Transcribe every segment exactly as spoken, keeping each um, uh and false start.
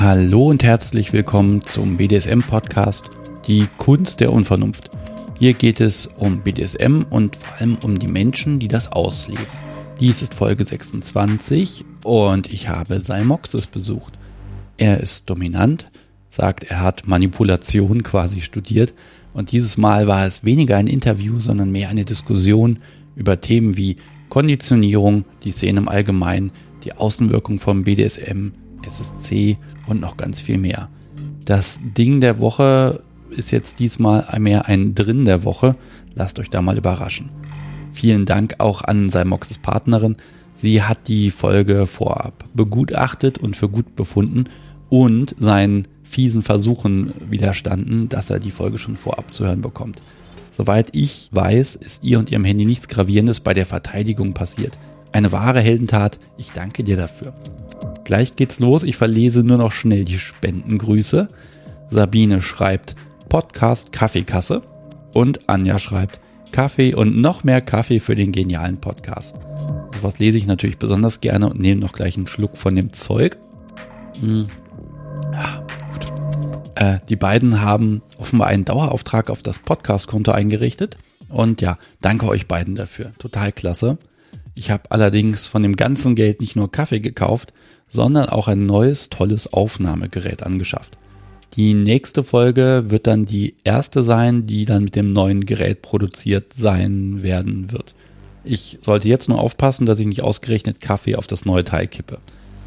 Hallo und herzlich willkommen zum B D S M-Podcast, die Kunst der Unvernunft. Hier geht es um B D S M und vor allem um die Menschen, die das ausleben. Dies ist Folge sechsundzwanzig und ich habe Salmoxis besucht. Er ist dominant, sagt, er hat Manipulation quasi studiert und dieses Mal war es weniger ein Interview, sondern mehr eine Diskussion über Themen wie Konditionierung, die Szene im Allgemeinen, die Außenwirkung vom B D S M, S S C und noch ganz viel mehr. Das Ding der Woche ist jetzt diesmal mehr ein Drin der Woche. Lasst euch da mal überraschen. Vielen Dank auch an Salmoxis Partnerin. Sie hat die Folge vorab begutachtet und für gut befunden und seinen fiesen Versuchen widerstanden, dass er die Folge schon vorab zu hören bekommt. Soweit ich weiß, ist ihr und ihrem Handy nichts Gravierendes bei der Verteidigung passiert. Eine wahre Heldentat. Ich danke dir dafür. Gleich geht's los. Ich verlese nur noch schnell die Spendengrüße. Sabine schreibt Podcast Kaffeekasse und Anja schreibt Kaffee und noch mehr Kaffee für den genialen Podcast. Was lese ich natürlich besonders gerne und nehme noch gleich einen Schluck von dem Zeug. Hm. Ja, gut. Äh, die beiden haben offenbar einen Dauerauftrag auf das Podcast-Konto eingerichtet und ja, danke euch beiden dafür. Total klasse. Ich habe allerdings von dem ganzen Geld nicht nur Kaffee gekauft, sondern auch ein neues, tolles Aufnahmegerät angeschafft. Die nächste Folge wird dann die erste sein, die dann mit dem neuen Gerät produziert sein werden wird. Ich sollte jetzt nur aufpassen, dass ich nicht ausgerechnet Kaffee auf das neue Teil kippe.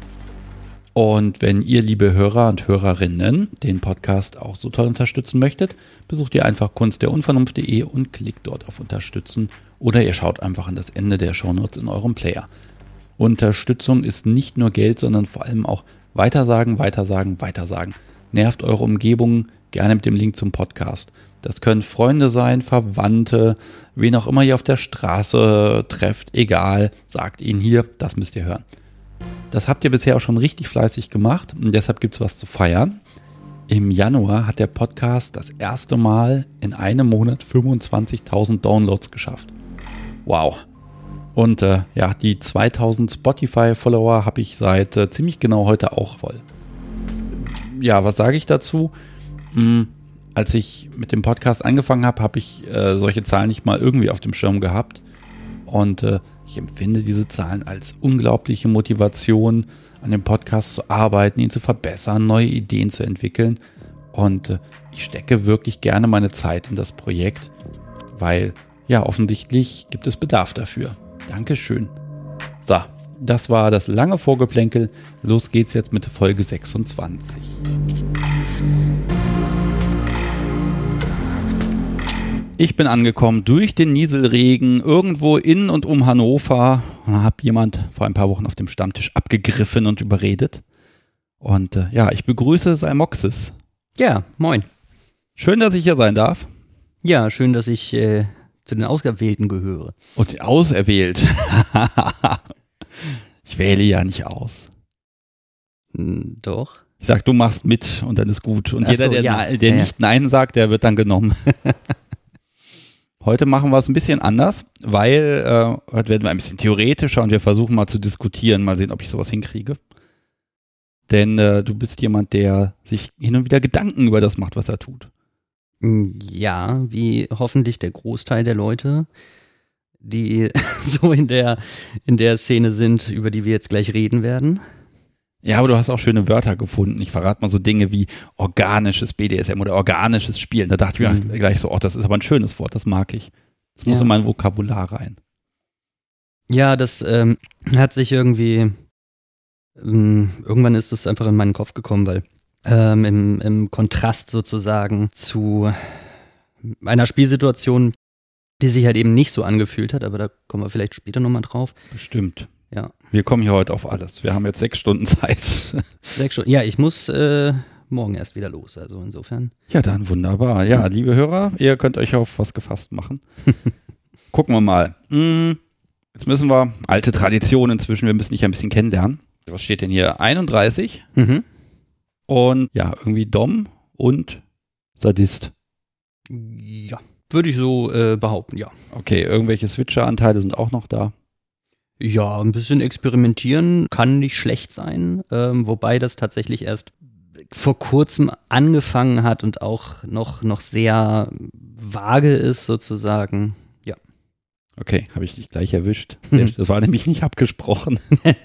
Und wenn ihr, liebe Hörer und Hörerinnen, den Podcast auch so toll unterstützen möchtet, besucht ihr einfach kunst der unvernunft punkt de und klickt dort auf Unterstützen oder ihr schaut einfach an das Ende der Shownotes in eurem Player. Unterstützung ist nicht nur Geld, sondern vor allem auch Weitersagen, Weitersagen, Weitersagen. Nervt eure Umgebung gerne mit dem Link zum Podcast. Das können Freunde sein, Verwandte, wen auch immer ihr auf der Straße trefft, egal, sagt ihnen hier, das müsst ihr hören. Das habt ihr bisher auch schon richtig fleißig gemacht und deshalb gibt's was zu feiern. Im Januar hat der Podcast das erste Mal in einem Monat fünfundzwanzigtausend Downloads geschafft. Wow. Und äh, ja, die zweitausend Spotify-Follower habe ich seit äh, ziemlich genau heute auch voll. Ja, was sage ich dazu? Hm, als ich mit dem Podcast angefangen habe, habe ich äh, solche Zahlen nicht mal irgendwie auf dem Schirm gehabt. Und äh, ich empfinde diese Zahlen als unglaubliche Motivation, an dem Podcast zu arbeiten, ihn zu verbessern, neue Ideen zu entwickeln. Und äh, ich stecke wirklich gerne meine Zeit in das Projekt, weil ja, offensichtlich gibt es Bedarf dafür. Dankeschön. So, das war das lange Vorgeplänkel. Los geht's jetzt mit Folge sechsundzwanzig. Ich bin angekommen durch den Nieselregen irgendwo in und um Hannover. Da hat jemand vor ein paar Wochen auf dem Stammtisch abgegriffen und überredet. Und äh, ja, ich begrüße Salmoxis. Ja, moin. Schön, dass ich hier sein darf. Ja, schön, dass ich äh, zu den Auserwählten gehöre. Und auserwählt. Ich wähle ja nicht aus. Doch. Ich sag, du machst mit und dann ist gut. Und Ach jeder, so, der, ja. der ja, nicht Nein sagt, der wird dann genommen. Heute machen wir es ein bisschen anders, weil äh, heute werden wir ein bisschen theoretischer und wir versuchen mal zu diskutieren, mal sehen, ob ich sowas hinkriege. Denn äh, du bist jemand, der sich hin und wieder Gedanken über das macht, was er tut. Ja, wie hoffentlich der Großteil der Leute, die so in der, in der Szene sind, über die wir jetzt gleich reden werden. Ja, aber du hast auch schöne Wörter gefunden. Ich verrate mal so Dinge wie organisches B D S M oder organisches Spielen. Da dachte ich mir mhm. gleich so, oh, das ist aber ein schönes Wort, das mag ich. Das muss ja in mein Vokabular rein. Ja, das ähm, hat sich irgendwie, ähm, irgendwann ist es einfach in meinen Kopf gekommen, weil ähm, im, im Kontrast sozusagen zu einer Spielsituation, die sich halt eben nicht so angefühlt hat, aber da kommen wir vielleicht später nochmal drauf. Bestimmt. Ja. Wir kommen hier heute auf alles. Wir haben jetzt sechs Stunden Zeit. Sechs Stunden. Ja, ich muss äh, morgen erst wieder los, also insofern. Ja, dann wunderbar. Ja, liebe Hörer, ihr könnt euch auf was gefasst machen. Gucken wir mal. Jetzt müssen wir, alte Tradition inzwischen, wir müssen dich ein bisschen kennenlernen. Was steht denn hier? einunddreißig. Mhm. Und ja, irgendwie Dom und Sadist. Ja, würde ich so äh, behaupten, ja. Okay, irgendwelche Switcher-Anteile sind auch noch da. Ja, ein bisschen experimentieren kann nicht schlecht sein, ähm, wobei das tatsächlich erst vor kurzem angefangen hat und auch noch, noch sehr vage ist sozusagen. Ja. Okay, habe ich dich gleich erwischt. Das war nämlich nicht abgesprochen.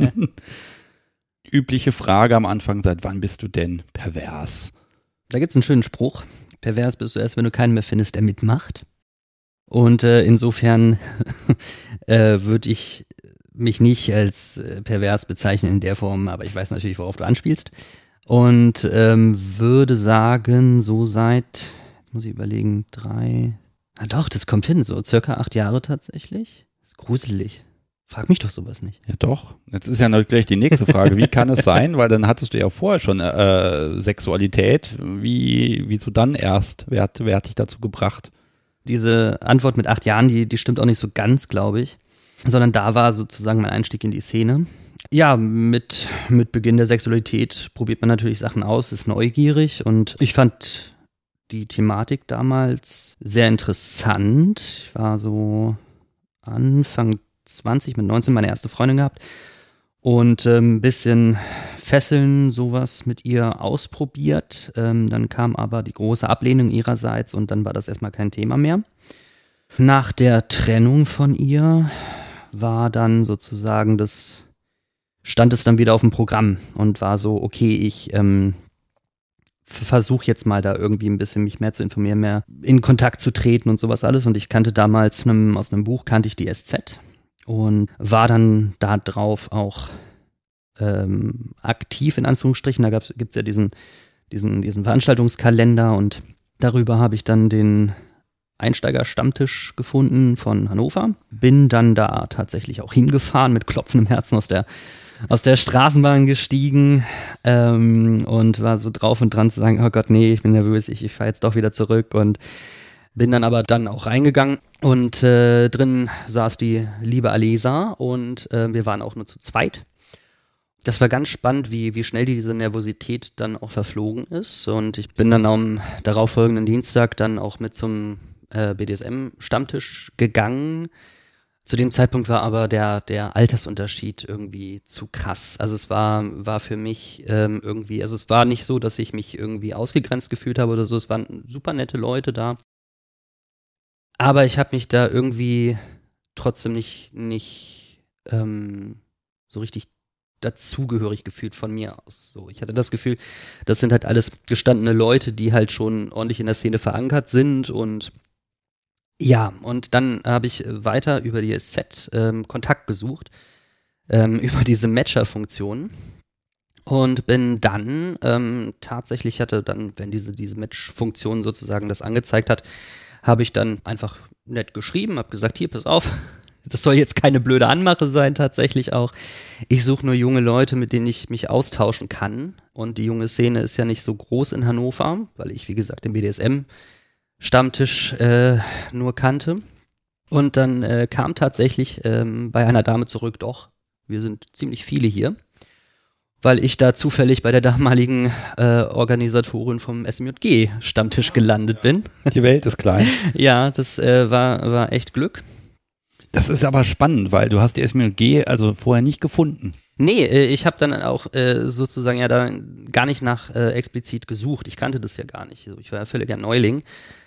Übliche Frage am Anfang, seit wann bist du denn pervers? Da gibt es einen schönen Spruch. Pervers bist du erst, wenn du keinen mehr findest, der mitmacht. Und äh, insofern äh, würde ich mich nicht als äh, pervers bezeichnen in der Form, aber ich weiß natürlich, worauf du anspielst. Und ähm, würde sagen, so seit, jetzt muss ich überlegen, drei, ah doch, das kommt hin, so circa acht Jahre tatsächlich. Das ist gruselig. Frag mich doch sowas nicht. Ja doch, jetzt ist ja noch gleich die nächste Frage, wie kann es sein, weil dann hattest du ja vorher schon äh, Sexualität, wie, wieso dann erst, wer hat, wer hat dich dazu gebracht? Diese Antwort mit acht Jahren, die, die stimmt auch nicht so ganz, glaube ich, sondern da war sozusagen mein Einstieg in die Szene. Ja, mit, mit Beginn der Sexualität probiert man natürlich Sachen aus, ist neugierig und ich fand die Thematik damals sehr interessant. Ich war so Anfang zwanzig, mit neunzehn meine erste Freundin gehabt und ein ähm, bisschen Fesseln, sowas mit ihr ausprobiert. Ähm, dann kam aber die große Ablehnung ihrerseits und dann war das erstmal kein Thema mehr. Nach der Trennung von ihr war dann sozusagen das, stand es dann wieder auf dem Programm und war so, okay, ich ähm, versuche jetzt mal da irgendwie ein bisschen mich mehr zu informieren, mehr in Kontakt zu treten und sowas alles. Und ich kannte damals einem, aus einem Buch, kannte ich die S Z und war dann da drauf auch ähm, aktiv in Anführungsstrichen. Da gibt es ja diesen, diesen, diesen Veranstaltungskalender und darüber habe ich dann den Einsteiger-Stammtisch gefunden von Hannover. Bin dann da tatsächlich auch hingefahren, mit klopfendem Herzen aus der, aus der Straßenbahn gestiegen ähm, und war so drauf und dran zu sagen, oh Gott, nee, ich bin nervös, ich, ich fahre jetzt doch wieder zurück und bin dann aber dann auch reingegangen und äh, drin saß die liebe Alesa und äh, wir waren auch nur zu zweit. Das war ganz spannend, wie, wie schnell diese Nervosität dann auch verflogen ist und ich bin dann am darauffolgenden Dienstag dann auch mit zum äh, B D S M-Stammtisch gegangen. Zu dem Zeitpunkt war aber der, der Altersunterschied irgendwie zu krass. Also es war, war für mich ähm, irgendwie, also es war nicht so, dass ich mich irgendwie ausgegrenzt gefühlt habe oder so, es waren super nette Leute da. Aber ich habe mich da irgendwie trotzdem nicht, nicht ähm, so richtig dazugehörig gefühlt von mir aus. So, ich hatte das Gefühl, das sind halt alles gestandene Leute, die halt schon ordentlich in der Szene verankert sind und ja, und dann habe ich weiter über die S Z ähm, Kontakt gesucht, ähm, über diese Matcher-Funktion und bin dann ähm, tatsächlich, hatte dann, wenn diese, diese Match-Funktion sozusagen das angezeigt hat, habe ich dann einfach nett geschrieben, habe gesagt, hier, pass auf, das soll jetzt keine blöde Anmache sein, tatsächlich auch. Ich suche nur junge Leute, mit denen ich mich austauschen kann. Und die junge Szene ist ja nicht so groß in Hannover, weil ich, wie gesagt, den B D S M-Stammtisch äh, nur kannte. Und dann äh, kam tatsächlich ähm, bei einer Dame zurück, doch, wir sind ziemlich viele hier. Weil ich da zufällig bei der damaligen äh, Organisatorin vom S M J G-Stammtisch gelandet bin. Die Welt ist klein. Ja, das äh, war, war echt Glück. Das ist aber spannend, weil du hast die S M J G also vorher nicht gefunden. Nee, äh, ich habe dann auch äh, sozusagen ja da gar nicht nach äh, explizit gesucht. Ich kannte das ja gar nicht. Ich war ja völliger Neuling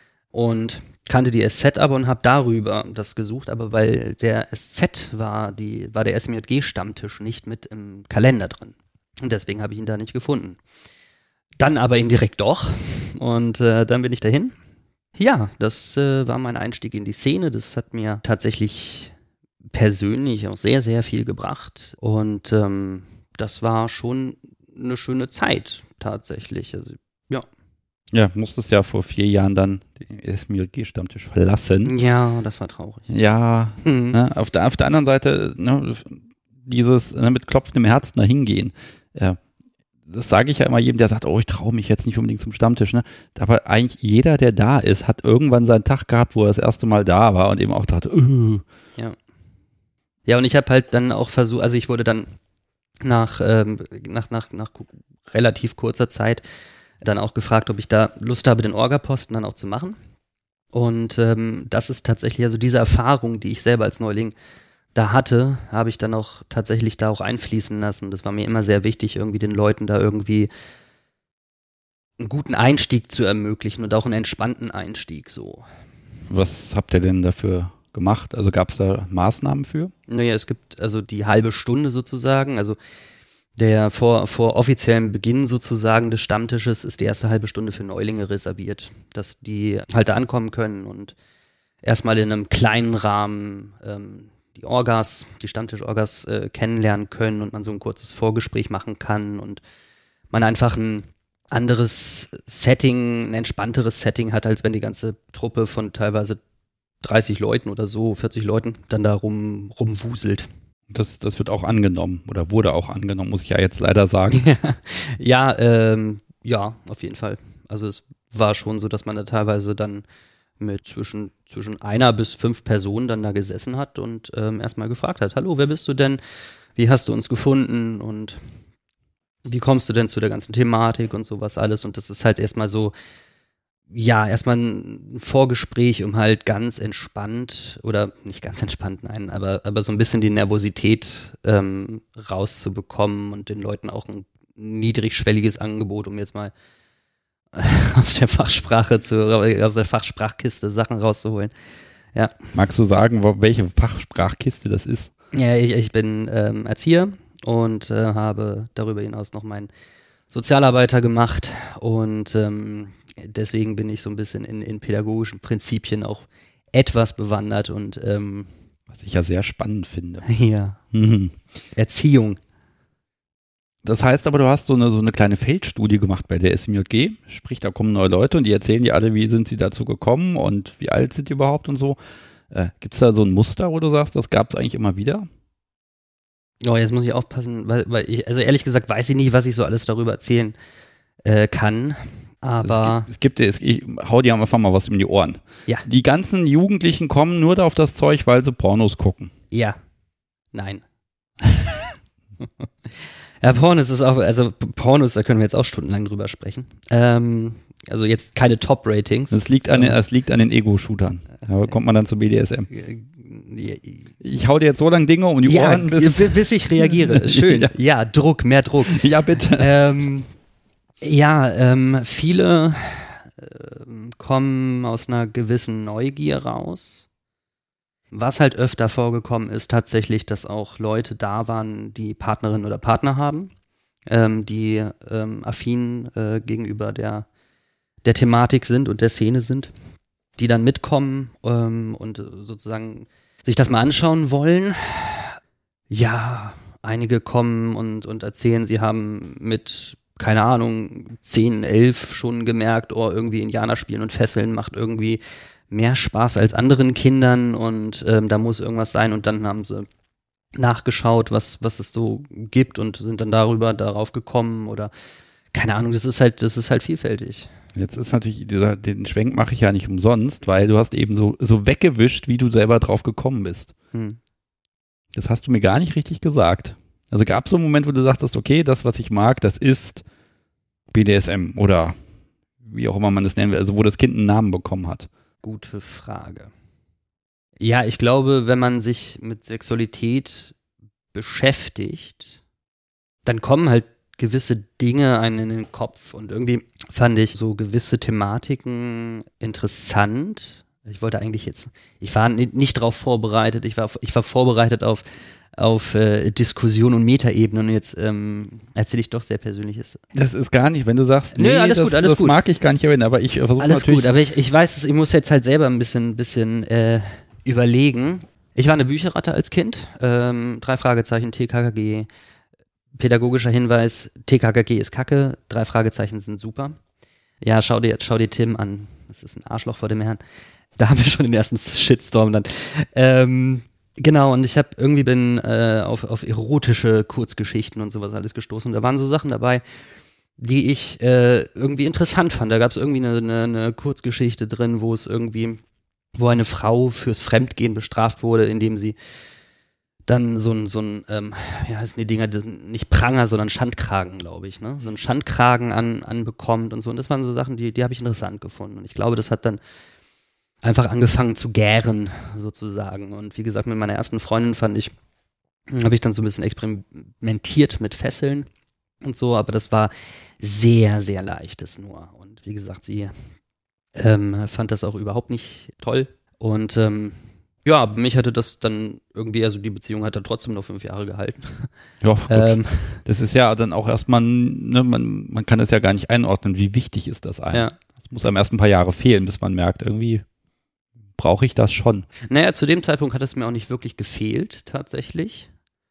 und kannte die S Z aber und habe darüber das gesucht. Aber weil der S Z war, die, war der S M J G-Stammtisch nicht mit im Kalender drin. Und deswegen habe ich ihn da nicht gefunden. Dann aber indirekt doch. Und äh, dann bin ich dahin. Ja, das äh, war mein Einstieg in die Szene. Das hat mir tatsächlich persönlich auch sehr, sehr viel gebracht. Und ähm, das war schon eine schöne Zeit tatsächlich. Also, ja. Ja, musstest ja vor vier Jahren dann den S M J G-Stammtisch verlassen. Ja, das war traurig. Ja, Mhm. ne, auf, der, auf der anderen Seite, ne, dieses ne, mit klopfendem Herzen da hingehen. Ja, das sage ich ja immer jedem, der sagt, oh, ich traue mich jetzt nicht unbedingt zum Stammtisch. Ne? Aber eigentlich jeder, der da ist, hat irgendwann seinen Tag gehabt, wo er das erste Mal da war und eben auch dachte, uh. Ja. Ja, und ich habe halt dann auch versucht, also ich wurde dann nach, ähm, nach, nach, nach relativ kurzer Zeit dann auch gefragt, ob ich da Lust habe, den Orga-Posten dann auch zu machen. Und ähm, das ist tatsächlich, also diese Erfahrung, die ich selber als Neuling da hatte, habe ich dann auch tatsächlich da auch einfließen lassen. Das war mir immer sehr wichtig, irgendwie den Leuten da irgendwie einen guten Einstieg zu ermöglichen und auch einen entspannten Einstieg so. Was habt ihr denn dafür gemacht? Also gab es da Maßnahmen für? Naja, es gibt also die halbe Stunde sozusagen, also der vor, vor offiziellem Beginn sozusagen des Stammtisches ist die erste halbe Stunde für Neulinge reserviert, dass die halt da ankommen können und erstmal in einem kleinen Rahmen ähm, die Orgas, die Stammtisch-Orgas äh, kennenlernen können und man so ein kurzes Vorgespräch machen kann und man einfach ein anderes Setting, ein entspannteres Setting hat, als wenn die ganze Truppe von teilweise dreißig Leuten oder so, vierzig Leuten dann da rum, rumwuselt. Das, das wird auch angenommen oder wurde auch angenommen, muss ich ja jetzt leider sagen. ja, ähm, ja, auf jeden Fall. Also es war schon so, dass man da teilweise dann mit zwischen, zwischen einer bis fünf Personen dann da gesessen hat und ähm, erstmal gefragt hat, hallo, wer bist du denn? Wie hast du uns gefunden? Und wie kommst du denn zu der ganzen Thematik und sowas alles? Und das ist halt erstmal so, ja, erstmal ein Vorgespräch, um halt ganz entspannt oder nicht ganz entspannt, nein, aber, aber so ein bisschen die Nervosität ähm, rauszubekommen und den Leuten auch ein niedrigschwelliges Angebot, um jetzt mal aus der Fachsprache zu, aus der Fachsprachkiste Sachen rauszuholen. Ja. Magst du sagen, welche Fachsprachkiste das ist? Ja, ich, ich bin ähm, Erzieher und äh, habe darüber hinaus noch meinen Sozialarbeiter gemacht und ähm, deswegen bin ich so ein bisschen in, in pädagogischen Prinzipien auch etwas bewandert und ähm, was ich ja sehr spannend finde. Ja. Mhm. Erziehung. Das heißt aber, du hast so eine, so eine kleine Feldstudie gemacht bei der S M J G, sprich, da kommen neue Leute und die erzählen dir alle, wie sind sie dazu gekommen und wie alt sind die überhaupt und so. Äh, Gibt es da so ein Muster, wo du sagst, das gab es eigentlich immer wieder? Oh, jetzt muss ich aufpassen, weil, weil ich, also ehrlich gesagt weiß ich nicht, was ich so alles darüber erzählen äh, kann, aber... Es gibt, es gibt, ich hau dir einfach mal was in die Ohren. Ja. Die ganzen Jugendlichen kommen nur da auf das Zeug, weil sie Pornos gucken. Ja. Nein. Ja, Pornos ist auch, also Pornos, da können wir jetzt auch stundenlang drüber sprechen. Ähm, also jetzt keine Top-Ratings. Es liegt, an den, es liegt an den Ego-Shootern. Da kommt man dann zu B D S M. Ich hau dir jetzt so lange Dinge um die ja, Ohren, bis... bis ich reagiere. Schön. ja. ja, Druck, mehr Druck. Ja, bitte. Ähm, ja, ähm, viele ähm, kommen aus einer gewissen Neugier raus. Was halt öfter vorgekommen ist tatsächlich, dass auch Leute da waren, die Partnerinnen oder Partner haben, ähm, die ähm, affin äh, gegenüber der, der Thematik sind und der Szene sind, die dann mitkommen ähm, und sozusagen sich das mal anschauen wollen. Ja, einige kommen und, und erzählen, sie haben mit, keine Ahnung, zehn, elf schon gemerkt, oh, irgendwie Indianer spielen und Fesseln macht irgendwie mehr Spaß als anderen Kindern und ähm, da muss irgendwas sein und dann haben sie nachgeschaut, was, was es so gibt und sind dann darüber darauf gekommen oder keine Ahnung, das ist halt, das ist halt vielfältig. Jetzt ist natürlich, dieser, den Schwenk mache ich ja nicht umsonst, weil du hast eben so, so weggewischt, wie du selber drauf gekommen bist. Hm. Das hast du mir gar nicht richtig gesagt. Also gab es so einen Moment, wo du sagtest, okay, das, was ich mag, das ist B D S M oder wie auch immer man das nennen will, also wo das Kind einen Namen bekommen hat. Gute Frage. Ja, ich glaube, wenn man sich mit Sexualität beschäftigt, dann kommen halt gewisse Dinge einem in den Kopf und irgendwie fand ich so gewisse Thematiken interessant. Ich wollte eigentlich jetzt, ich war nicht, nicht drauf vorbereitet, ich war, ich war vorbereitet auf, auf äh, Diskussion und Metaebene und jetzt ähm, erzähle ich doch sehr Persönliches. Das ist gar nicht, wenn du sagst, nee, Nö, alles das, gut, alles das gut. mag ich gar nicht erwähnen, aber ich versuche alles natürlich... Alles gut, aber ich, ich weiß, ich muss jetzt halt selber ein bisschen, bisschen äh, überlegen. Ich war eine Bücherratte als Kind, ähm, drei Fragezeichen, T K K G, pädagogischer Hinweis, T K K G ist Kacke, drei Fragezeichen sind super. Ja, schau dir, schau dir Tim an, das ist ein Arschloch vor dem Herrn. Da haben wir schon den ersten Shitstorm dann. Ähm, genau, und ich habe irgendwie bin äh, auf, auf erotische Kurzgeschichten und sowas alles gestoßen. Da waren so Sachen dabei, die ich äh, irgendwie interessant fand. Da gab es irgendwie eine, eine, eine Kurzgeschichte drin, wo es irgendwie, wo eine Frau fürs Fremdgehen bestraft wurde, indem sie dann so ein, so ein, ähm, wie heißen die Dinger, nicht Pranger, sondern Schandkragen, glaube ich, ne? So ein Schandkragen an, anbekommt und so. Und das waren so Sachen, die, die habe ich interessant gefunden. Und ich glaube, das hat dann einfach angefangen zu gären, sozusagen. Und wie gesagt, mit meiner ersten Freundin fand ich, habe ich dann so ein bisschen experimentiert mit Fesseln und so, aber das war sehr, sehr Leichtes nur. Und wie gesagt, sie ähm, fand das auch überhaupt nicht toll. Und ähm, ja, mich hatte das dann irgendwie, also die Beziehung hat dann trotzdem noch fünf Jahre gehalten. Ja, gut. Ähm, Das ist ja dann auch erstmal, ne, man, man kann das ja gar nicht einordnen, wie wichtig ist das einem. Ja. Das muss einem erst ein paar Jahre fehlen, bis man merkt, irgendwie brauche ich das schon. Naja, zu dem Zeitpunkt hat es mir auch nicht wirklich gefehlt, tatsächlich.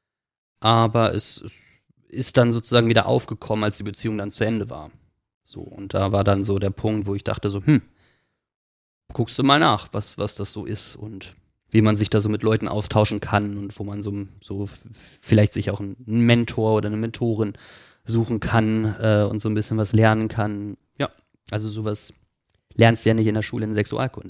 Aber es, es ist dann sozusagen wieder aufgekommen, als die Beziehung dann zu Ende war. So, und da war dann so der Punkt, wo ich dachte so, hm, guckst du mal nach, was, was das so ist und wie man sich da so mit Leuten austauschen kann und wo man so, so vielleicht sich auch einen Mentor oder eine Mentorin suchen kann äh, und so ein bisschen was lernen kann. Ja, also sowas lernst du ja nicht in der Schule in Sexualkunde.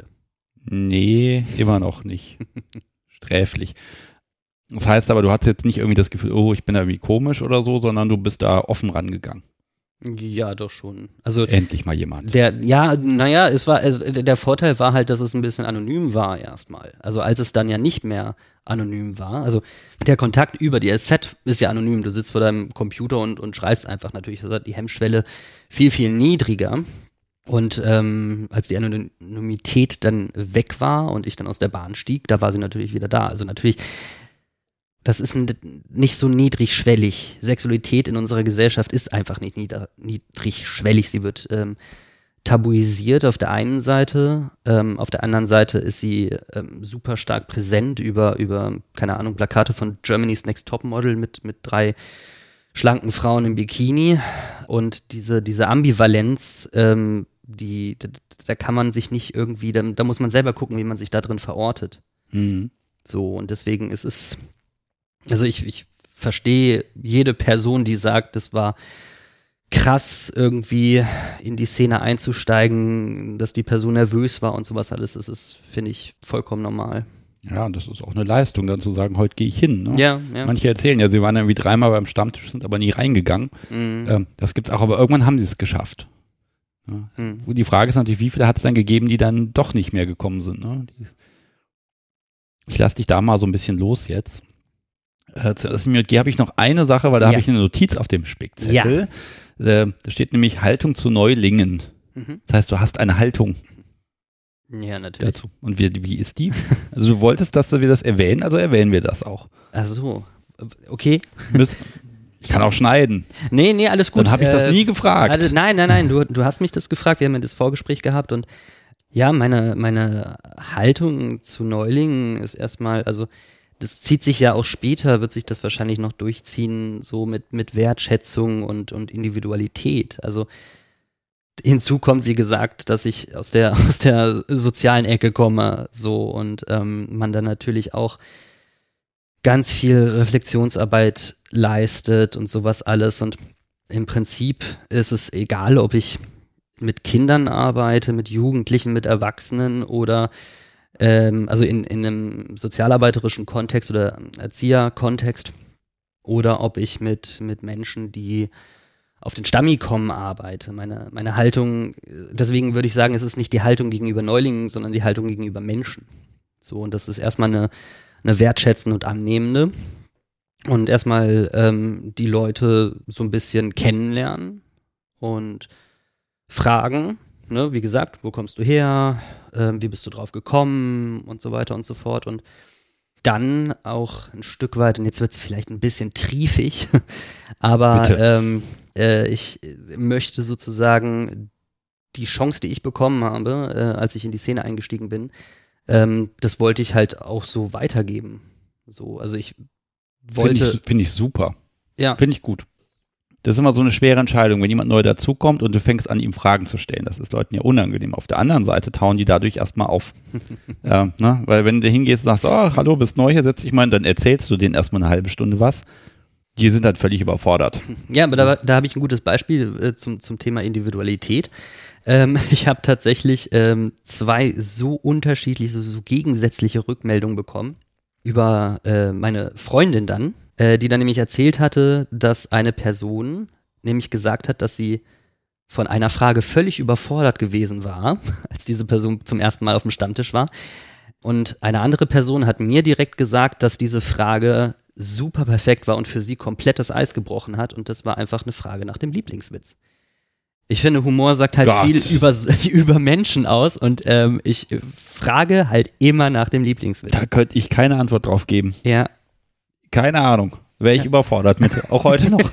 Nee, immer noch nicht. Sträflich. Das heißt aber, du hast jetzt nicht irgendwie das Gefühl, oh, ich bin da irgendwie komisch oder so, sondern du bist da offen rangegangen. Ja, doch schon. Also Endlich mal jemand. Der, ja, naja, es war, also der Vorteil war halt, dass es ein bisschen anonym war erstmal. Also als es dann ja nicht mehr anonym war, also der Kontakt über die S Z ist ja anonym. Du sitzt vor deinem Computer und, und schreibst einfach natürlich. Das hat die Hemmschwelle viel, viel niedriger. Und ähm, als die Anonymität dann weg war und ich dann aus der Bahn stieg, da war sie natürlich wieder da. Also natürlich, das ist ein, nicht so niedrigschwellig. Sexualität in unserer Gesellschaft ist einfach nicht nieder, niedrigschwellig. Sie wird ähm, tabuisiert auf der einen Seite, ähm, auf der anderen Seite ist sie ähm, super stark präsent über, über, keine Ahnung, Plakate von Germany's Next Topmodel mit, mit drei schlanken Frauen im Bikini. Und diese, diese Ambivalenz, ähm, die, da, da kann man sich nicht irgendwie, da, da muss man selber gucken, wie man sich da drin verortet. Mhm. So, und deswegen ist es, also ich, ich verstehe jede Person, die sagt, das war krass, irgendwie in die Szene einzusteigen, dass die Person nervös war und sowas alles. Das ist, finde ich, vollkommen normal. Ja, das ist auch eine Leistung, dann zu sagen, heute gehe ich hin. Ne? Ja, ja. Manche erzählen ja, sie waren irgendwie dreimal beim Stammtisch, sind aber nie reingegangen. Mhm. Ähm, das gibt's auch, aber irgendwann haben sie es geschafft. Ja. Mhm. Die Frage ist natürlich, wie viele hat es dann gegeben, die dann doch nicht mehr gekommen sind. Ne? Ich lasse dich da mal so ein bisschen los jetzt. Äh, zu S M J G habe ich noch eine Sache, weil da Ja. habe ich eine Notiz auf dem Spickzettel. Äh, da steht nämlich Haltung zu Neulingen. Mhm. Das heißt, du hast eine Haltung Ja, natürlich. dazu. Und wie, wie ist die? Also du wolltest, dass wir das erwähnen, also erwähnen wir das auch. Ach so, okay. Müssen- Ich kann auch schneiden. Nee, nee, alles gut. Dann habe ich das Äh, nie gefragt. Also, nein, nein, nein, du, du hast mich das gefragt, wir haben ja das Vorgespräch gehabt und ja, meine, meine Haltung zu Neulingen ist erstmal, also das zieht sich ja auch später, wird sich das wahrscheinlich noch durchziehen, so mit, mit Wertschätzung und, und Individualität. Also hinzu kommt, wie gesagt, dass ich aus der, aus der sozialen Ecke komme, so und ähm, man dann natürlich auch ganz viel Reflexionsarbeit leistet und sowas alles. Und im Prinzip ist es egal, ob ich mit Kindern arbeite, mit Jugendlichen, mit Erwachsenen oder ähm, also in, in einem sozialarbeiterischen Kontext oder Erzieherkontext oder ob ich mit, mit Menschen, die auf den Stammi kommen, arbeite. Meine, meine Haltung, deswegen würde ich sagen, es ist nicht die Haltung gegenüber Neulingen, sondern die Haltung gegenüber Menschen. So, und das ist erstmal eine eine wertschätzende und annehmende und erstmal ähm, die Leute so ein bisschen kennenlernen und fragen, ne, wie gesagt, wo kommst du her, ähm, wie bist du drauf gekommen und so weiter und so fort und dann auch ein Stück weit, und jetzt wird es vielleicht ein bisschen triefig, aber ähm, äh, ich möchte sozusagen die Chance, die ich bekommen habe, äh, als ich in die Szene eingestiegen bin, Ähm, das wollte ich halt auch so weitergeben. So, also ich wollte. Finde ich, find ich super. Ja. Finde ich gut. Das ist immer so eine schwere Entscheidung, wenn jemand neu dazukommt und du fängst an, ihm Fragen zu stellen. Das ist Leuten ja unangenehm. Auf der anderen Seite tauen die dadurch erstmal auf. äh, ne? Weil wenn du hingehst und sagst, oh, hallo, bist neu hier, setz dich mal hin, dann erzählst du denen erstmal eine halbe Stunde was. Die sind dann völlig überfordert. Ja, aber da, da habe ich ein gutes Beispiel äh, zum, zum Thema Individualität. Ähm, ich habe tatsächlich ähm, zwei so unterschiedliche, so, so gegensätzliche Rückmeldungen bekommen über äh, meine Freundin dann, äh, die dann nämlich erzählt hatte, dass eine Person nämlich gesagt hat, dass sie von einer Frage völlig überfordert gewesen war, als diese Person zum ersten Mal auf dem Stammtisch war. Und eine andere Person hat mir direkt gesagt, dass diese Frage super perfekt war und für sie komplett das Eis gebrochen hat. Und das war einfach eine Frage nach dem Lieblingswitz. Ich finde, Humor sagt halt Gott. viel über, über Menschen aus und ähm, ich frage halt immer nach dem Lieblingswitz. Da könnte ich keine Antwort drauf geben. Ja. Keine Ahnung. Wäre ich Ja. überfordert mit. Auch heute noch.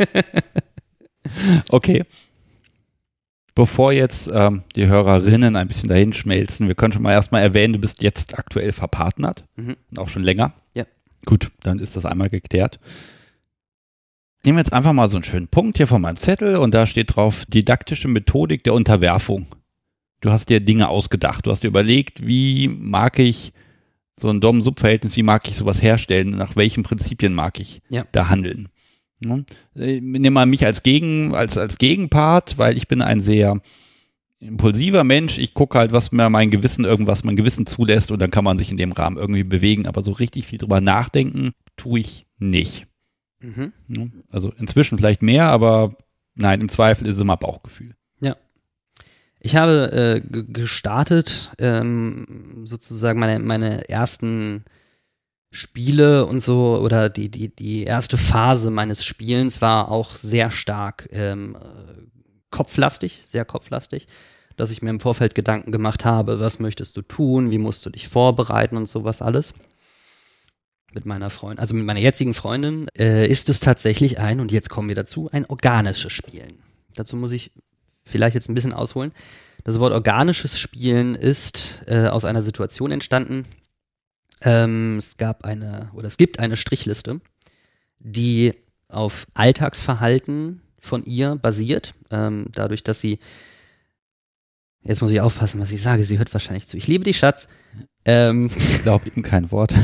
Okay. Bevor jetzt ähm, die Hörerinnen ein bisschen dahin schmelzen, wir können schon mal erstmal erwähnen, du bist jetzt aktuell verpartnert. Mhm. Und auch schon länger. Ja. Gut, dann ist das einmal geklärt. Nehmen wir jetzt einfach mal so einen schönen Punkt hier von meinem Zettel und da steht drauf, didaktische Methodik der Unterwerfung. Du hast dir Dinge ausgedacht, du hast dir überlegt, wie mag ich so ein Dom-Sub-Verhältnis, wie mag ich sowas herstellen, nach welchen Prinzipien mag ich Ja. da handeln. Ja. Nimm mal mich als, Gegen, als, als Gegenpart, weil ich bin ein sehr impulsiver Mensch. Ich gucke halt, was mir mein Gewissen, irgendwas mein Gewissen zulässt und dann kann man sich in dem Rahmen irgendwie bewegen, aber so richtig viel drüber nachdenken tue ich nicht. Mhm. Ja. Also inzwischen vielleicht mehr, aber nein, im Zweifel ist es immer Bauchgefühl. Ja. Ich habe äh, g- gestartet, ähm, sozusagen meine, meine ersten Spiele und so, oder die, die, die erste Phase meines Spielens war auch sehr stark ähm, äh, kopflastig, sehr kopflastig, dass ich mir im Vorfeld Gedanken gemacht habe, was möchtest du tun, wie musst du dich vorbereiten und sowas alles. Mit meiner Freundin, also mit meiner jetzigen Freundin, äh, ist es tatsächlich ein, und jetzt kommen wir dazu, ein organisches Spielen. Dazu muss ich vielleicht jetzt ein bisschen ausholen. Das Wort organisches Spielen ist äh, aus einer Situation entstanden. Ähm, es gab eine, oder es gibt eine Strichliste, die auf Alltagsverhalten von ihr basiert. Ähm, dadurch, dass sie, jetzt muss ich aufpassen, was ich sage, sie hört wahrscheinlich zu. Ich liebe dich, Schatz. Ähm, Ich glaube ihm kein Wort.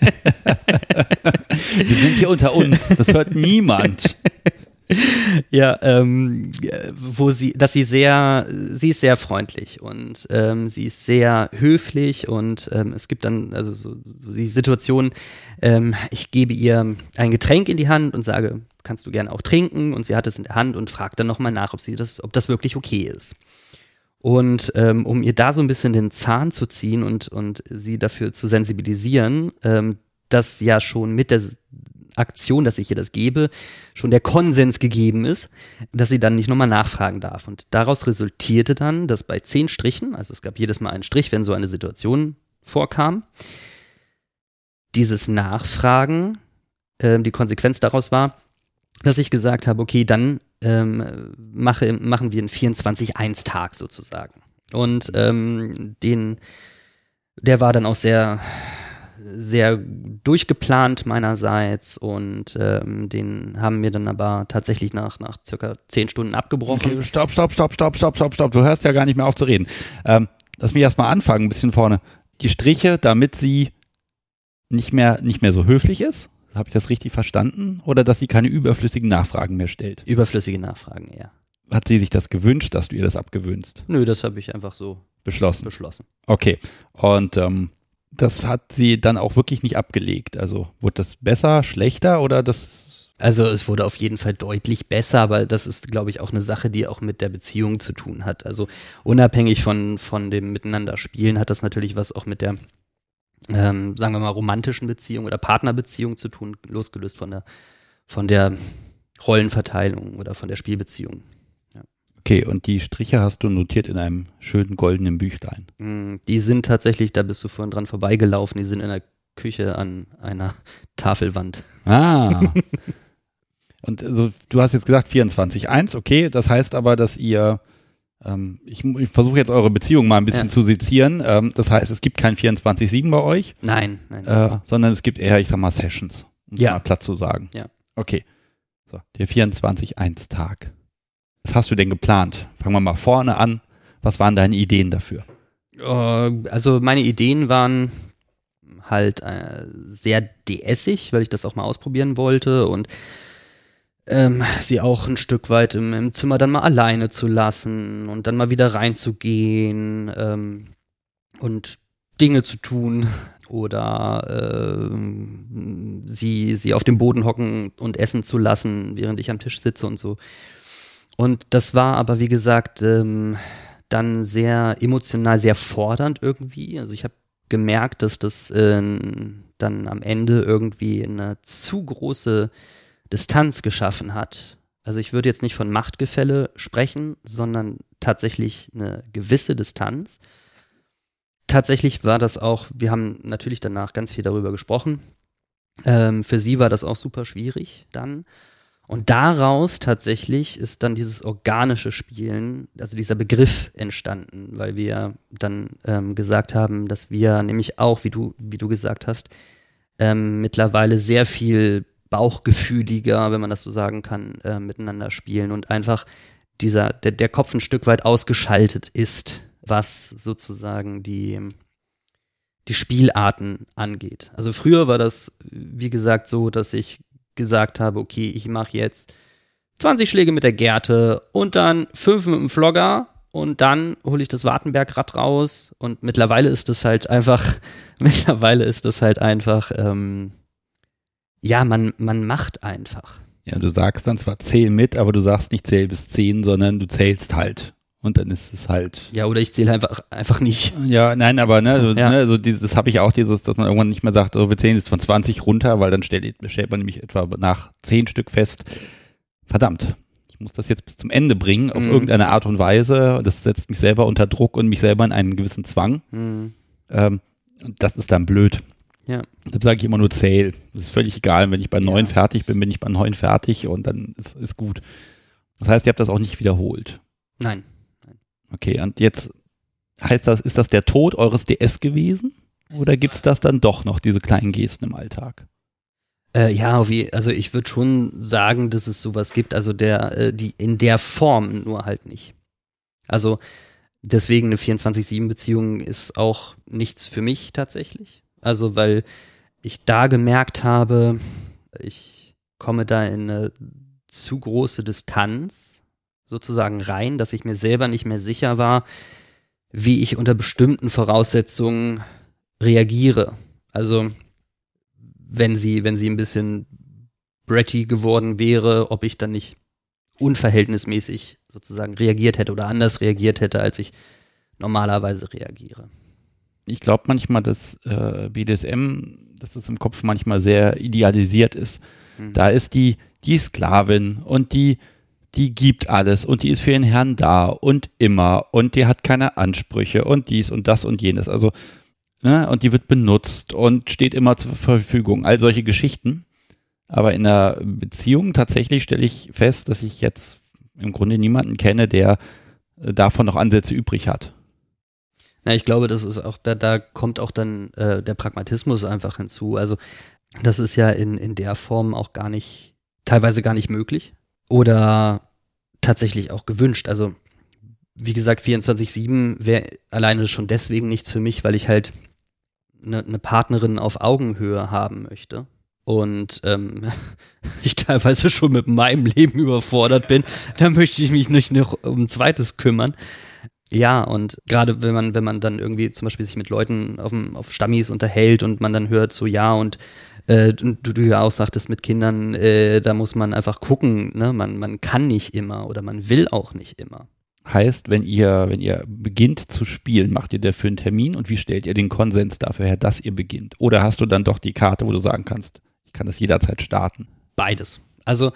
Wir sind hier unter uns, das hört niemand. Ja, ähm, wo sie, dass sie sehr, sie ist sehr freundlich und ähm, sie ist sehr höflich und ähm, es gibt dann also so, so die Situation, ähm, ich gebe ihr ein Getränk in die Hand und sage, kannst du gerne auch trinken, und sie hat es in der Hand und fragt dann nochmal nach, ob sie das, ob das wirklich okay ist. Und ähm, um ihr da so ein bisschen den Zahn zu ziehen und, und sie dafür zu sensibilisieren, ähm, dass ja schon mit der Aktion, dass ich ihr das gebe, schon der Konsens gegeben ist, dass sie dann nicht nochmal nachfragen darf. Und daraus resultierte dann, dass bei zehn Strichen, also es gab jedes Mal einen Strich, wenn so eine Situation vorkam, dieses Nachfragen, äh, die Konsequenz daraus war, dass ich gesagt habe, okay, dann ähm, mache, machen wir einen vierundzwanzig eins Tag sozusagen. Und ähm, den, der war dann auch sehr sehr durchgeplant meinerseits, und ähm, den haben wir dann aber tatsächlich nach, nach circa zehn Stunden abgebrochen. Okay, stopp, stopp, stopp, stopp, stopp, stopp, stopp. Du hörst ja gar nicht mehr auf zu reden. Ähm, lass mich erstmal anfangen, ein bisschen vorne. Die Striche, damit sie nicht mehr, nicht mehr so höflich ist? Habe ich das richtig verstanden? Oder dass sie keine überflüssigen Nachfragen mehr stellt? Überflüssige Nachfragen, ja. Hat sie sich das gewünscht, dass du ihr das abgewöhnst? Nö, das habe ich einfach so Beschlossen. beschlossen. Okay. Und ähm, das hat sie dann auch wirklich nicht abgelegt. Also wurde das besser, schlechter oder das? Also es wurde auf jeden Fall deutlich besser, aber das ist, glaube ich, auch eine Sache, die auch mit der Beziehung zu tun hat. Also unabhängig von, von dem Miteinander spielen hat das natürlich was auch mit der, ähm, sagen wir mal, romantischen Beziehung oder Partnerbeziehung zu tun, losgelöst von der, von der Rollenverteilung oder von der Spielbeziehung. Okay, und die Striche hast du notiert in einem schönen goldenen Büchlein. Die sind tatsächlich, da bist du vorhin dran vorbeigelaufen, die sind in der Küche an einer Tafelwand. Ah. Und also, du hast jetzt gesagt vierundzwanzig eins, okay, das heißt aber, dass ihr, ähm, ich, ich versuche jetzt eure Beziehung mal ein bisschen Ja. zu sezieren, ähm, das heißt, es gibt kein vierundzwanzig sieben bei euch, Nein, nein. äh, sondern es gibt eher, ich sag mal, Sessions, um es Ja. mal platt zu sagen. Ja. Okay, so, der vierundzwanzig eins Tag. Was hast du denn geplant? Fangen wir mal vorne an. Was waren deine Ideen dafür? Äh, Also meine Ideen waren halt äh, sehr D S-ig, weil ich das auch mal ausprobieren wollte und ähm, sie auch ein Stück weit im, im Zimmer dann mal alleine zu lassen und dann mal wieder reinzugehen ähm, und Dinge zu tun oder ähm, sie, sie auf dem Boden hocken und essen zu lassen, während ich am Tisch sitze und so. Und das war aber, wie gesagt, ähm, dann sehr emotional, sehr fordernd irgendwie. Also ich habe gemerkt, dass das äh, dann am Ende irgendwie eine zu große Distanz geschaffen hat Also ich würde jetzt nicht von Machtgefälle sprechen, sondern tatsächlich eine gewisse Distanz. Tatsächlich war das auch, wir haben natürlich danach ganz viel darüber gesprochen. Ähm, für sie war das auch super schwierig dann. Und daraus tatsächlich ist dann dieses organische Spielen, also dieser Begriff entstanden, weil wir dann ähm, gesagt haben, dass wir nämlich auch, wie du, wie du gesagt hast, ähm, mittlerweile sehr viel bauchgefühliger, wenn man das so sagen kann, äh, miteinander spielen und einfach dieser, der, der Kopf ein Stück weit ausgeschaltet ist, was sozusagen die, die Spielarten angeht. Also früher war das, wie gesagt, so, dass ich gesagt habe, okay, ich mache jetzt zwanzig Schläge mit der Gerte und dann fünf mit dem Flogger und dann hole ich das Wartenbergrad raus und mittlerweile ist das halt einfach, mittlerweile ist das halt einfach, ähm, ja, man, man macht einfach. Ja, du sagst dann zwar zähl mit, aber du sagst nicht zähl bis zehn, sondern du zählst halt. Und dann ist es halt. Ja, oder ich zähle einfach, einfach nicht. Ja, nein, aber ne, so, ja. ne so dieses, das habe ich auch, dieses, dass man irgendwann nicht mehr sagt, oh, wir zählen jetzt von zwanzig runter, weil dann stellt, stellt man nämlich etwa nach zehn Stück fest, verdammt, ich muss das jetzt bis zum Ende bringen, auf mhm. irgendeine Art und Weise. Das setzt mich selber unter Druck und mich selber in einen gewissen Zwang. Mhm. Ähm, und das ist dann blöd. Ja. Deshalb sage ich immer nur zähl. Das ist völlig egal. Wenn ich bei neun ja. fertig bin, bin ich bei neun fertig und dann ist, ist gut. Das heißt, ihr habt das auch nicht wiederholt. Nein. Okay, und jetzt heißt das, ist das der Tod eures D S gewesen? Oder gibt es das dann doch noch, diese kleinen Gesten im Alltag? Äh, ja, wie, also ich würde schon sagen, dass es sowas gibt, also der, äh, die in der Form nur halt nicht. Also deswegen eine vierundzwanzig sieben Beziehung ist auch nichts für mich tatsächlich. Also weil ich da gemerkt habe, ich komme da in eine zu große Distanz sozusagen rein, dass ich mir selber nicht mehr sicher war, wie ich unter bestimmten Voraussetzungen reagiere. Also wenn sie, wenn sie ein bisschen bratty geworden wäre, ob ich dann nicht unverhältnismäßig sozusagen reagiert hätte oder anders reagiert hätte, als ich normalerweise reagiere. Ich glaube manchmal, dass äh, B D S M, dass das im Kopf manchmal sehr idealisiert ist. Mhm. Da ist die, die Sklavin und die die gibt alles und die ist für ihren Herrn da und immer und die hat keine Ansprüche und dies und das und jenes. Also, ne, und die wird benutzt und steht immer zur Verfügung. All solche Geschichten. Aber in einer Beziehung tatsächlich stelle ich fest, dass ich jetzt im Grunde niemanden kenne, der davon noch Ansätze übrig hat. Na, ich glaube, das ist auch, da, da kommt auch dann äh, der Pragmatismus einfach hinzu. Also, das ist ja in, in der Form auch gar nicht, teilweise gar nicht möglich. Oder tatsächlich auch gewünscht. Also, wie gesagt, vierundzwanzig sieben wäre alleine schon deswegen nichts für mich, weil ich halt eine ne Partnerin auf Augenhöhe haben möchte. Und ähm, ich teilweise schon mit meinem Leben überfordert bin. Da möchte ich mich nicht noch um ein zweites kümmern. Ja, und gerade wenn man, wenn man dann irgendwie zum Beispiel sich mit Leuten auf, dem, auf Stammis unterhält und man dann hört so, ja, und äh, du, du ja auch sagtest mit Kindern, äh, da muss man einfach gucken, ne, man, man kann nicht immer oder man will auch nicht immer. Heißt, wenn ihr, wenn ihr beginnt zu spielen, macht ihr dafür einen Termin und wie stellt ihr den Konsens dafür her, dass ihr beginnt? Oder hast du dann doch die Karte, wo du sagen kannst, ich kann das jederzeit starten? Beides. Also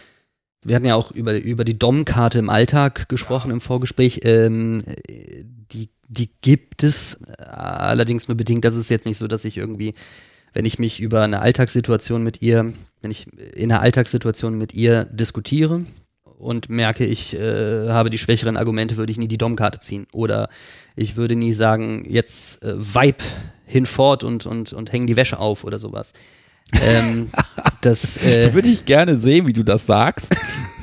wir hatten ja auch über, über die Dom-Karte im Alltag gesprochen im Vorgespräch. Ähm, die, die gibt es, allerdings nur bedingt. Das ist jetzt nicht so, dass ich irgendwie, wenn ich mich über eine Alltagssituation mit ihr, wenn ich in einer Alltagssituation mit ihr diskutiere und merke, ich äh, habe die schwächeren Argumente, würde ich nie die Dom-Karte ziehen. Oder ich würde nie sagen, jetzt äh, Vibe hinfort und, und, und hängen die Wäsche auf oder sowas. ähm, das äh, würde ich gerne sehen, wie du das sagst.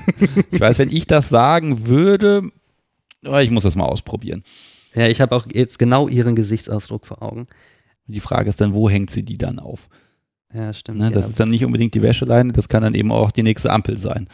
Ich weiß, wenn ich das sagen würde, oh, ich muss das mal ausprobieren. Ja, ich habe auch jetzt genau ihren Gesichtsausdruck vor Augen. Die Frage ist dann, wo hängt sie die dann auf? Ja, stimmt. Ne, das ja. ist dann nicht unbedingt die Wäscheleine, das kann dann eben auch die nächste Ampel sein.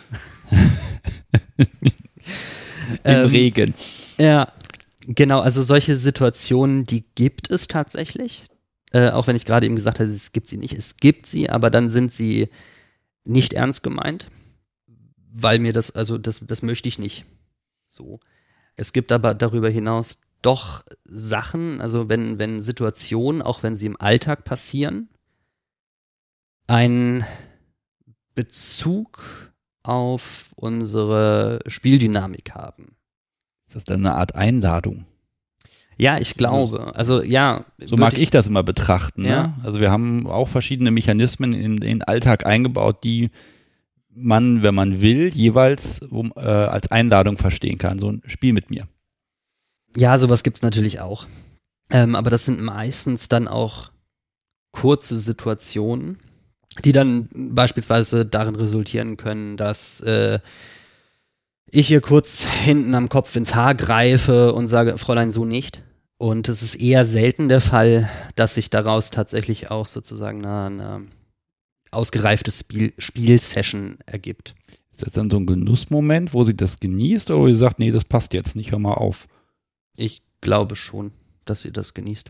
Im ähm, Regen. Ja, genau, also solche Situationen, die gibt es tatsächlich. Äh, auch wenn ich gerade eben gesagt habe, es gibt sie nicht. Es gibt sie, aber dann sind sie nicht ernst gemeint, weil mir das, also das, das möchte ich nicht. So. Es gibt aber darüber hinaus doch Sachen, also wenn, wenn Situationen, auch wenn sie im Alltag passieren, einen Bezug auf unsere Spieldynamik haben. Ist das dann eine Art Einladung? Ja, ich glaube. Also ja. So mag ich, ich das immer betrachten. Ja. Ne? Also wir haben auch verschiedene Mechanismen in den Alltag eingebaut, die man, wenn man will, jeweils um, äh, als Einladung verstehen kann. So ein Spiel mit mir. Ja, sowas gibt es natürlich auch. Ähm, aber das sind meistens dann auch kurze Situationen, die dann beispielsweise darin resultieren können, dass äh, ich hier kurz hinten am Kopf ins Haar greife und sage, Fräulein, so nicht. Und es ist eher selten der Fall, dass sich daraus tatsächlich auch sozusagen eine, eine ausgereifte Spiel, Spielsession ergibt. Ist das dann so ein Genussmoment, wo sie das genießt oder wo sie sagt, nee, das passt jetzt nicht, hör mal auf? Ich glaube schon, dass sie das genießt.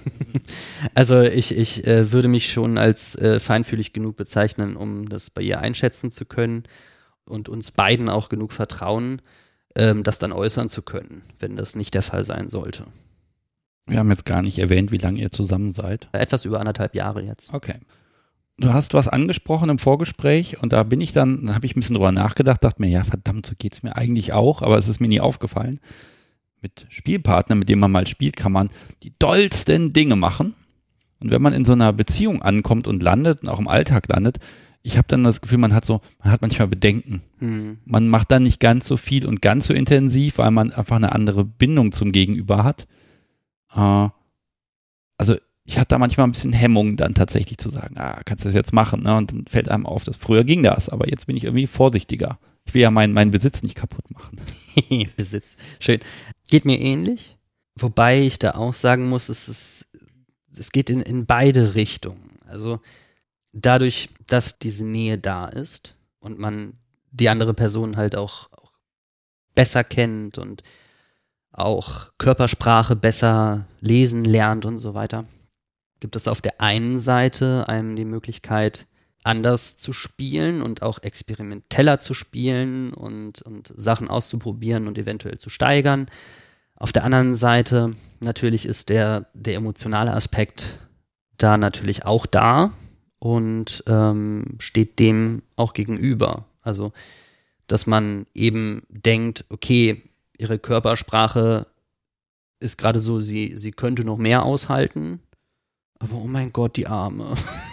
Also ich, ich äh, würde mich schon als äh, feinfühlig genug bezeichnen, um das bei ihr einschätzen zu können und uns beiden auch genug vertrauen, ähm, das dann äußern zu können, wenn das nicht der Fall sein sollte. Wir haben jetzt gar nicht erwähnt, wie lange ihr zusammen seid. Etwas über anderthalb Jahre jetzt. Okay. Du hast was angesprochen im Vorgespräch und da bin ich dann, dann habe ich ein bisschen drüber nachgedacht, dachte mir, ja verdammt, so geht's mir eigentlich auch, aber es ist mir nie aufgefallen. Mit Spielpartnern, mit denen man mal spielt, kann man die dollsten Dinge machen. Und wenn man in so einer Beziehung ankommt und landet und auch im Alltag landet, ich habe dann das Gefühl, man hat so, man hat manchmal Bedenken. Hm. Man macht dann nicht ganz so viel und ganz so intensiv, weil man einfach eine andere Bindung zum Gegenüber hat. Äh, also ich hatte da manchmal ein bisschen Hemmung, dann tatsächlich zu sagen, ah, kannst du das jetzt machen? Ne? Und dann fällt einem auf, dass früher ging das, aber jetzt bin ich irgendwie vorsichtiger. Ich will ja meinen, meinen Besitz nicht kaputt machen. Besitz, schön. Geht mir ähnlich, wobei ich da auch sagen muss, es, ist, es geht in, in beide Richtungen. Also dadurch, dass diese Nähe da ist und man die andere Person halt auch, auch besser kennt und auch Körpersprache besser lesen lernt und so weiter, gibt es auf der einen Seite einem die Möglichkeit, anders zu spielen und auch experimenteller zu spielen und, und Sachen auszuprobieren und eventuell zu steigern. Auf der anderen Seite natürlich ist der, der emotionale Aspekt da natürlich auch da und ähm, steht dem auch gegenüber. Also, dass man eben denkt, okay, ihre Körpersprache ist gerade so, sie, sie könnte noch mehr aushalten, aber oh mein Gott, die Arme.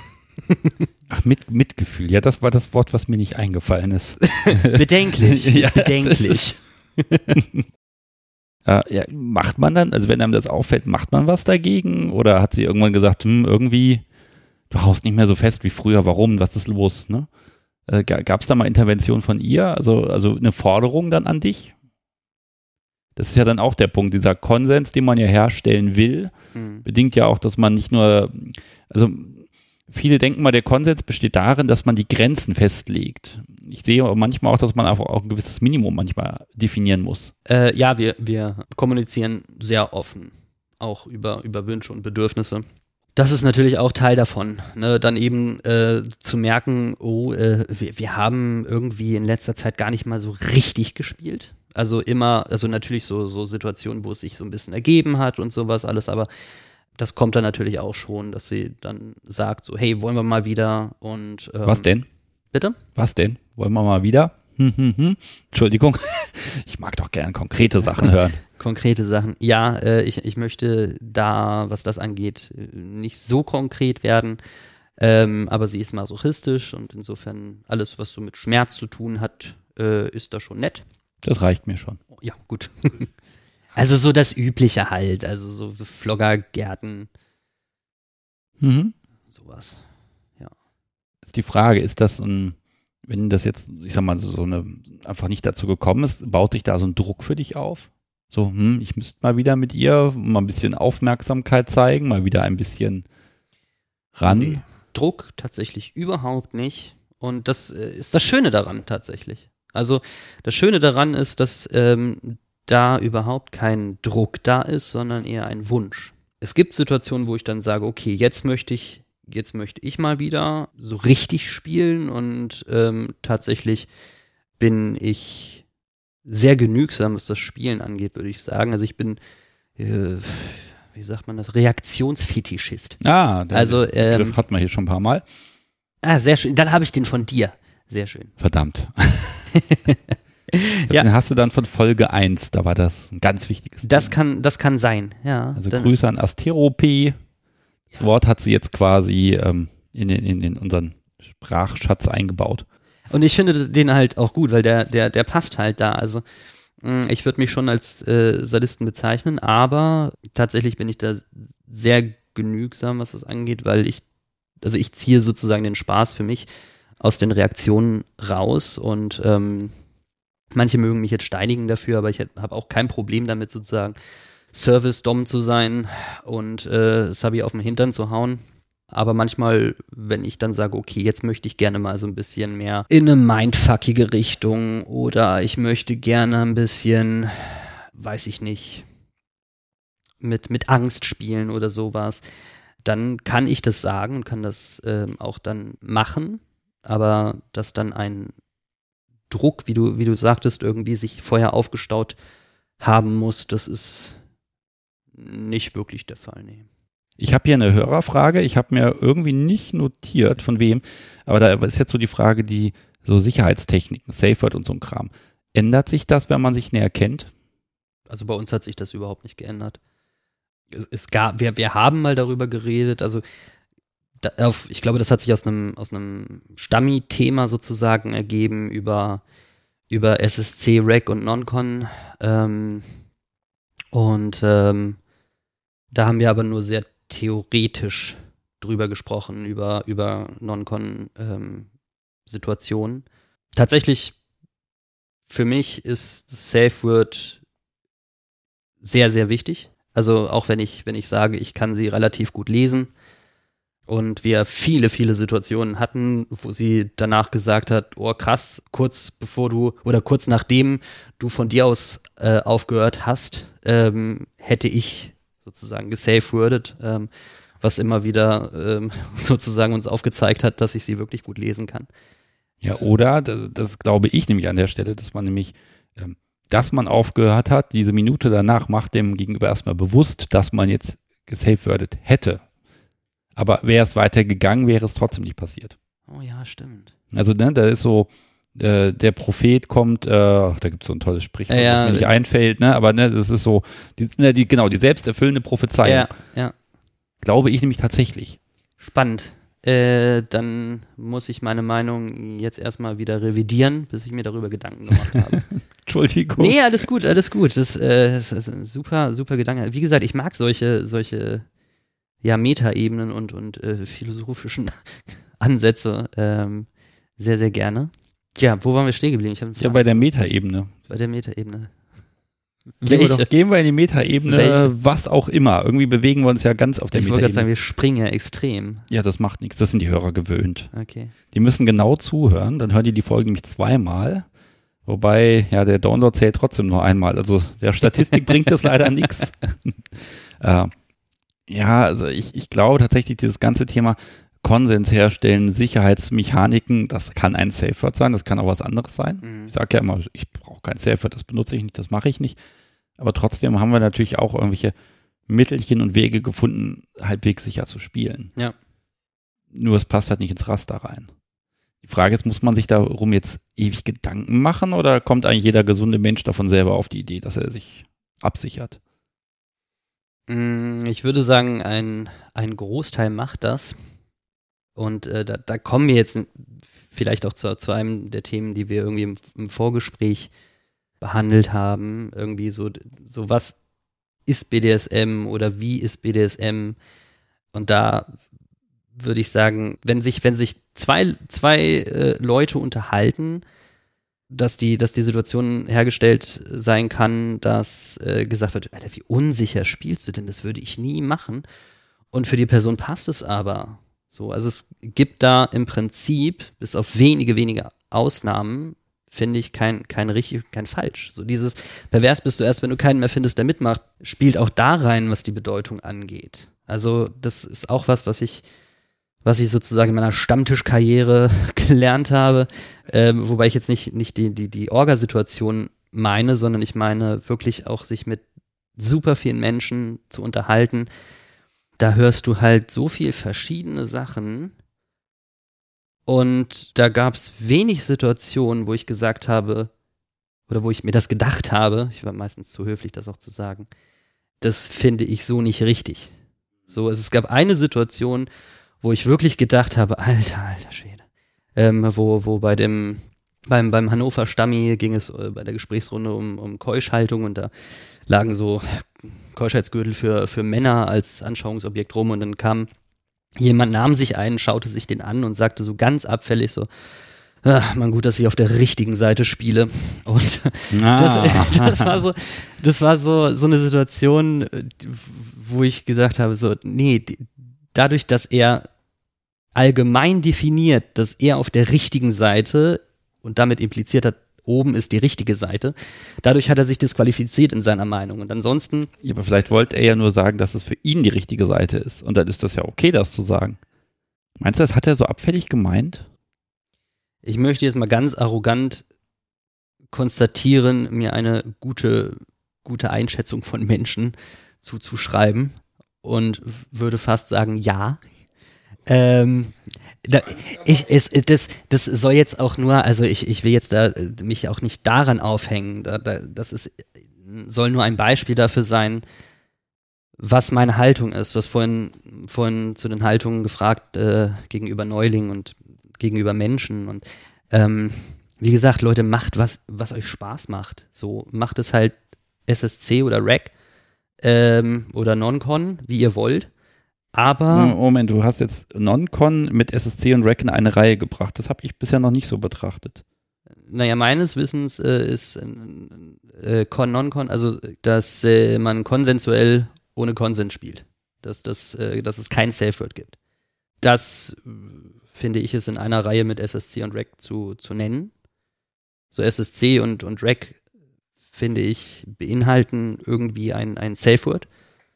Ach, mit, Mitgefühl. Ja, das war das Wort, was mir nicht eingefallen ist. Bedenklich. Ja, bedenklich. äh, ja, macht man dann, also wenn einem das auffällt, macht man was dagegen? Oder hat sie irgendwann gesagt, hm, irgendwie, du haust nicht mehr so fest wie früher, warum, was ist los? Ne? Äh, Gab es da mal Intervention von ihr? Also, also eine Forderung dann an dich? Das ist ja dann auch der Punkt, dieser Konsens, den man ja herstellen will, mhm. bedingt ja auch, dass man nicht nur, also viele denken mal, der Konsens besteht darin, dass man die Grenzen festlegt. Ich sehe manchmal auch, dass man einfach auch ein gewisses Minimum manchmal definieren muss. Äh, ja, wir, wir kommunizieren sehr offen, auch über, über Wünsche und Bedürfnisse. Das ist natürlich auch Teil davon, ne? Dann eben äh, zu merken, oh, äh, wir, wir haben irgendwie in letzter Zeit gar nicht mal so richtig gespielt. Also immer, also natürlich so, so Situationen, wo es sich so ein bisschen ergeben hat und sowas alles, aber das kommt dann natürlich auch schon, dass sie dann sagt so, hey, wollen wir mal wieder und ähm, was denn? Bitte? Was denn? Wollen wir mal wieder? Hm, hm, hm. Entschuldigung, ich mag doch gern konkrete Sachen hören. Konkrete Sachen, ja, äh, ich, ich möchte da, was das angeht, nicht so konkret werden, ähm, aber sie ist masochistisch und insofern alles, was so mit Schmerz zu tun hat, äh, ist da schon nett. Das reicht mir schon. Ja, gut. Also so das Übliche halt, also so Floggergärten, mhm. sowas, ja. Ist die Frage, ist das ein, wenn das jetzt, ich sag mal, so eine, einfach nicht dazu gekommen ist, baut sich da so ein Druck für dich auf? So, hm, ich müsste mal wieder mit ihr mal ein bisschen Aufmerksamkeit zeigen, mal wieder ein bisschen ran. Nee, Druck tatsächlich überhaupt nicht und das äh, ist das Schöne daran tatsächlich. Also das Schöne daran ist, dass ähm, da überhaupt kein Druck da ist, sondern eher ein Wunsch. Es gibt Situationen, wo ich dann sage, okay, jetzt möchte ich, jetzt möchte ich mal wieder so richtig spielen und ähm, tatsächlich bin ich sehr genügsam, was das Spielen angeht, würde ich sagen. Also ich bin, äh, wie sagt man das, Reaktionsfetischist. Ah, der also, Begriff ähm, hat man hier schon ein paar Mal. Ah, sehr schön. Dann habe ich den von dir. Sehr schön. Verdammt. Ja. Den hast du dann von Folge eins, da war das ein ganz wichtiges Das Thema. kann, das kann sein, ja. Also Dann Grüße an Asterope. Das Ja. Wort hat sie jetzt quasi ähm, in, den, in, den unseren Sprachschatz eingebaut. Und ich finde den halt auch gut, weil der, der, der passt halt da. Also mh, ich würde mich schon als äh, Sadisten bezeichnen, aber tatsächlich bin ich da sehr genügsam, was das angeht, weil ich, also ich ziehe sozusagen den Spaß für mich aus den Reaktionen raus und ähm, manche mögen mich jetzt steinigen dafür, aber ich habe auch kein Problem damit, sozusagen Service-Dom zu sein und äh, Sabi auf den Hintern zu hauen. Aber manchmal, wenn ich dann sage, okay, jetzt möchte ich gerne mal so ein bisschen mehr in eine mindfuckige Richtung oder ich möchte gerne ein bisschen, weiß ich nicht, mit, mit Angst spielen oder sowas, dann kann ich das sagen und kann das ähm, auch dann machen, aber dass dann ein Druck, wie du, wie du sagtest, irgendwie sich vorher aufgestaut haben muss, das ist nicht wirklich der Fall, nee. Ich habe hier eine Hörerfrage, ich habe mir irgendwie nicht notiert, von wem, aber da ist jetzt so die Frage, die so Sicherheitstechniken, Safe Word und so ein Kram. Ändert sich das, wenn man sich näher kennt? Also bei uns hat sich das überhaupt nicht geändert. Es, es gab, wir, wir haben mal darüber geredet, also da, auf, ich glaube, das hat sich aus einem aus einem Stammi-Thema sozusagen ergeben über, über S S C, R E C und Non-Con. Ähm, und ähm, da haben wir aber nur sehr theoretisch drüber gesprochen, über, über Non-Con-Situationen. Ähm, Tatsächlich, für mich ist Safe Word sehr, sehr wichtig. Also auch wenn ich, wenn ich sage, ich kann sie relativ gut lesen und wir viele, viele Situationen hatten, wo sie danach gesagt hat, oh krass, kurz bevor du oder kurz nachdem du von dir aus äh, aufgehört hast, ähm, hätte ich sozusagen gesafe-wordet, ähm, was immer wieder ähm, sozusagen uns aufgezeigt hat, dass ich sie wirklich gut lesen kann. Ja, oder, das, das glaube ich nämlich an der Stelle, dass man nämlich, ähm, dass man aufgehört hat, diese Minute danach macht dem Gegenüber erstmal bewusst, dass man jetzt gesafe-wordet hätte. Aber wäre es weitergegangen, wäre es trotzdem nicht passiert. Oh ja, stimmt. Also, ne, da ist so, äh, der Prophet kommt, äh, da gibt es so ein tolles Sprichwort, Ja, was mir nicht einfällt, ne, aber ne, das ist so, die, ne, die, genau, die selbsterfüllende Prophezeiung. Ja, ja. Glaube ich nämlich tatsächlich. Spannend. Äh, dann muss ich meine Meinung jetzt erstmal wieder revidieren, bis ich mir darüber Gedanken gemacht habe. Entschuldigung. Nee, alles gut, alles gut. Das, äh, das ist ein super, super Gedanke. Wie gesagt, ich mag solche, solche ja, Metaebenen und, und äh, philosophischen Ansätze ähm, sehr, sehr gerne. Tja, wo waren wir stehen geblieben? Ich hab Ja, bei der Metaebene. Bei der Metaebene. Gehen wir, Welche? doch, gehen wir in die Metaebene, Welche? was auch immer. Irgendwie bewegen wir uns ja ganz auf der Ich wollte gerade sagen, Metaebene. wir springen ja extrem. Ja, das macht nichts. Das sind die Hörer gewöhnt. Okay. Die müssen genau zuhören. Dann hören die die Folge nämlich zweimal. Wobei, ja, der Download zählt trotzdem nur einmal. Also der Statistik bringt das leider nichts. Äh, ja, also ich, ich glaube tatsächlich, dieses ganze Thema Konsens herstellen, Sicherheitsmechaniken, das kann ein Safe Word sein, das kann auch was anderes sein. Mhm. Ich sage ja immer, ich brauche kein Safe Word, das benutze ich nicht, das mache ich nicht. Aber trotzdem haben wir natürlich auch irgendwelche Mittelchen und Wege gefunden, halbwegs sicher zu spielen. Ja. Nur es passt halt nicht ins Raster rein. Die Frage ist, muss man sich darum jetzt ewig Gedanken machen oder kommt eigentlich jeder gesunde Mensch davon selber auf die Idee, dass er sich absichert? Ich würde sagen, ein, ein Großteil macht das. Und äh, da, da kommen wir jetzt vielleicht auch zu, zu einem der Themen, die wir irgendwie im, im Vorgespräch behandelt haben. Irgendwie so, so, was ist B D S M oder wie ist B D S M? Und da würde ich sagen, wenn sich, wenn sich zwei, zwei äh, Leute unterhalten, dass die, dass die Situation hergestellt sein kann, dass äh, gesagt wird, Alter, wie unsicher spielst du denn? Das würde ich nie machen. Und für die Person passt es aber. So, also es gibt da im Prinzip, bis auf wenige, wenige Ausnahmen, finde ich, kein, kein richtig, kein falsch. So dieses, pervers bist du erst, wenn du keinen mehr findest, der mitmacht, spielt auch da rein, was die Bedeutung angeht. Also das ist auch was, was ich was ich sozusagen in meiner Stammtischkarriere gelernt habe, ähm, wobei ich jetzt nicht, nicht die, die, die Orga-Situation meine, sondern ich meine wirklich auch sich mit super vielen Menschen zu unterhalten. Da hörst du halt so viel verschiedene Sachen Und da gab es wenig Situationen, wo ich gesagt habe, oder wo ich mir das gedacht habe, ich war meistens zu höflich, das auch zu sagen, das finde ich so nicht richtig. So, es gab eine Situation, wo ich wirklich gedacht habe, alter, alter Schwede, ähm, wo, wo bei dem, beim, beim Hannover Stammi ging es äh, bei der Gesprächsrunde um, um Keuschhaltung und da lagen so Keuschheitsgürtel für, für Männer als Anschauungsobjekt rum und dann kam jemand, nahm sich einen, schaute sich den an und sagte so ganz abfällig so, ach, man, gut, dass ich auf der richtigen Seite spiele. Und ah. das, das war so, das war so, so eine Situation, wo ich gesagt habe, so, nee, die, dadurch, dass er allgemein definiert, dass er auf der richtigen Seite und damit impliziert hat, oben ist die richtige Seite, dadurch hat er sich disqualifiziert in seiner Meinung. Und ansonsten. Ja, aber vielleicht wollte er ja nur sagen, dass es für ihn die richtige Seite ist. Und dann ist das ja okay, das zu sagen. Meinst du, das hat er so abfällig gemeint? Ich möchte jetzt mal ganz arrogant konstatieren, mir eine gute, gute Einschätzung von Menschen zuzuschreiben und würde fast sagen, ja. Ähm, da, ich, es, das, das soll jetzt auch nur, also ich, ich will jetzt da mich auch nicht daran aufhängen. Da, da, das ist, soll nur ein Beispiel dafür sein, was meine Haltung ist. Du hast vorhin, vorhin zu den Haltungen gefragt äh, gegenüber Neulingen und gegenüber Menschen und ähm, wie gesagt, Leute, macht was, was euch Spaß macht. So, macht es halt S S C oder Rack ähm, oder Non-Con, wie ihr wollt. Aber Moment, du hast jetzt Non-Con mit S S C und Rack in eine Reihe gebracht. Das habe ich bisher noch nicht so betrachtet. Naja, meines Wissens äh, ist äh, Con, Non-Con, also dass äh, man konsensuell ohne Konsens spielt. Dass, dass, äh, dass es kein Safe-Word gibt. Das finde ich es in einer Reihe mit S S C und Rack zu, zu nennen. So S S C und, und Rack, finde ich, beinhalten irgendwie ein, ein Safe-Word.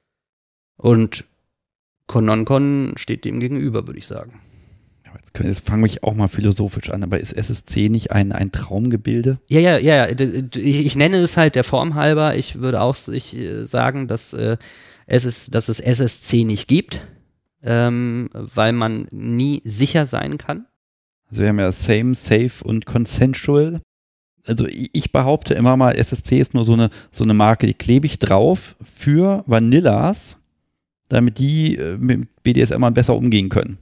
Und Con Non-Con steht dem gegenüber, würde ich sagen. Jetzt, können, jetzt fange ich auch mal philosophisch an, aber ist S S C nicht ein, ein Traumgebilde? Ja, ja, ja, ja. Ich, ich nenne es halt der Form halber. Ich würde auch ich, äh, sagen, dass, äh, es ist, dass es S S C nicht gibt. Ähm, weil man nie sicher sein kann. Also wir haben ja Same, Safe und Consensual. Also ich behaupte immer mal, S S C ist nur so eine, so eine Marke, die klebe ich drauf für Vanillas, damit die mit B D S M besser umgehen können.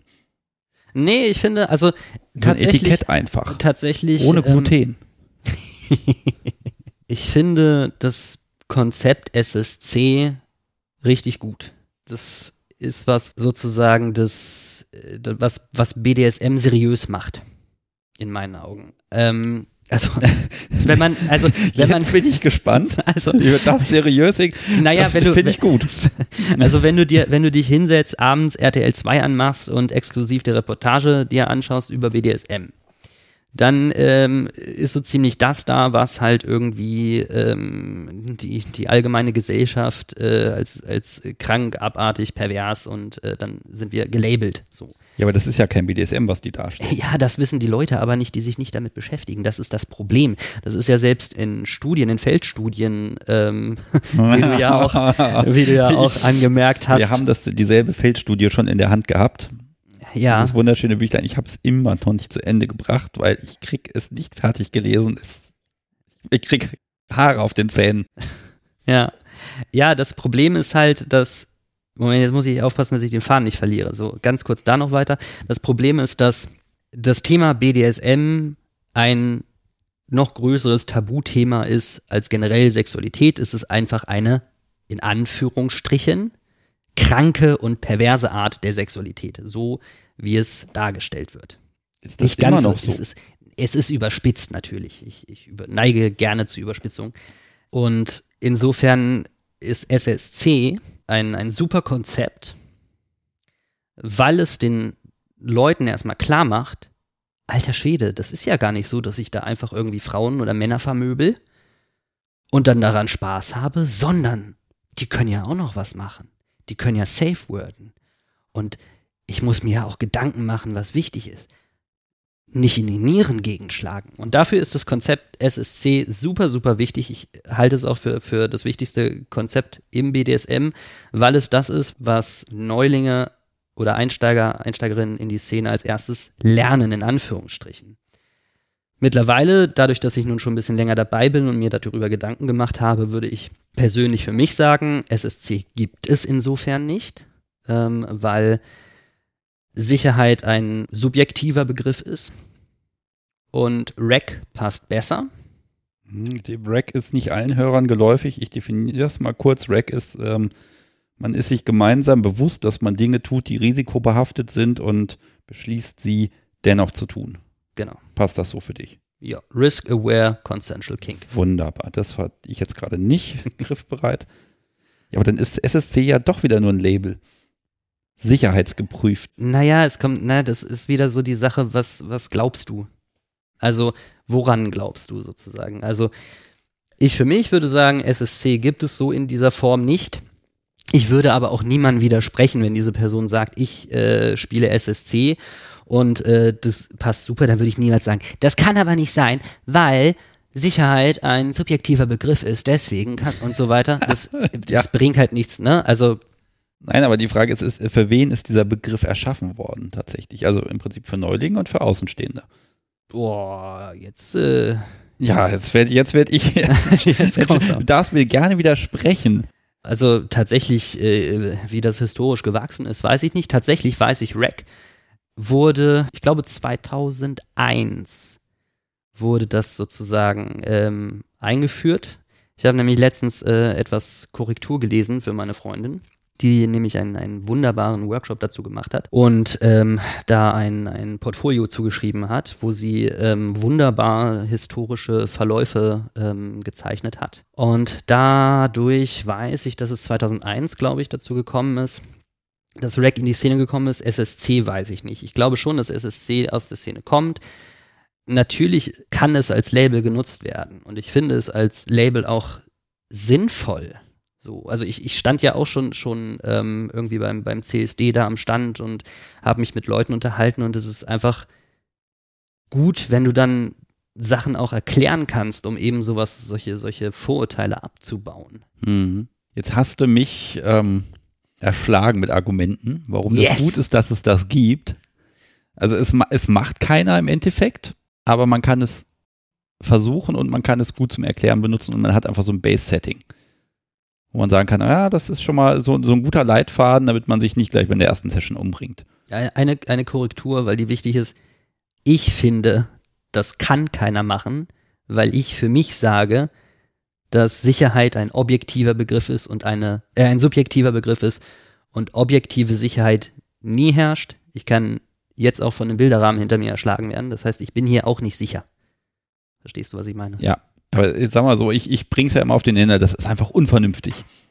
Nee, ich finde, also so tatsächlich. Ein Etikett einfach. Tatsächlich. Ohne Gluten. Ähm, ich finde das Konzept S S C richtig gut. Das ist was sozusagen das, was, was B D S M seriös macht, in meinen Augen. Ähm, also, wenn man, also, wenn Jetzt man. bin ich gespannt. Also, über das seriös, naja, das wenn du, finde ich gut. Also, wenn du dir, wenn du dich hinsetzt, abends R T L zwei anmachst und exklusiv die Reportage dir anschaust über B D S M, dann ähm, ist so ziemlich das da, was halt irgendwie ähm, die, die allgemeine Gesellschaft äh, als, als krank, abartig, pervers und äh, dann sind wir gelabelt. So. Ja, aber das ist ja kein B D S M, was die darstellen. Ja, das wissen die Leute aber nicht, die sich nicht damit beschäftigen. Das ist das Problem. Das ist ja selbst in Studien, in Feldstudien, ähm, wie du ja auch, wie du ja auch angemerkt hast. Wir haben das, dieselbe Feldstudie schon in der Hand gehabt. Ja. Das wunderschöne Büchlein. Ich habe es immer noch nicht zu Ende gebracht, weil ich krieg es nicht fertig gelesen. Es, ich krieg Haare auf den Zähnen. Ja. Ja, das Problem ist halt, dass, Moment, jetzt muss ich aufpassen, dass ich den Faden nicht verliere. So, ganz kurz da noch weiter. Das Problem ist, dass das Thema B D S M ein noch größeres Tabuthema ist als generell Sexualität. Es ist einfach eine, in Anführungsstrichen, kranke und perverse Art der Sexualität, so wie es dargestellt wird. Ist das Nicht immer ganz noch so? Es ist, es ist überspitzt natürlich. Ich, ich über, neige gerne zur Überspitzung. Und insofern ist S S C ein, ein super Konzept, weil es den Leuten erstmal klar macht, alter Schwede, das ist ja gar nicht so, dass ich da einfach irgendwie Frauen oder Männer vermöbel und dann daran Spaß habe, sondern die können ja auch noch was machen. Die können ja safe worden. Und ich muss mir ja auch Gedanken machen, was wichtig ist. Nicht in die Nieren gegenschlagen. Und dafür ist das Konzept S S C super, super wichtig. Ich halte es auch für, für das wichtigste Konzept im B D S M, weil es das ist, was Neulinge oder Einsteiger, Einsteigerinnen in die Szene als erstes lernen, in Anführungsstrichen. Mittlerweile, dadurch, dass ich nun schon ein bisschen länger dabei bin und mir darüber Gedanken gemacht habe, würde ich persönlich für mich sagen, S S C gibt es insofern nicht, ähm, weil Sicherheit ein subjektiver Begriff ist und R E C passt besser. Die R E C ist nicht allen Hörern geläufig. Ich definiere das mal kurz. R E C ist, ähm, man ist sich gemeinsam bewusst, dass man Dinge tut, die risikobehaftet sind und beschließt, sie dennoch zu tun. Genau. Passt das so für dich? Ja, Risk-Aware Consensual Kink. Wunderbar, das war ich jetzt gerade nicht griffbereit. Ja, aber dann ist S S C ja doch wieder nur ein Label. Sicherheitsgeprüft. Naja, es kommt, na, das ist wieder so die Sache, was, was glaubst du? Also, woran glaubst du sozusagen? Also, ich für mich würde sagen, S S C gibt es so in dieser Form nicht. Ich würde aber auch niemandem widersprechen, wenn diese Person sagt, ich äh, spiele S S C und äh, das passt super, dann würde ich niemals sagen, das kann aber nicht sein, weil Sicherheit ein subjektiver Begriff ist, deswegen kann und so weiter. Das, das ja. bringt halt nichts, ne? Also Nein, aber die Frage ist, ist, für wen ist dieser Begriff erschaffen worden tatsächlich? Also im Prinzip für Neulinge und für Außenstehende. Boah, jetzt äh Ja, jetzt werde jetzt werd ich jetzt du darfst mir gerne widersprechen. Also tatsächlich, äh, wie das historisch gewachsen ist, weiß ich nicht. Tatsächlich weiß ich, R E C wurde, ich glaube zweitausendeins wurde das sozusagen ähm, eingeführt. Ich habe nämlich letztens äh, etwas Korrektur gelesen für meine Freundin, die nämlich einen, einen wunderbaren Workshop dazu gemacht hat und ähm, da ein, ein Portfolio zugeschrieben hat, wo sie ähm, wunderbar historische Verläufe ähm, gezeichnet hat. Und dadurch weiß ich, dass es zweitausendeins, glaube ich, dazu gekommen ist, dass R E C in die Szene gekommen ist. S S C weiß ich nicht. Ich glaube schon, dass S S C aus der Szene kommt. Natürlich kann es als Label genutzt werden und ich finde es als Label auch sinnvoll. So, also ich, ich stand ja auch schon, schon ähm, irgendwie beim, beim C S D da am Stand und habe mich mit Leuten unterhalten und es ist einfach gut, wenn du dann Sachen auch erklären kannst, um eben sowas, solche, solche Vorurteile abzubauen. Mhm. Jetzt hast du mich ähm, erschlagen mit Argumenten, warum Yes. das gut ist, dass es das gibt. Also es, es macht keiner im Endeffekt, aber man kann es versuchen und man kann es gut zum Erklären benutzen und man hat einfach so ein Base-Setting, wo man sagen kann, ja, das ist schon mal so, so ein guter Leitfaden, damit man sich nicht gleich bei der ersten Session umbringt. Eine, eine Korrektur, weil die wichtig ist. Ich finde, das kann keiner machen, weil ich für mich sage, dass Sicherheit ein objektiver Begriff ist und eine, äh, ein subjektiver Begriff ist und objektive Sicherheit nie herrscht. Ich kann jetzt auch von einem Bilderrahmen hinter mir erschlagen werden. Das heißt, ich bin hier auch nicht sicher. Verstehst du, was ich meine? Ja. Aber jetzt sag mal so, ich, ich bring's ja immer auf den Nenner, das ist einfach unvernünftig.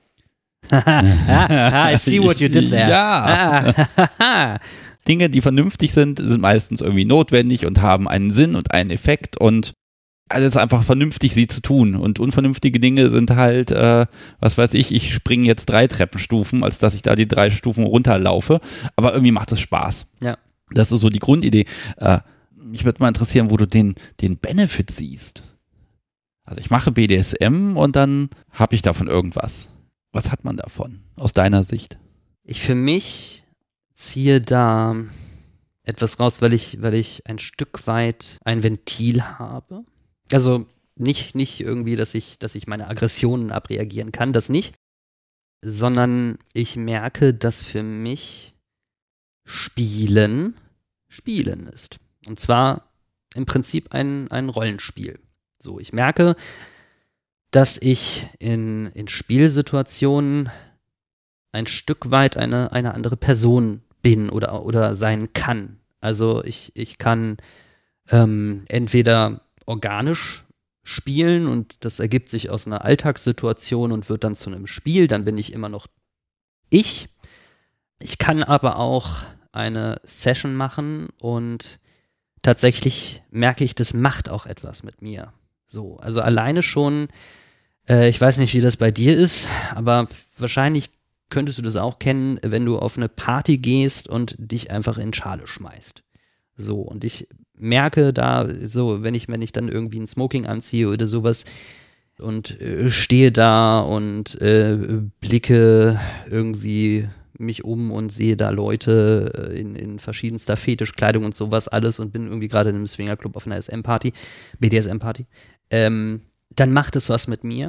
ah, I see what you did there. Ja. Dinge, die vernünftig sind, sind meistens irgendwie notwendig und haben einen Sinn und einen Effekt und also es ist einfach vernünftig, sie zu tun. Und unvernünftige Dinge sind halt, äh, was weiß ich, ich springe jetzt drei Treppenstufen, als dass ich da die drei Stufen runterlaufe. Aber irgendwie macht es Spaß. Ja. Das ist so die Grundidee. Äh, mich würde mal interessieren, wo du den, den Benefit siehst. Also ich mache B D S M und dann habe ich davon irgendwas. Was hat man davon, aus deiner Sicht? Ich für mich ziehe da etwas raus, weil ich, weil ich ein Stück weit ein Ventil habe. Also nicht, nicht irgendwie, dass ich, dass ich meine Aggressionen abreagieren kann, das nicht. Sondern ich merke, dass für mich Spielen Spielen ist. Und zwar im Prinzip ein, ein Rollenspiel. So, ich merke, dass ich in, in Spielsituationen ein Stück weit eine, eine andere Person bin oder, oder sein kann. Also ich, ich kann ähm, entweder organisch spielen und das ergibt sich aus einer Alltagssituation und wird dann zu einem Spiel, dann bin ich immer noch ich. Ich kann aber auch eine Session machen und tatsächlich merke ich, das macht auch etwas mit mir. So, also alleine schon, äh, ich weiß nicht, wie das bei dir ist, aber wahrscheinlich könntest du das auch kennen, wenn du auf eine Party gehst und dich einfach in Schale schmeißt. So, und ich merke da, so, wenn ich, wenn ich dann irgendwie ein Smoking anziehe oder sowas und äh, stehe da und äh, blicke irgendwie mich um und sehe da Leute in, in verschiedenster Fetischkleidung und sowas alles und bin irgendwie gerade in einem Swingerclub auf einer S M-Party, B D S M-Party, ähm, dann macht es was mit mir.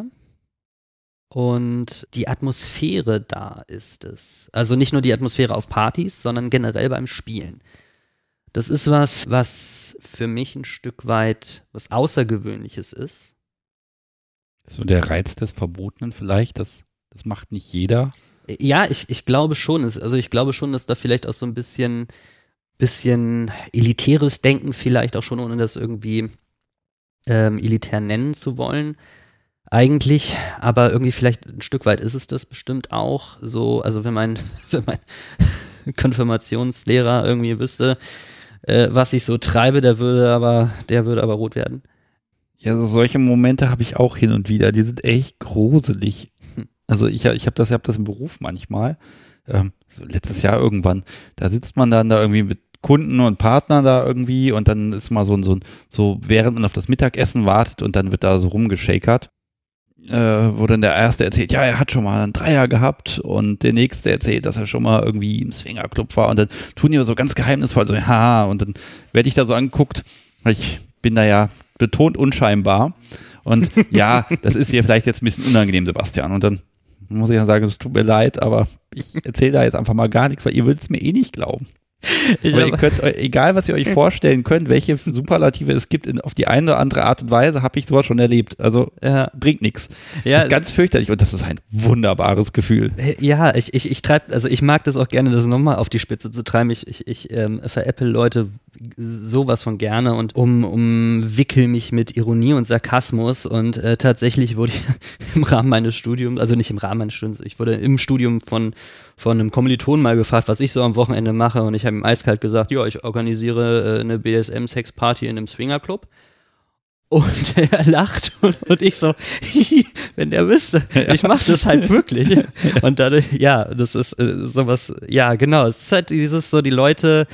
Und die Atmosphäre da ist es. Also nicht nur die Atmosphäre auf Partys, sondern generell beim Spielen. Das ist was, was für mich ein Stück weit was Außergewöhnliches ist. So der Reiz des Verbotenen vielleicht, das, das macht nicht jeder. Ja, ich, ich glaube schon. Also ich glaube schon, dass da vielleicht auch so ein bisschen, bisschen elitäres Denken vielleicht auch schon, ohne das irgendwie ähm, elitär nennen zu wollen, eigentlich, aber irgendwie vielleicht ein Stück weit ist es das bestimmt auch so, also wenn mein, wenn mein Konfirmationslehrer irgendwie wüsste, äh, was ich so treibe, der würde aber, der würde aber rot werden. Ja, so solche Momente habe ich auch hin und wieder, die sind echt gruselig. Also ich, ich habe das, ich hab das im Beruf manchmal, ähm, so letztes Jahr irgendwann, da sitzt man dann da irgendwie mit Kunden und Partnern da irgendwie und dann ist mal so ein, so, so während man auf das Mittagessen wartet und dann wird da so rumgeschakert. Äh, wo dann der Erste erzählt, ja, er hat schon mal einen Dreier gehabt und der Nächste erzählt, dass er schon mal irgendwie im Swingerclub war und dann tun die so ganz geheimnisvoll so, ha, und dann werde ich da so angeguckt, ich bin da ja betont unscheinbar und ja, das ist hier vielleicht jetzt ein bisschen unangenehm, Sebastian, und dann muss ich dann sagen, es tut mir leid, aber ich erzähle da jetzt einfach mal gar nichts, weil ihr würdet es mir eh nicht glauben. Ich Aber ihr könnt, egal was ihr euch vorstellen könnt, welche Superlative es gibt, in, auf die eine oder andere Art und Weise, habe ich sowas schon erlebt. Also ja. Bringt nichts. Ja. Ist ganz fürchterlich und das ist ein wunderbares Gefühl. Ja, ich, ich, ich treibe, also ich mag das auch gerne, das nochmal auf die Spitze zu treiben. Ich, ich, ich ähm, veräpple Leute sowas von gerne und um, umwickel mich mit Ironie und Sarkasmus und äh, tatsächlich wurde ich im Rahmen meines Studiums, also nicht im Rahmen meines Studiums, ich wurde im Studium von von einem Kommilitonen mal gefragt, was ich so am Wochenende mache und ich habe ihm eiskalt gesagt, ja, ich organisiere äh, eine B D S M-Sex-Party in einem Swingerclub und er lacht und, und ich so, wenn der wüsste, ich mache das halt wirklich und dadurch, ja, das ist äh, sowas, ja genau, es ist halt dieses so, die Leute,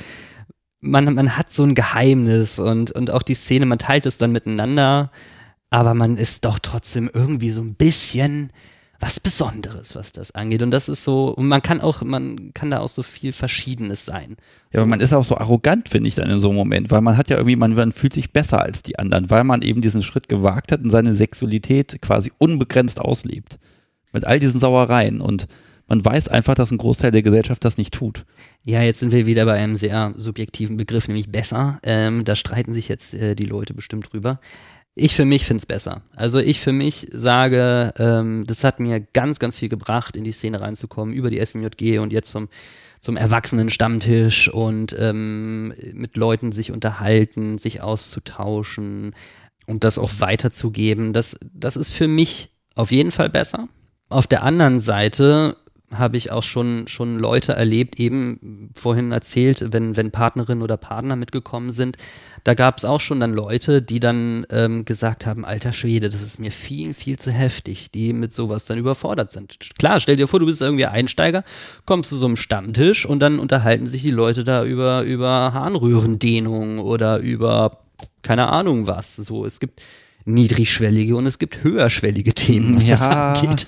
man, man hat so ein Geheimnis und, und auch die Szene, man teilt es dann miteinander, aber man ist doch trotzdem irgendwie so ein bisschen was Besonderes, was das angeht. Und das ist so, und man kann auch, man kann da auch so viel Verschiedenes sein. Ja, aber man ist auch so arrogant, finde ich, dann in so einem Moment, weil man hat ja irgendwie, man, man fühlt sich besser als die anderen, weil man eben diesen Schritt gewagt hat und seine Sexualität quasi unbegrenzt auslebt. Mit all diesen Sauereien und man weiß einfach, dass ein Großteil der Gesellschaft das nicht tut. Ja, jetzt sind wir wieder bei einem sehr subjektiven Begriff, nämlich besser. Ähm, da streiten sich jetzt äh, die Leute bestimmt drüber. Ich für mich finde es besser. Also ich für mich sage, ähm, das hat mir ganz, ganz viel gebracht, in die Szene reinzukommen, über die S M J G und jetzt zum, zum Erwachsenen-Stammtisch und ähm, mit Leuten sich unterhalten, sich auszutauschen und das auch weiterzugeben. Das, das ist für mich auf jeden Fall besser. Auf der anderen Seite habe ich auch schon, schon Leute erlebt, eben vorhin erzählt, wenn, wenn Partnerinnen oder Partner mitgekommen sind, da gab es auch schon dann Leute, die dann ähm, gesagt haben, alter Schwede, das ist mir viel, viel zu heftig, die mit sowas dann überfordert sind. Klar, stell dir vor, du bist irgendwie Einsteiger, kommst zu so einem Stammtisch und dann unterhalten sich die Leute da über, über Harnröhrendehnung oder über keine Ahnung was. So, es gibt niedrigschwellige und es gibt höherschwellige Themen, was ja. das angeht.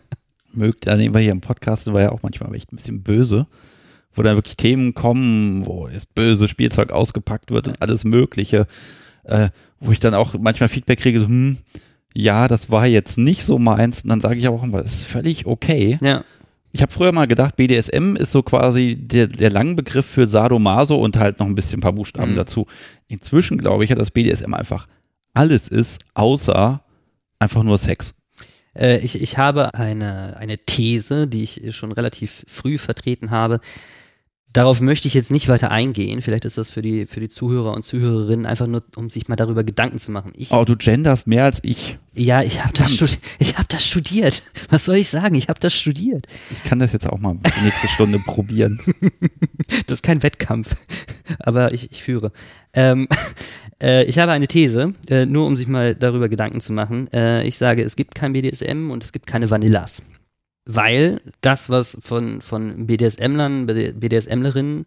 Mögt, da nehmen wir hier im Podcast, sind wir ja auch manchmal echt ein bisschen böse, wo dann wirklich Themen kommen, wo das böse Spielzeug ausgepackt wird und alles Mögliche, äh, wo ich dann auch manchmal Feedback kriege, so, hm, ja, das war jetzt nicht so meins, und dann sage ich auch immer, das ist völlig okay. Ja. Ich habe früher mal gedacht, B D S M ist so quasi der, der Langbegriff für Sadomaso und halt noch ein bisschen ein paar Buchstaben mhm. dazu. Inzwischen glaube ich ja, dass B D S M einfach alles ist, außer einfach nur Sex. Ich, ich habe eine, eine These, die ich schon relativ früh vertreten habe. Darauf möchte ich jetzt nicht weiter eingehen. Vielleicht ist das für die, für die Zuhörer und Zuhörerinnen einfach nur, um sich mal darüber Gedanken zu machen. Ich, oh, du genderst mehr als ich. Ja, ich habe das, studi- ich hab das studiert. Was soll ich sagen? Ich habe das studiert. Ich kann das jetzt auch mal die nächste Stunde probieren. Das ist kein Wettkampf, aber ich, ich führe. Ähm, äh, ich habe eine These, äh, nur um sich mal darüber Gedanken zu machen. Äh, ich sage, es gibt kein B D S M und es gibt keine Vanillas. Weil das, was von, von BDSMlern, BDSMlerinnen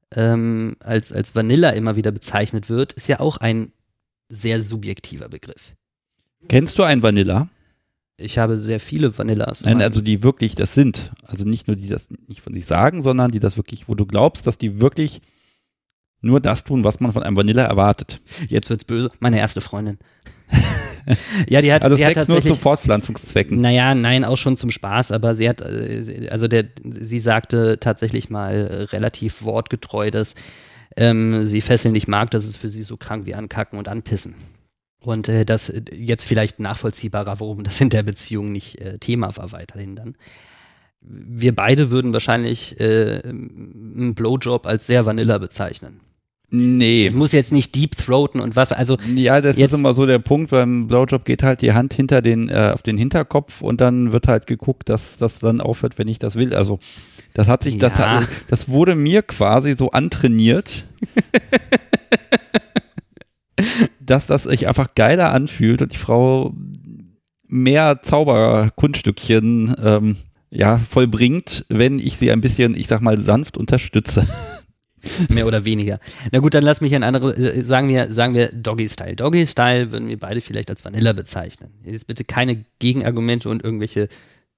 ähm, als, als Vanilla immer wieder bezeichnet wird, ist ja auch ein sehr subjektiver Begriff. Kennst du ein Vanilla? Ich habe sehr viele Vanillas. Nein, also die wirklich das sind. Also nicht nur die das nicht von sich sagen, sondern die das wirklich, wo du glaubst, dass die wirklich nur das tun, was man von einem Vanilla erwartet. Jetzt wird's böse. Meine erste Freundin. Ja, die hat, also die Sex hat nur tatsächlich, zu Fortpflanzungszwecken. Naja, nein, auch schon zum Spaß, aber sie hat, also der, sie sagte tatsächlich mal relativ wortgetreu, dass ähm, sie Fesseln nicht mag, das ist für sie so krank wie ankacken und anpissen. Und äh, das jetzt vielleicht nachvollziehbarer, warum das in der Beziehung nicht äh, Thema war weiterhin dann. Wir beide würden wahrscheinlich äh, einen Blowjob als sehr Vanilla bezeichnen. Nee. Es muss jetzt nicht deep throaten und was, also. Ja, das jetzt, ist immer so der Punkt, beim Blowjob geht halt die Hand hinter den, äh, auf den Hinterkopf und dann wird halt geguckt, dass das dann aufhört, wenn ich das will. Also, das hat sich, ja. das, hat, das wurde mir quasi so antrainiert, dass das sich einfach geiler anfühlt und die Frau mehr Zauberkunststückchen, ähm, ja, vollbringt, wenn ich sie ein bisschen, ich sag mal, sanft unterstütze. Mehr oder weniger. Na gut, dann lass mich ein anderes, sagen wir, sagen wir Doggy-Style. Doggy-Style würden wir beide vielleicht als Vanilla bezeichnen. Jetzt bitte keine Gegenargumente und irgendwelche,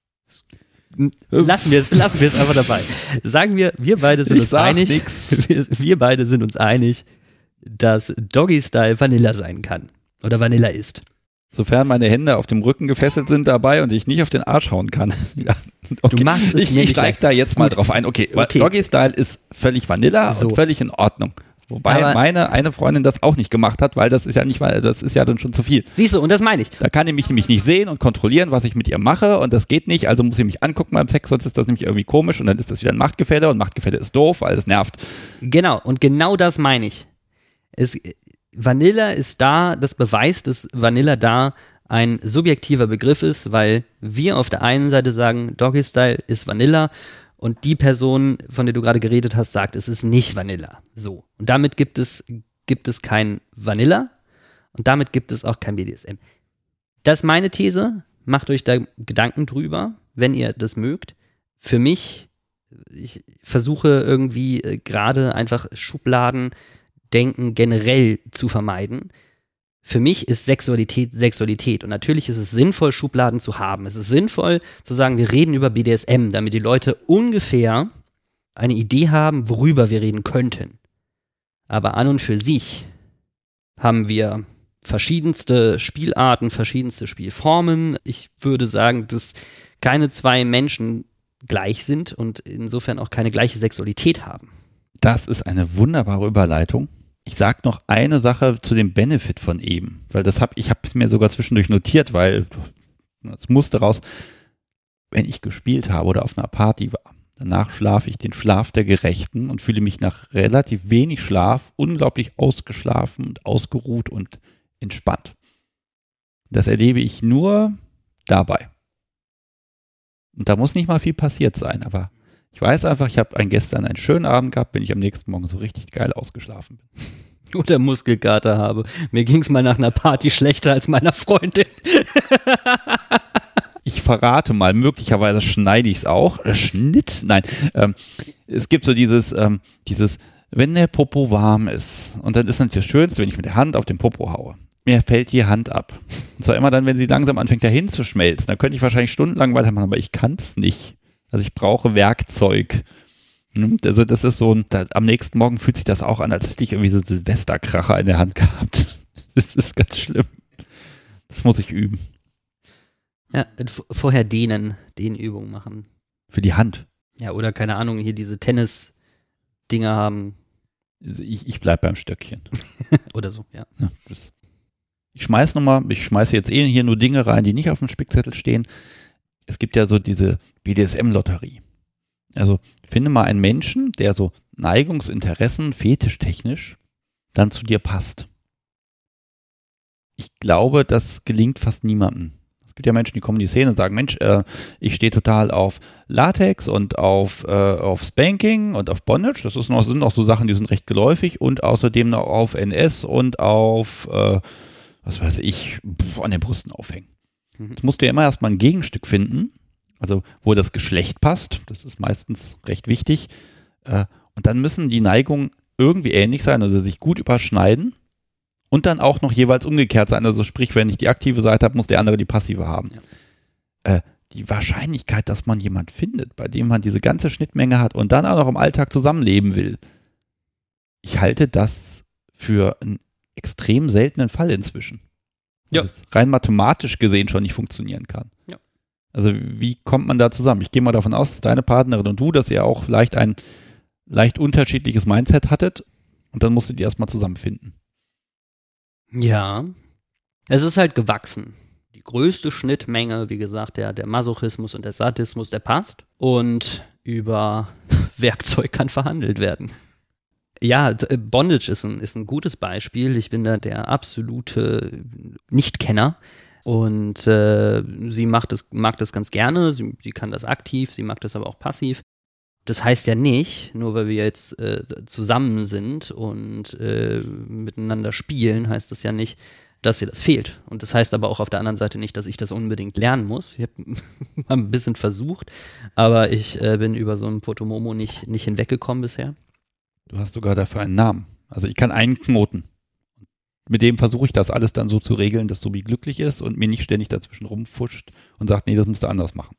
lassen wir es, lassen wir es einfach dabei. Sagen wir, wir beide sind ich uns einig, wir, wir beide sind uns einig, dass Doggy-Style Vanilla sein kann. Oder Vanilla ist. Sofern meine Hände auf dem Rücken gefesselt sind dabei und ich nicht auf den Arsch hauen kann. Ja, okay. Du machst es ich, mir ich nicht steig da jetzt mal drauf ein. Okay, okay. Doggy-Style ist völlig Vanilla so. und völlig in Ordnung. Wobei Aber meine eine Freundin das auch nicht gemacht hat, weil das ist ja nicht, weil das ist ja dann schon zu viel. Siehst du, und das meine ich. Da kann ich mich nämlich nicht sehen und kontrollieren, was ich mit ihr mache und das geht nicht, also muss ich mich angucken beim Sex, sonst ist das nämlich irgendwie komisch und dann ist das wieder ein Machtgefälle und Machtgefälle ist doof, weil das nervt. Genau, und genau das meine ich. Es, Vanilla ist da, das beweist, dass Vanilla da ein subjektiver Begriff ist, weil wir auf der einen Seite sagen, Doggy-Style ist Vanilla und die Person, von der du gerade geredet hast, sagt, es ist nicht Vanilla. So. Und damit gibt es, gibt es kein Vanilla und damit gibt es auch kein B D S M. Das ist meine These. Macht euch da Gedanken drüber, wenn ihr das mögt. Für mich, ich versuche irgendwie äh, gerade einfach Schubladendenken generell zu vermeiden. Für mich ist Sexualität Sexualität und natürlich ist es sinnvoll, Schubladen zu haben. Es ist sinnvoll zu sagen, wir reden über B D S M, damit die Leute ungefähr eine Idee haben, worüber wir reden könnten. Aber an und für sich haben wir verschiedenste Spielarten, verschiedenste Spielformen. Ich würde sagen, dass keine zwei Menschen gleich sind und insofern auch keine gleiche Sexualität haben. Das ist eine wunderbare Überleitung. Ich sag noch eine Sache zu dem Benefit von eben, weil das hab, ich habe es mir sogar zwischendurch notiert, weil es musste raus, wenn ich gespielt habe oder auf einer Party war, danach schlafe ich den Schlaf der Gerechten und fühle mich nach relativ wenig Schlaf unglaublich ausgeschlafen und ausgeruht und entspannt. Das erlebe ich nur dabei. Und da muss nicht mal viel passiert sein, aber ich weiß einfach, ich habe gestern einen schönen Abend gehabt, bin ich am nächsten Morgen so richtig geil ausgeschlafen bin. Oder Muskelkater habe. Mir ging es mal nach einer Party schlechter als meiner Freundin. Ich verrate mal, möglicherweise schneide ich es auch. Äh, Schnitt? Nein. Ähm, es gibt so dieses, ähm, dieses, wenn der Popo warm ist, und dann ist natürlich das Schönste, wenn ich mit der Hand auf den Popo haue. Mir fällt die Hand ab. Und zwar immer dann, wenn sie langsam anfängt dahin zu schmelzen. Da könnte ich wahrscheinlich stundenlang weitermachen, aber ich kann es nicht. Also ich brauche Werkzeug. Also das ist so ein, da, am nächsten Morgen fühlt sich das auch an, als hätte ich irgendwie so einen Silvesterkracher in der Hand gehabt. Das ist ganz schlimm. Das muss ich üben. Ja, vorher dehnen, Dehnübungen machen. Für die Hand. Ja, oder keine Ahnung, hier diese Tennis-Dinger haben. Also ich, ich bleib beim Stöckchen. Oder so, ja. ja das. Ich schmeiß nochmal, ich schmeiße jetzt eh hier nur Dinge rein, die nicht auf dem Spickzettel stehen. Es gibt ja so diese B D S M-Lotterie. Also finde mal einen Menschen, der so Neigungsinteressen, fetischtechnisch, dann zu dir passt. Ich glaube, das gelingt fast niemandem. Es gibt ja Menschen, die kommen in die Szene und sagen, Mensch, äh, ich stehe total auf Latex und auf, äh, auf Spanking und auf Bondage. Das ist noch, sind noch so Sachen, die sind recht geläufig und außerdem noch auf N S und auf, äh, was weiß ich, pf, an den Brüsten aufhängen. Mhm. Jetzt musst du ja immer erstmal ein Gegenstück finden, also wo das Geschlecht passt. Das ist meistens recht wichtig. Äh, und dann müssen die Neigungen irgendwie ähnlich sein, also sich gut überschneiden. Und dann auch noch jeweils umgekehrt sein. Also sprich, wenn ich die aktive Seite habe, muss der andere die passive haben. Ja. äh, die Wahrscheinlichkeit, dass man jemand findet, bei dem man diese ganze Schnittmenge hat und dann auch noch im Alltag zusammenleben will, ich halte das für einen extrem seltenen Fall inzwischen. Ja. Das rein mathematisch gesehen schon nicht funktionieren kann. Ja. Also wie kommt man da zusammen? Ich gehe mal davon aus, dass deine Partnerin und du, dass ihr auch vielleicht ein leicht unterschiedliches Mindset hattet und dann musstet ihr erstmal zusammenfinden. Ja, es ist halt gewachsen. Die größte Schnittmenge, wie gesagt, der, der Masochismus und der Sadismus, der passt. Und über Werkzeug kann verhandelt werden. Ja, Bondage ist ein, ist ein gutes Beispiel. Ich bin da der absolute Nichtkenner. Und äh, sie macht das, mag das ganz gerne, sie, sie kann das aktiv, sie mag das aber auch passiv. Das heißt ja nicht, nur weil wir jetzt äh, zusammen sind und äh, miteinander spielen, heißt das ja nicht, dass ihr das fehlt. Und das heißt aber auch auf der anderen Seite nicht, dass ich das unbedingt lernen muss. Ich habe mal ein bisschen versucht, aber ich äh, bin über so ein Potomomo nicht, nicht hinweggekommen bisher. Du hast sogar dafür einen Namen. Also ich kann einen Knoten. Mit dem versuche ich das alles dann so zu regeln, dass Subi glücklich ist und mir nicht ständig dazwischen rumfuscht und sagt, nee, das musst du anders machen.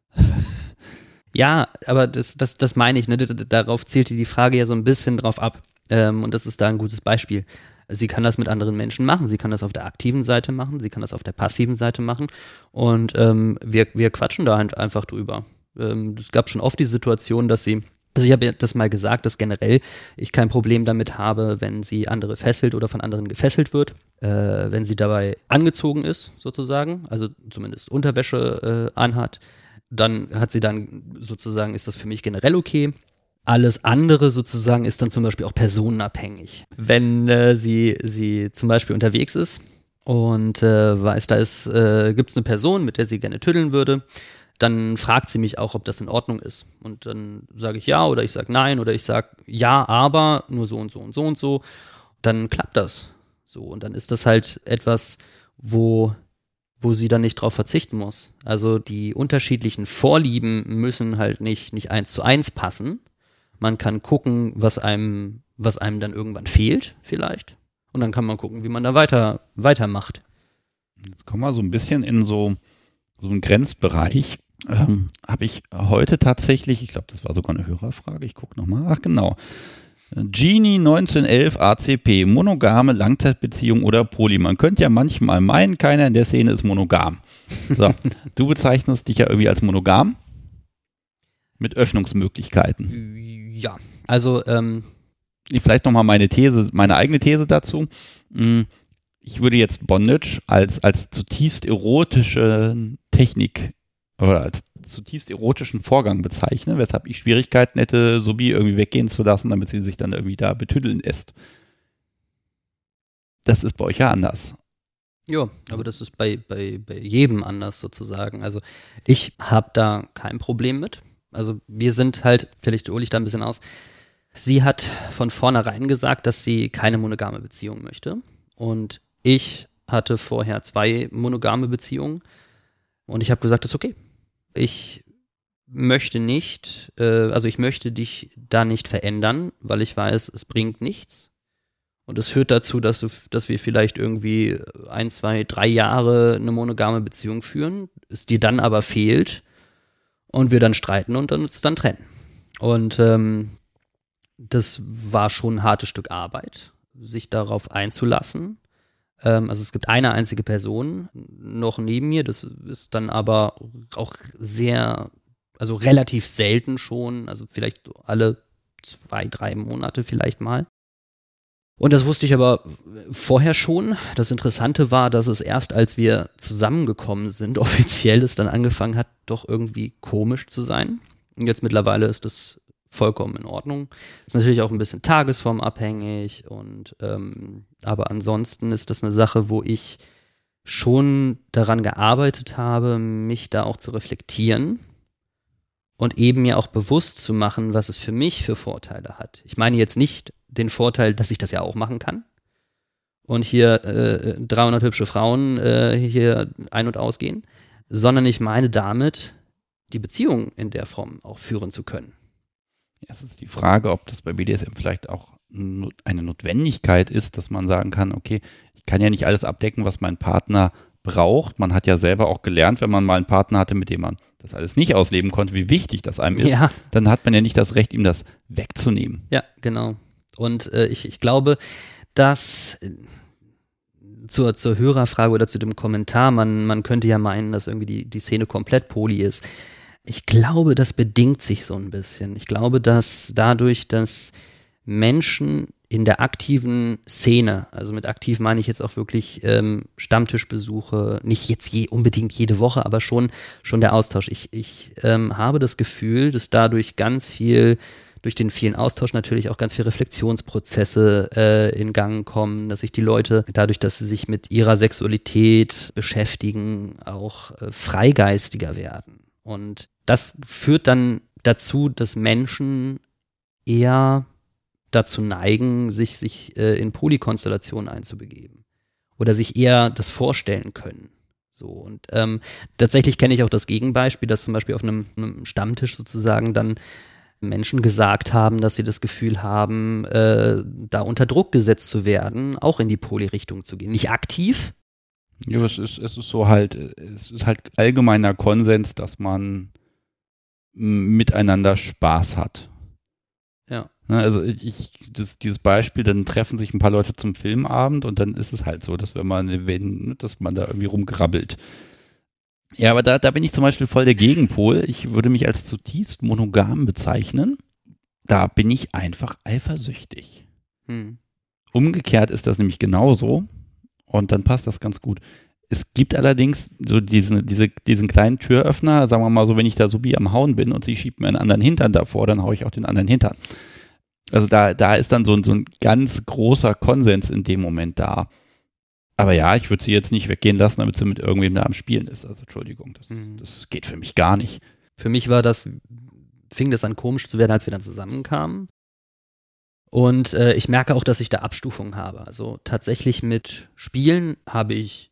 Ja, aber das, das, das meine ich, ne? Darauf zielte die Frage ja so ein bisschen drauf ab. Ähm, und das ist da ein gutes Beispiel. Sie kann das mit anderen Menschen machen, sie kann das auf der aktiven Seite machen, sie kann das auf der passiven Seite machen und ähm, wir, wir quatschen da halt einfach drüber. Ähm, es gab schon oft die Situation, dass sie, also ich habe ja das mal gesagt, dass generell ich kein Problem damit habe, wenn sie andere fesselt oder von anderen gefesselt wird, äh, wenn sie dabei angezogen ist sozusagen, also zumindest Unterwäsche äh, anhat, dann hat sie dann sozusagen, ist das für mich generell okay. Alles andere sozusagen ist dann zum Beispiel auch personenabhängig. Wenn äh, sie, sie zum Beispiel unterwegs ist und äh, weiß, da ist, äh, gibt es eine Person, mit der sie gerne tüddeln würde, dann fragt sie mich auch, ob das in Ordnung ist. Und dann sage ich ja oder ich sage nein oder ich sage ja, aber nur so und so und so und so. Dann klappt das. So, und dann ist das halt etwas, wo, wo sie dann nicht drauf verzichten muss. Also die unterschiedlichen Vorlieben müssen halt nicht, nicht eins zu eins passen. Man kann gucken, was einem, was einem dann irgendwann fehlt, vielleicht. Und dann kann man gucken, wie man da weiter, weitermacht. Jetzt kommen wir so ein bisschen in so, so einen Grenzbereich. Ähm, habe ich heute tatsächlich, ich glaube, das war sogar eine Hörerfrage, ich gucke nochmal, ach genau. Genie neunzehnhundertelf A C P, monogame Langzeitbeziehung oder Poly. Man könnte ja manchmal meinen, keiner in der Szene ist monogam. So, du bezeichnest dich ja irgendwie als monogam mit Öffnungsmöglichkeiten. Ja, also ähm, vielleicht nochmal meine These, meine eigene These dazu. Ich würde jetzt Bondage als, als zutiefst erotische Technik oder als zutiefst erotischen Vorgang bezeichnen, weshalb ich Schwierigkeiten hätte, Subi irgendwie weggehen zu lassen, damit sie sich dann irgendwie da betüddeln lässt. Das ist bei euch ja anders. Ja, aber das ist bei, bei, bei jedem anders sozusagen. Also ich habe da kein Problem mit. Also wir sind halt, vielleicht hole ich da ein bisschen aus, sie hat von vornherein gesagt, dass sie keine monogame Beziehung möchte. Und ich hatte vorher zwei monogame Beziehungen und ich habe gesagt, das ist okay. Ich möchte nicht, äh, also ich möchte dich da nicht verändern, weil ich weiß, es bringt nichts. Und es führt dazu, dass, du, dass wir vielleicht irgendwie ein, zwei, drei Jahre eine monogame Beziehung führen, es dir dann aber fehlt und wir dann streiten und dann uns dann trennen. Und ähm, das war schon ein hartes Stück Arbeit, sich darauf einzulassen. Ähm, also es gibt eine einzige Person noch neben mir, das ist dann aber auch sehr, also relativ selten schon, also vielleicht alle zwei, drei Monate vielleicht mal. Und das wusste ich aber vorher schon. Das Interessante war, dass es erst, als wir zusammengekommen sind, offiziell es dann angefangen hat, doch irgendwie komisch zu sein. Und jetzt mittlerweile ist das vollkommen in Ordnung. Ist natürlich auch ein bisschen tagesformabhängig und ähm, aber ansonsten ist das eine Sache, wo ich schon daran gearbeitet habe, mich da auch zu reflektieren und eben mir auch bewusst zu machen, was es für mich für Vorteile hat. Ich meine jetzt nicht den Vorteil, dass ich das ja auch machen kann und hier äh, dreihundert hübsche Frauen äh, hier ein- und ausgehen, sondern ich meine damit, die Beziehung in der Form auch führen zu können. Es ist die Frage, ob das bei B D S M vielleicht auch eine Notwendigkeit ist, dass man sagen kann, okay, ich kann ja nicht alles abdecken, was mein Partner braucht. Man hat ja selber auch gelernt, wenn man mal einen Partner hatte, mit dem man das alles nicht ausleben konnte, wie wichtig das einem ist, Ja. dann hat man ja nicht das Recht, ihm das wegzunehmen. Ja, genau. Und äh, ich, ich glaube, dass äh, zur, zur Hörerfrage oder zu dem Kommentar, man, man könnte ja meinen, dass irgendwie die, die Szene komplett poly ist. Ich glaube, das bedingt sich so ein bisschen. Ich glaube, dass dadurch, dass Menschen in der aktiven Szene, also mit aktiv meine ich jetzt auch wirklich ähm, Stammtischbesuche, nicht jetzt je, unbedingt jede Woche, aber schon, schon der Austausch. Ich, ich ähm, habe das Gefühl, dass dadurch ganz viel, durch den vielen Austausch natürlich auch ganz viele Reflexionsprozesse äh, in Gang kommen, dass sich die Leute dadurch, dass sie sich mit ihrer Sexualität beschäftigen, auch äh, freigeistiger werden. Und das führt dann dazu, dass Menschen eher dazu neigen, sich, sich äh, in Polykonstellationen einzubegeben oder sich eher das vorstellen können. So, und ähm, tatsächlich kenne ich auch das Gegenbeispiel, dass zum Beispiel auf einem, einem Stammtisch sozusagen dann Menschen gesagt haben, dass sie das Gefühl haben, äh, da unter Druck gesetzt zu werden, auch in die Poly-Richtung zu gehen. Nicht aktiv. Ja, es ist, es ist so halt, es ist halt allgemeiner Konsens, dass man m, miteinander Spaß hat. Ja. Also ich, das, dieses Beispiel, dann treffen sich ein paar Leute zum Filmabend und dann ist es halt so, dass wenn man, wenn, dass man da irgendwie rumgrabbelt. Ja, aber da, da bin ich zum Beispiel voll der Gegenpol. Ich würde mich als zutiefst monogam bezeichnen. Da bin ich einfach eifersüchtig. Hm. Umgekehrt ist das nämlich genauso und dann passt das ganz gut. Es gibt allerdings so diesen, diese, diesen kleinen Türöffner, sagen wir mal so, wenn ich da so wie am Hauen bin und sie schiebt mir einen anderen Hintern davor, dann haue ich auch den anderen Hintern. Also da, da ist dann so ein, so ein ganz großer Konsens in dem Moment da. Aber ja, ich würde sie jetzt nicht weggehen lassen, damit sie mit irgendwem da am Spielen ist. Also Entschuldigung, das, Mhm. das geht für mich gar nicht. Für mich war das, fing das an komisch zu werden, als wir dann zusammenkamen. Und äh, ich merke auch, dass ich da Abstufungen habe. Also tatsächlich mit Spielen habe ich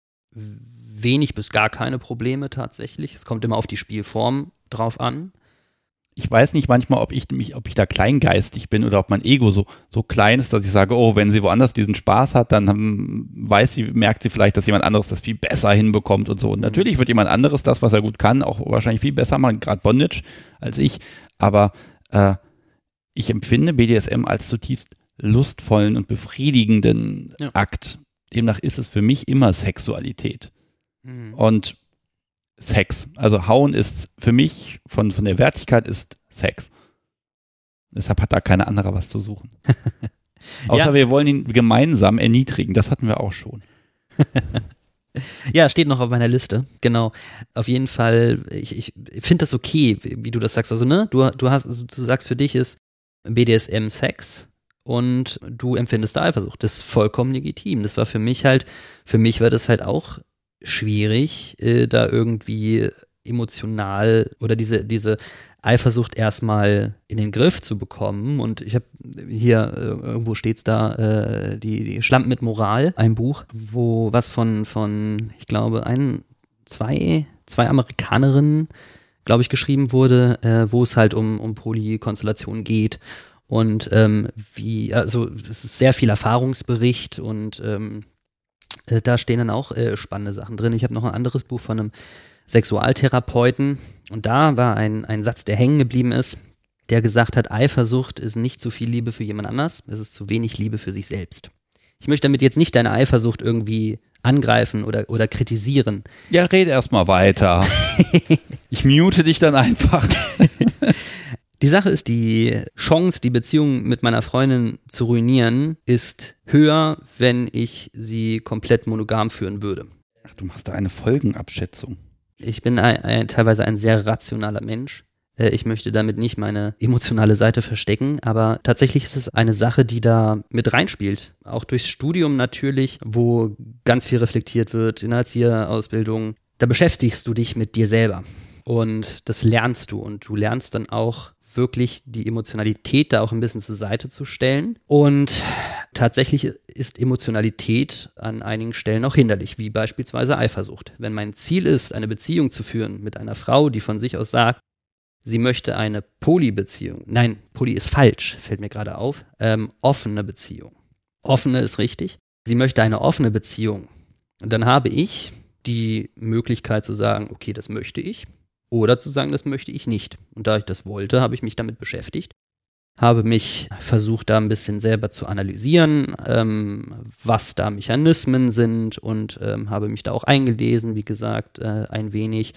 wenig bis gar keine Probleme tatsächlich. Es kommt immer auf die Spielform drauf an. Ich weiß nicht manchmal, ob ich mich, ob ich da kleingeistig bin oder ob mein Ego so, so klein ist, dass ich sage, oh, wenn sie woanders diesen Spaß hat, dann haben, weiß sie, merkt sie vielleicht, dass jemand anderes das viel besser hinbekommt und so. Und natürlich wird jemand anderes das, was er gut kann, auch wahrscheinlich viel besser machen, gerade Bondage, als ich. Aber äh, ich empfinde B D S M als zutiefst lustvollen und befriedigenden ja. Akt. Demnach ist es für mich immer Sexualität. Mhm. Und Sex. Also Hauen ist für mich, von, von der Wertigkeit ist Sex. Deshalb hat da keiner anderer was zu suchen. Außer ja. wir wollen ihn gemeinsam erniedrigen. Das hatten wir auch schon. Ja, steht noch auf meiner Liste. Genau. Auf jeden Fall, ich, ich finde das okay, wie du das sagst. Also, ne, du, du hast, also, du sagst, für dich ist B D S M Sex und du empfindest da Eifersucht. Das ist vollkommen legitim. Das war für mich halt, für mich war das halt auch schwierig, äh, da irgendwie emotional oder diese, diese Eifersucht erstmal in den Griff zu bekommen. Und ich habe hier, äh, irgendwo steht's da, äh, die, die Schlampen mit Moral, ein Buch, wo was von, von ich glaube, ein, zwei, zwei Amerikanerinnen, glaube ich, geschrieben wurde, äh, wo es halt um, um Polykonstellationen geht. Und ähm, wie, also es ist sehr viel Erfahrungsbericht und ähm, da stehen dann auch äh, spannende Sachen drin. Ich habe noch ein anderes Buch von einem Sexualtherapeuten und da war ein, ein Satz, der hängen geblieben ist, der gesagt hat, Eifersucht ist nicht zu viel Liebe für jemand anders, es ist zu wenig Liebe für sich selbst. Ich möchte damit jetzt nicht deine Eifersucht irgendwie angreifen oder, oder kritisieren. Ja, rede erstmal weiter. Ich mute dich dann einfach. Die Sache ist, die Chance, die Beziehung mit meiner Freundin zu ruinieren, ist höher, wenn ich sie komplett monogam führen würde. Ach, du machst da eine Folgenabschätzung. Ich bin ein, ein, teilweise ein sehr rationaler Mensch. Ich möchte damit nicht meine emotionale Seite verstecken, aber tatsächlich ist es eine Sache, die da mit reinspielt. Auch durchs Studium natürlich, wo ganz viel reflektiert wird, in der Erzieherausbildung. Da beschäftigst du dich mit dir selber und das lernst du und du lernst dann auch wirklich die Emotionalität da auch ein bisschen zur Seite zu stellen. Und tatsächlich ist Emotionalität an einigen Stellen auch hinderlich, wie beispielsweise Eifersucht. Wenn mein Ziel ist, eine Beziehung zu führen mit einer Frau, die von sich aus sagt, sie möchte eine Poly-Beziehung, nein, Poly ist falsch, fällt mir gerade auf, ähm, offene Beziehung. Offene ist richtig. Sie möchte eine offene Beziehung. Und dann habe ich die Möglichkeit zu sagen, okay, das möchte ich, oder zu sagen, das möchte ich nicht. Und da ich das wollte, habe ich mich damit beschäftigt, habe mich versucht, da ein bisschen selber zu analysieren, ähm, was da Mechanismen sind und ähm, habe mich da auch eingelesen, wie gesagt, äh, ein wenig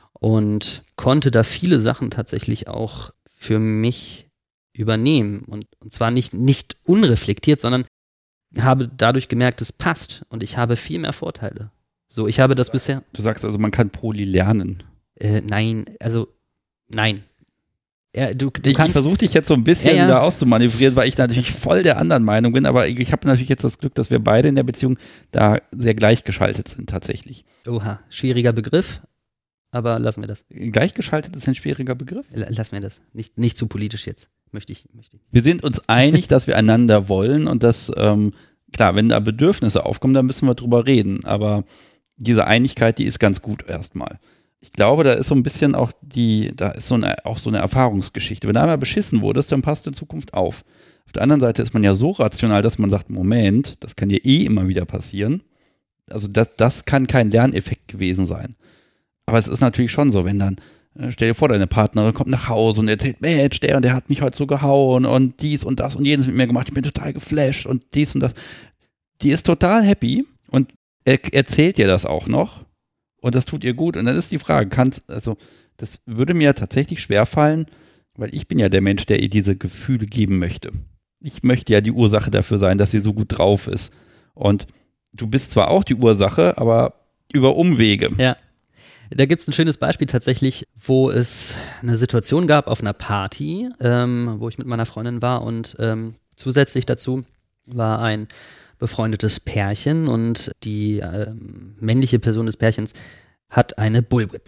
und konnte da viele Sachen tatsächlich auch für mich übernehmen und, und zwar nicht, nicht unreflektiert, sondern habe dadurch gemerkt, es passt und ich habe viel mehr Vorteile. So, ich habe das bisher... Du sagst also, man kann Poly lernen. Äh, nein, also nein. Ja, du, du ich kannst, ich versuche dich jetzt so ein bisschen ja, ja. da auszumanövrieren, weil ich natürlich voll der anderen Meinung bin, aber ich habe natürlich jetzt das Glück, dass wir beide in der Beziehung da sehr gleichgeschaltet sind tatsächlich. Oha, schwieriger Begriff, aber lassen wir das. Gleichgeschaltet ist ein schwieriger Begriff? Lassen wir das. Nicht, nicht zu politisch jetzt. Möchte ich, möchte ich. Wir sind uns einig, dass wir einander wollen und dass, ähm, klar, wenn da Bedürfnisse aufkommen, dann müssen wir drüber reden, aber diese Einigkeit, die ist ganz gut erstmal. Ich glaube, da ist so ein bisschen auch die, da ist so eine, auch so eine Erfahrungsgeschichte. Wenn du einmal beschissen wurdest, dann passt du in Zukunft auf. Auf der anderen Seite ist man ja so rational, dass man sagt, Moment, das kann dir eh immer wieder passieren. Also das, das kann kein Lerneffekt gewesen sein. Aber es ist natürlich schon so, wenn dann, stell dir vor, deine Partnerin kommt nach Hause und erzählt, Mensch, der und der hat mich heute so gehauen und dies und das und jenes mit mir gemacht, ich bin total geflasht und dies und das. Die ist total happy und er erzählt dir das auch noch. Und das tut ihr gut. Und dann ist die Frage, kannst, also das würde mir tatsächlich schwerfallen, weil ich bin ja der Mensch, der ihr diese Gefühle geben möchte. Ich möchte ja die Ursache dafür sein, dass sie so gut drauf ist. Und du bist zwar auch die Ursache, aber über Umwege. Ja, da gibt es ein schönes Beispiel tatsächlich, wo es eine Situation gab auf einer Party, ähm, wo ich mit meiner Freundin war und ähm, zusätzlich dazu war ein befreundetes Pärchen und die ähm, männliche Person des Pärchens hat eine Bullwhip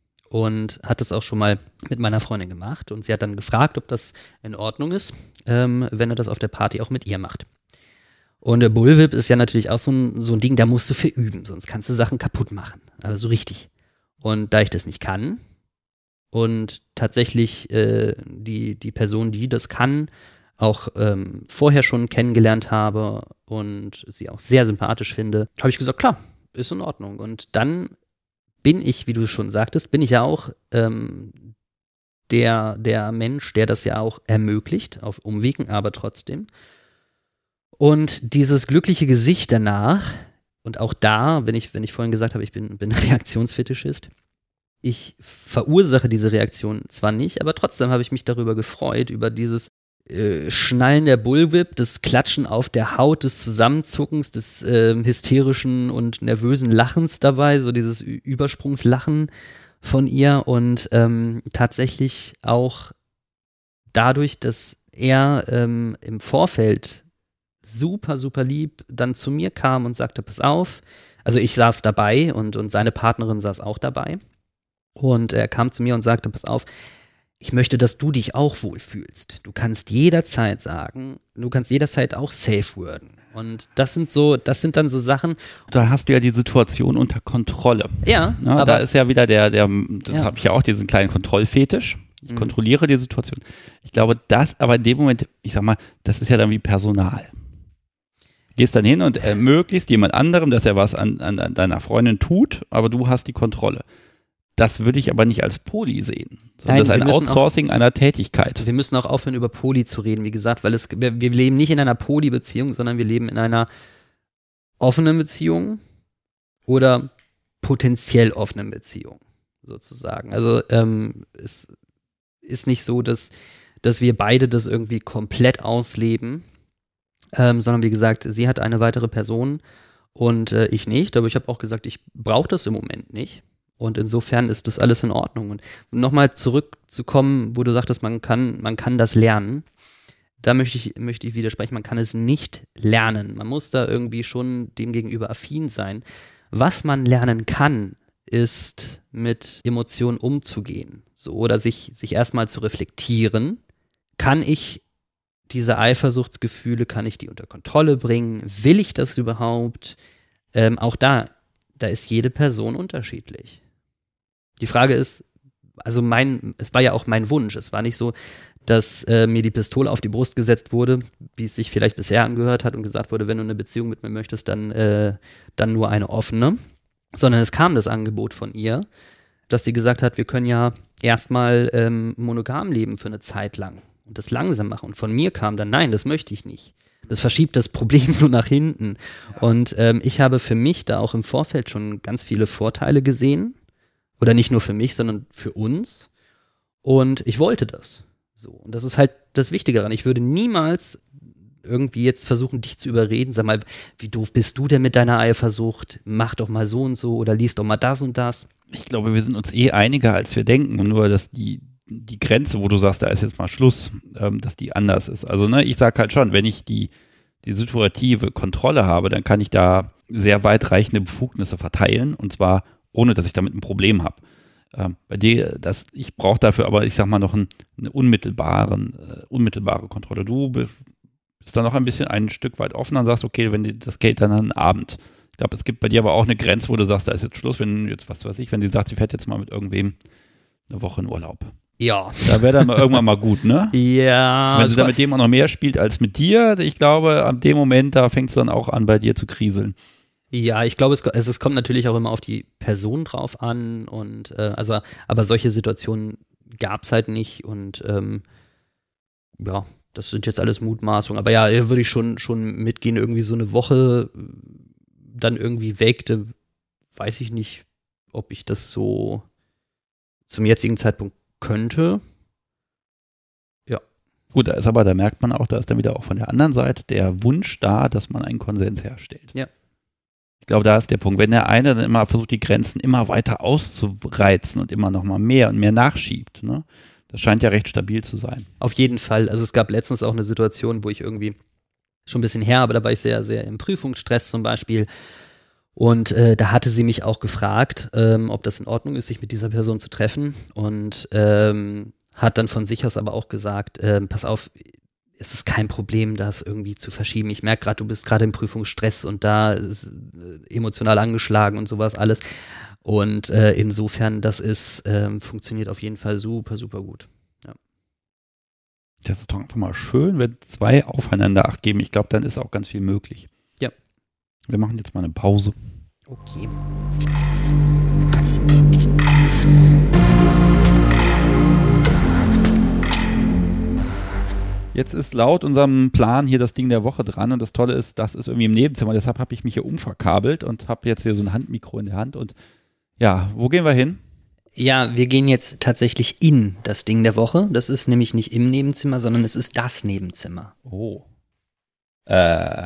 und hat das auch schon mal mit meiner Freundin gemacht und sie hat dann gefragt, ob das in Ordnung ist, ähm, wenn er das auf der Party auch mit ihr macht. Und der Bullwhip ist ja natürlich auch so ein, so ein Ding, da musst du für üben, sonst kannst du Sachen kaputt machen, aber so richtig. Und da ich das nicht kann und tatsächlich äh, die, die Person, die das kann, auch ähm, vorher schon kennengelernt habe und sie auch sehr sympathisch finde, habe ich gesagt, klar, ist in Ordnung. Und dann bin ich, wie du schon sagtest, bin ich ja auch ähm, der, der Mensch, der das ja auch ermöglicht, auf Umwegen, aber trotzdem. Und dieses glückliche Gesicht danach, und auch da, wenn ich, wenn ich vorhin gesagt habe, ich bin, bin Reaktionsfetischist, ich verursache diese Reaktion zwar nicht, aber trotzdem habe ich mich darüber gefreut, über dieses Äh, Schnallen der Bullwhip, das Klatschen auf der Haut, des Zusammenzuckens, des äh, hysterischen und nervösen Lachens dabei, so dieses Ü- Übersprungslachen von ihr und ähm, tatsächlich auch dadurch, dass er ähm, im Vorfeld super, super lieb dann zu mir kam und sagte, pass auf, also ich saß dabei und, und seine Partnerin saß auch dabei und er kam zu mir und sagte, pass auf, ich möchte, dass du dich auch wohlfühlst. Du kannst jederzeit sagen, du kannst jederzeit auch safe worden. Und das sind so, das sind dann so Sachen. Da hast du ja die Situation unter Kontrolle. Ja, ja aber da ist ja wieder der, der das ja. habe ich ja auch, diesen kleinen Kontrollfetisch. Ich Mhm. kontrolliere die Situation. Ich glaube, das, aber in dem Moment, ich sag mal, das ist ja dann wie Personal. Gehst dann hin und ermöglichst jemand anderem, dass er was an, an, an deiner Freundin tut, aber du hast die Kontrolle. Das würde ich aber nicht als Poly sehen, sondern Nein, das ist ein wir müssen Outsourcing auch, einer Tätigkeit. Wir müssen auch aufhören, über Poly zu reden, wie gesagt, weil es, wir, wir leben nicht in einer Poly-Beziehung, sondern wir leben in einer offenen Beziehung oder potenziell offenen Beziehung, sozusagen. Also ähm, es ist nicht so, dass, dass wir beide das irgendwie komplett ausleben, ähm, sondern wie gesagt, sie hat eine weitere Person und äh, ich nicht, aber ich habe auch gesagt, ich brauche das im Moment nicht. Und insofern ist das alles in Ordnung. Und um nochmal zurückzukommen, wo du sagtest, man kann, man kann das lernen, da möchte ich, möchte ich widersprechen, man kann es nicht lernen. Man muss da irgendwie schon dem gegenüber affin sein. Was man lernen kann, ist mit Emotionen umzugehen. So, oder sich, sich erstmal zu reflektieren. Kann ich diese Eifersuchtsgefühle, kann ich die unter Kontrolle bringen? Will ich das überhaupt? Ähm, auch da, da ist jede Person unterschiedlich. Die Frage ist, also mein, es war ja auch mein Wunsch. Es war nicht so, dass äh, mir die Pistole auf die Brust gesetzt wurde, wie es sich vielleicht bisher angehört hat und gesagt wurde, wenn du eine Beziehung mit mir möchtest, dann, äh, dann nur eine offene. sondern es kam das Angebot von ihr, dass sie gesagt hat, wir können ja erstmal ähm, monogam leben für eine Zeit lang und das langsam machen. Und von mir kam dann, nein, das möchte ich nicht. Das verschiebt das Problem nur nach hinten. Ja. Und ähm, ich habe für mich da auch im Vorfeld schon ganz viele Vorteile gesehen. Oder nicht nur für mich, sondern für uns. Und ich wollte das. So. Und das ist halt das Wichtige daran. Ich würde niemals irgendwie jetzt versuchen, dich zu überreden. Sag mal, wie doof bist du denn mit deiner Eifersucht? Mach doch mal so und so oder lies doch mal das und das. Ich glaube, wir sind uns eh einiger, als wir denken. Und nur, dass die, die Grenze, wo du sagst, da ist jetzt mal Schluss, ähm, dass die anders ist. Also, ne, ich sag halt schon, wenn ich die, die situative Kontrolle habe, dann kann ich da sehr weitreichende Befugnisse verteilen. Und zwar ohne, dass ich damit ein Problem habe. Ähm, bei dir, das, ich brauche dafür aber, ich sag mal, noch ein, eine unmittelbaren, äh, unmittelbare Kontrolle. Du bist dann noch ein bisschen ein Stück weit offener und sagst, okay, wenn die, das geht dann an den Abend. Ich glaube, es gibt bei dir aber auch eine Grenze, wo du sagst, da ist jetzt Schluss, wenn jetzt, was weiß ich, wenn sie sagt, sie fährt jetzt mal mit irgendwem eine Woche in Urlaub. Ja. Da wäre dann mal irgendwann mal gut, ne? Ja. Wenn sie dann mit dem auch noch mehr spielt als mit dir, ich glaube, ab dem Moment, da fängt es dann auch an, bei dir zu kriseln. Ja, ich glaube, es, es, es kommt natürlich auch immer auf die Person drauf an und äh, also, aber solche Situationen gab es halt nicht und ähm, ja, das sind jetzt alles Mutmaßungen. Aber ja, würde ich schon, schon mitgehen, irgendwie so eine Woche dann irgendwie weg, da weiß ich nicht, ob ich das so zum jetzigen Zeitpunkt könnte. Ja. Gut, da ist aber, da merkt man auch, da ist dann wieder auch von der anderen Seite der Wunsch da, dass man einen Konsens herstellt. Ja. Ich glaube, da ist der Punkt. Wenn der eine dann immer versucht, die Grenzen immer weiter auszureizen und immer noch mal mehr und mehr nachschiebt, ne? Das scheint ja recht stabil zu sein. Auf jeden Fall. Also es gab letztens auch eine Situation, wo ich irgendwie schon ein bisschen her, aber da war ich sehr, sehr im Prüfungsstress zum Beispiel. Und äh, da hatte sie mich auch gefragt, ähm, ob das in Ordnung ist, sich mit dieser Person zu treffen. Und ähm, hat dann von sich aus aber auch gesagt, äh, pass auf, es ist kein Problem, das irgendwie zu verschieben. Ich merke gerade, du bist gerade im Prüfungsstress und da ist äh, emotional angeschlagen und sowas alles. Und äh, insofern, das ist, ähm, funktioniert auf jeden Fall super, super gut. Ja. Das ist doch einfach mal schön, wenn zwei aufeinander Acht geben. Ich glaube, dann ist auch ganz viel möglich. Ja. Wir machen jetzt mal eine Pause. Okay. Jetzt ist laut unserem Plan hier das Ding der Woche dran und das Tolle ist, das ist irgendwie im Nebenzimmer. Deshalb habe ich mich hier umverkabelt und habe jetzt hier so ein Handmikro in der Hand und ja, wo gehen wir hin? Ja, wir gehen jetzt tatsächlich in das Ding der Woche. Das ist nämlich nicht im Nebenzimmer, sondern es ist das Nebenzimmer. Oh. Äh.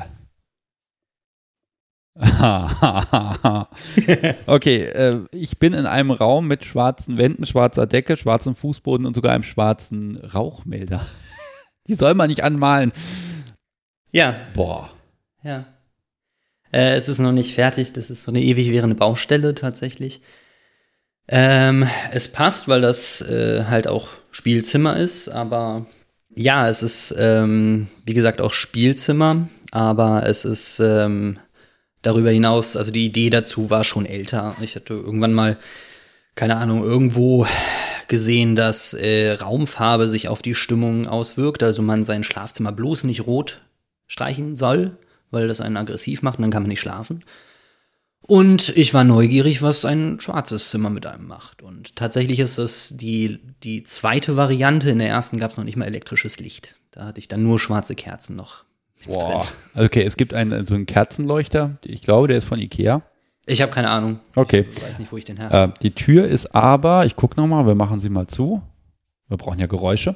Okay, äh, ich bin in einem Raum mit schwarzen Wänden, schwarzer Decke, schwarzem Fußboden und sogar einem schwarzen Rauchmelder. Die soll man nicht anmalen. Ja. Boah. Ja. Äh, es ist noch nicht fertig, das ist so eine ewig währende Baustelle tatsächlich. Ähm, es passt, weil das äh, halt auch Spielzimmer ist, aber ja, es ist, ähm, wie gesagt, auch Spielzimmer, aber es ist ähm, darüber hinaus, also die Idee dazu war schon älter. Ich hatte irgendwann mal, keine Ahnung, irgendwo gesehen, dass äh, Raumfarbe sich auf die Stimmung auswirkt, also man sein Schlafzimmer bloß nicht rot streichen soll, weil das einen aggressiv macht und dann kann man nicht schlafen. Und ich war neugierig, was ein schwarzes Zimmer mit einem macht. Und tatsächlich ist das die, die zweite Variante. In der ersten gab es noch nicht mal elektrisches Licht. Da hatte ich dann nur schwarze Kerzen noch. Boah. Okay, es gibt einen, so einen Kerzenleuchter. Ich glaube, der ist von Ikea. Ich habe keine Ahnung. Okay. Ich weiß nicht, wo ich den her habe. Äh, die Tür ist aber, ich gucke nochmal, wir machen sie mal zu. Wir brauchen ja Geräusche.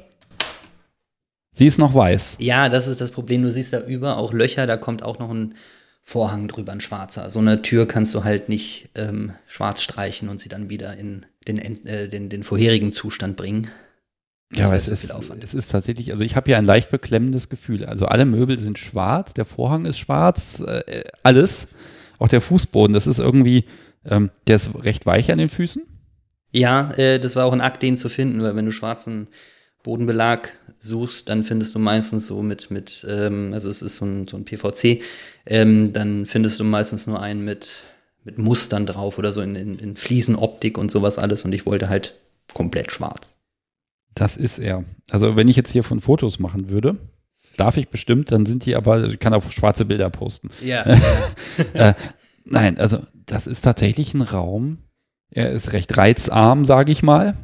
Sie ist noch weiß. Ja, das ist das Problem. Du siehst da über auch Löcher, da kommt auch noch ein Vorhang drüber, ein schwarzer. So eine Tür kannst du halt nicht ähm, schwarz streichen und sie dann wieder in den, äh, den, den vorherigen Zustand bringen. Das ja, aber es so ist, es ist tatsächlich, also ich habe hier ein leicht beklemmendes Gefühl. Also alle Möbel sind schwarz, der Vorhang ist schwarz, äh, alles. Auch der Fußboden, das ist irgendwie, ähm, der ist recht weich an den Füßen. Ja, äh, das war auch ein Akt, den zu finden, weil wenn du schwarzen Bodenbelag suchst, dann findest du meistens so mit, mit ähm, also es ist so ein, so ein P V C, ähm, dann findest du meistens nur einen mit, mit Mustern drauf oder so in, in, in Fliesenoptik und sowas alles und ich wollte halt komplett schwarz. Das ist er. Also wenn ich jetzt hier von Fotos machen würde, darf ich bestimmt, dann sind die aber, ich kann auch schwarze Bilder posten. Ja. äh, nein, also das ist tatsächlich ein Raum. Er ist recht reizarm, sage ich mal.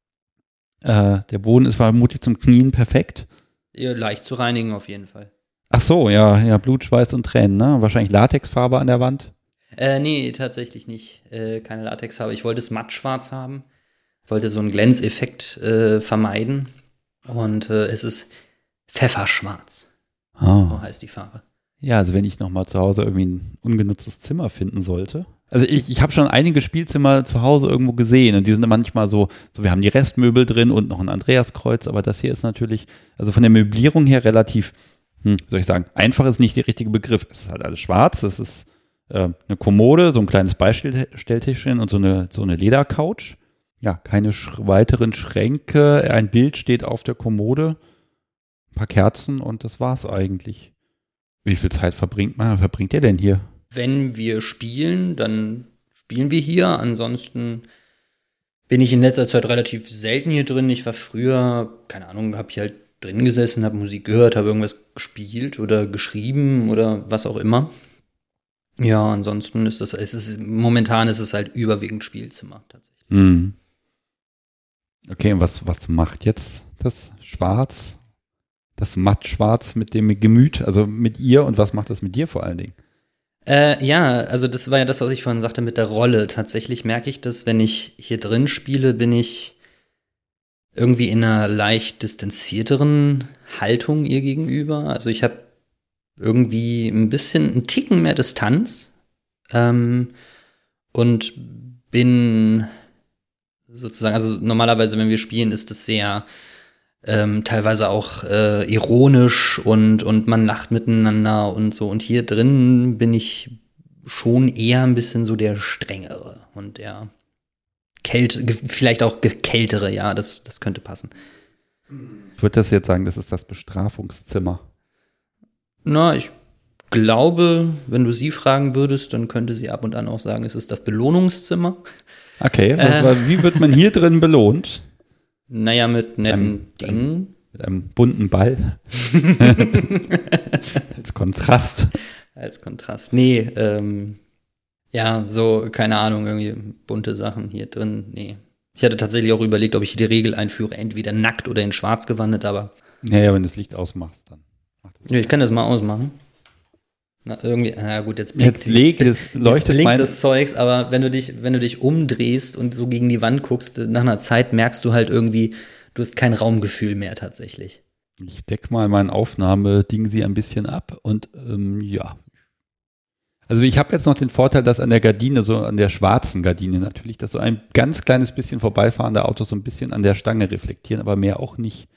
Äh, der Boden ist vermutlich zum Knien perfekt. Ja, leicht zu reinigen auf jeden Fall. Ach so, ja, ja, Blut, Schweiß und Tränen, ne? Wahrscheinlich Latexfarbe an der Wand. Äh, nee, tatsächlich nicht. Äh, keine Latexfarbe. Ich wollte es mattschwarz haben. Wollte so einen Glänzeffekt äh, vermeiden. Und äh, es ist Pfefferschwarz. Oh. So heißt die Farbe. Ja, also wenn ich nochmal zu Hause irgendwie ein ungenutztes Zimmer finden sollte. Also ich, ich habe schon einige Spielzimmer zu Hause irgendwo gesehen und die sind manchmal so, so wir haben die Restmöbel drin und noch ein Andreaskreuz, aber das hier ist natürlich, also von der Möblierung her relativ, hm, wie soll ich sagen, einfach ist nicht der richtige Begriff. Es ist halt alles schwarz, es ist äh, eine Kommode, so ein kleines Beistelltischchen und so eine, so eine Ledercouch. Ja, keine sch- weiteren Schränke, ein Bild steht auf der Kommode, ein paar Kerzen und das war's eigentlich. Wie viel Zeit verbringt man, verbringt ihr denn hier? Wenn wir spielen, dann spielen wir hier. Ansonsten bin ich in letzter Zeit relativ selten hier drin. Ich war früher, keine Ahnung, habe hier halt drin gesessen, habe Musik gehört, habe irgendwas gespielt oder geschrieben oder was auch immer. Ja, ansonsten ist das, es ist, momentan ist es halt überwiegend Spielzimmer tatsächlich. Hm. Okay, und was, was macht jetzt das Schwarz? Das Mattschwarz mit dem Gemüt, also mit ihr und was macht das mit dir vor allen Dingen? Äh, ja, also das war ja das, was ich vorhin sagte mit der Rolle. Tatsächlich merke ich das, wenn ich hier drin spiele, bin ich irgendwie in einer leicht distanzierteren Haltung ihr gegenüber. Also ich habe irgendwie ein bisschen, einen Ticken mehr Distanz ähm, und bin sozusagen, also normalerweise, wenn wir spielen, ist es sehr Ähm, teilweise auch äh, ironisch und, und man lacht miteinander und so. Und hier drin bin ich schon eher ein bisschen so der Strengere und der Kälte, vielleicht auch Kältere, ja, das, das könnte passen. Ich würde das jetzt sagen, das ist das Bestrafungszimmer. Na, ich glaube, wenn du sie fragen würdest, dann könnte sie ab und an auch sagen, es ist das Belohnungszimmer. Okay, was, äh. wie wird man hier drin belohnt? Naja, mit netten einem, Dingen. Mit einem bunten Ball. Als Kontrast. Als Kontrast. Nee, ähm, ja, so, keine Ahnung, irgendwie bunte Sachen hier drin. Nee. Ich hatte tatsächlich auch überlegt, ob ich die Regel einführe, entweder nackt oder in schwarz gewandet, aber. Naja, wenn du das Licht ausmachst, dann. Ja, ich kann das mal ausmachen. Na, irgendwie, na gut, jetzt blinkt, jetzt, jetzt, jetzt, jetzt blinkt das Zeugs, aber wenn du dich, wenn du dich umdrehst und so gegen die Wand guckst, nach einer Zeit merkst du halt irgendwie, du hast kein Raumgefühl mehr tatsächlich. Ich deck mal mein Aufnahmeding sie ein bisschen ab und ähm, ja. Also ich habe jetzt noch den Vorteil, dass an der Gardine, so an der schwarzen Gardine natürlich, dass so ein ganz kleines bisschen vorbeifahrende Autos so ein bisschen an der Stange reflektieren, aber mehr auch nicht.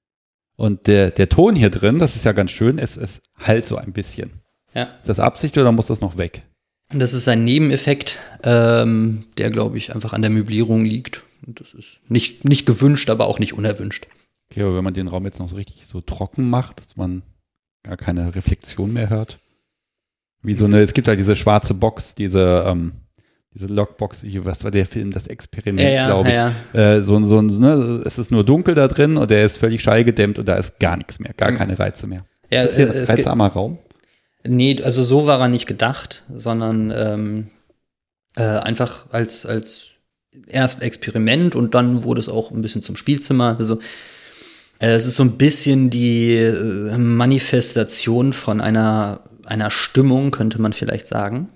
Und der, der Ton hier drin, das ist ja ganz schön, es, es halt so ein bisschen. Ja. Ist das Absicht oder muss das noch weg? Das ist ein Nebeneffekt, ähm, der, glaube ich, einfach an der Möblierung liegt. Und das ist nicht, nicht gewünscht, aber auch nicht unerwünscht. Okay, aber wenn man den Raum jetzt noch so richtig so trocken macht, dass man gar keine Reflexion mehr hört. Wie so eine, es gibt halt diese schwarze Box, diese, ähm, diese Lockbox, was war der Film, das Experiment, ja, ja, glaube ich. Ja, ja. Äh, so, so, ne, es ist nur dunkel da drin und der ist völlig schallgedämmt und da ist gar nichts mehr, gar mhm. keine Reize mehr. Ja, ist das hier ein reizarmer Raum? Nee, also so war er nicht gedacht, sondern ähm, äh, einfach als, als erst Experiment und dann wurde es auch ein bisschen zum Spielzimmer. Also äh, es ist so ein bisschen die äh, Manifestation von einer, einer Stimmung, könnte man vielleicht sagen.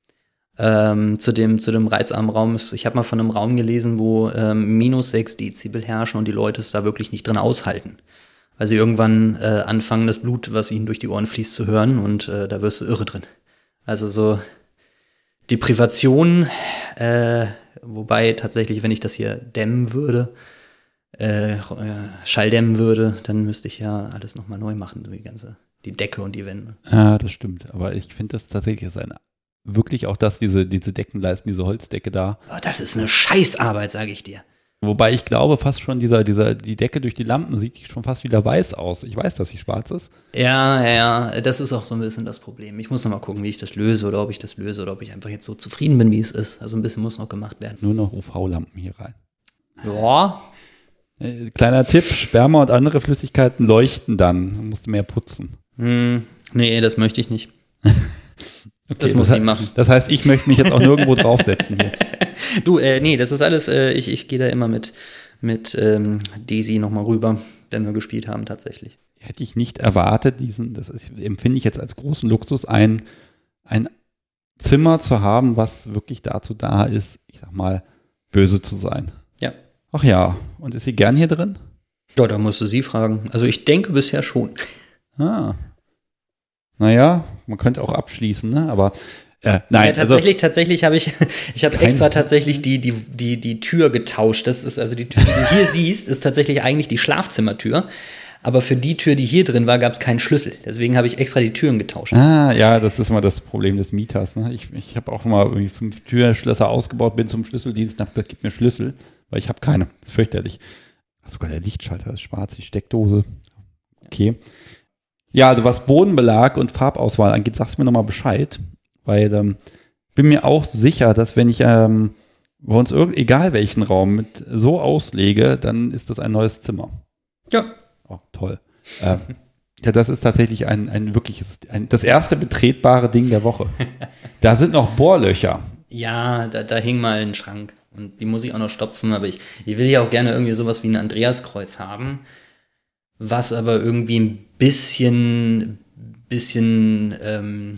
Ähm, zu dem, zu dem reizarmen Raum. Ich habe mal von einem Raum gelesen, wo ähm, minus sechs Dezibel herrschen und die Leute es da wirklich nicht drin aushalten. Weil sie irgendwann äh, anfangen, das Blut, was ihnen durch die Ohren fließt, zu hören und äh, da wirst du irre drin. Also so Deprivation, äh, wobei tatsächlich, wenn ich das hier dämmen würde, äh, Schall dämmen würde, dann müsste ich ja alles nochmal neu machen, die ganze, die Decke und die Wände. Ja, das stimmt. Aber ich finde das tatsächlich ist ein, wirklich auch das, diese, diese Deckenleisten, diese Holzdecke da. Oh, das ist eine Scheißarbeit, sage ich dir. Wobei ich glaube, fast schon dieser, dieser, die Decke durch die Lampen sieht schon fast wieder weiß aus. Ich weiß, dass sie schwarz ist. Ja, ja, ja, das ist auch so ein bisschen das Problem. Ich muss noch mal gucken, wie ich das löse oder ob ich das löse oder ob ich einfach jetzt so zufrieden bin, wie es ist. Also ein bisschen muss noch gemacht werden. Nur noch U V-Lampen hier rein. Ja. Äh, kleiner Tipp, Sperma und andere Flüssigkeiten leuchten dann. Du musst mehr putzen. Hm, nee, das möchte ich nicht. Okay, das muss das sie machen. Das heißt, ich möchte mich jetzt auch nirgendwo draufsetzen hier. Du, äh, nee, das ist alles, äh, ich, ich gehe da immer mit, mit ähm, Daisy nochmal rüber, wenn wir gespielt haben tatsächlich. Hätte ich nicht erwartet, diesen, das ist, empfinde ich jetzt als großen Luxus, ein, ein Zimmer zu haben, was wirklich dazu da ist, ich sag mal, böse zu sein. Ja. Ach ja, und ist sie gern hier drin? Ja, da musst du sie fragen. Also ich denke bisher schon. Ah. Naja, man könnte auch abschließen, ne? Aber äh, nein. Ja, tatsächlich, also, tatsächlich habe ich, ich habe extra tatsächlich die, die, die, die Tür getauscht. Das ist also die Tür, die du hier siehst, ist tatsächlich eigentlich die Schlafzimmertür. Aber für die Tür, die hier drin war, gab es keinen Schlüssel. Deswegen habe ich extra die Türen getauscht. Ah, ja, das ist mal das Problem des Mieters. Ne? Ich, ich habe auch mal irgendwie fünf Türschlösser ausgebaut, bin zum Schlüsseldienst und habe gesagt, gib mir Schlüssel, weil ich habe keine. Das ist fürchterlich. Ach, sogar der Lichtschalter ist schwarz, die Steckdose. Okay. Ja, also was Bodenbelag und Farbauswahl angeht, sagst du mir nochmal Bescheid. Weil ähm, bin mir auch sicher, dass wenn ich ähm, bei uns irgend, egal welchen Raum mit so auslege, dann ist das ein neues Zimmer. Ja. Oh, toll. äh, ja, das ist tatsächlich ein, ein wirkliches, ein, das erste betretbare Ding der Woche. Da sind noch Bohrlöcher. Ja, da, da hing mal ein Schrank. Und die muss ich auch noch stopfen, aber ich, ich will ja auch gerne irgendwie sowas wie ein Andreaskreuz haben, was aber irgendwie ein bisschen, bisschen ähm,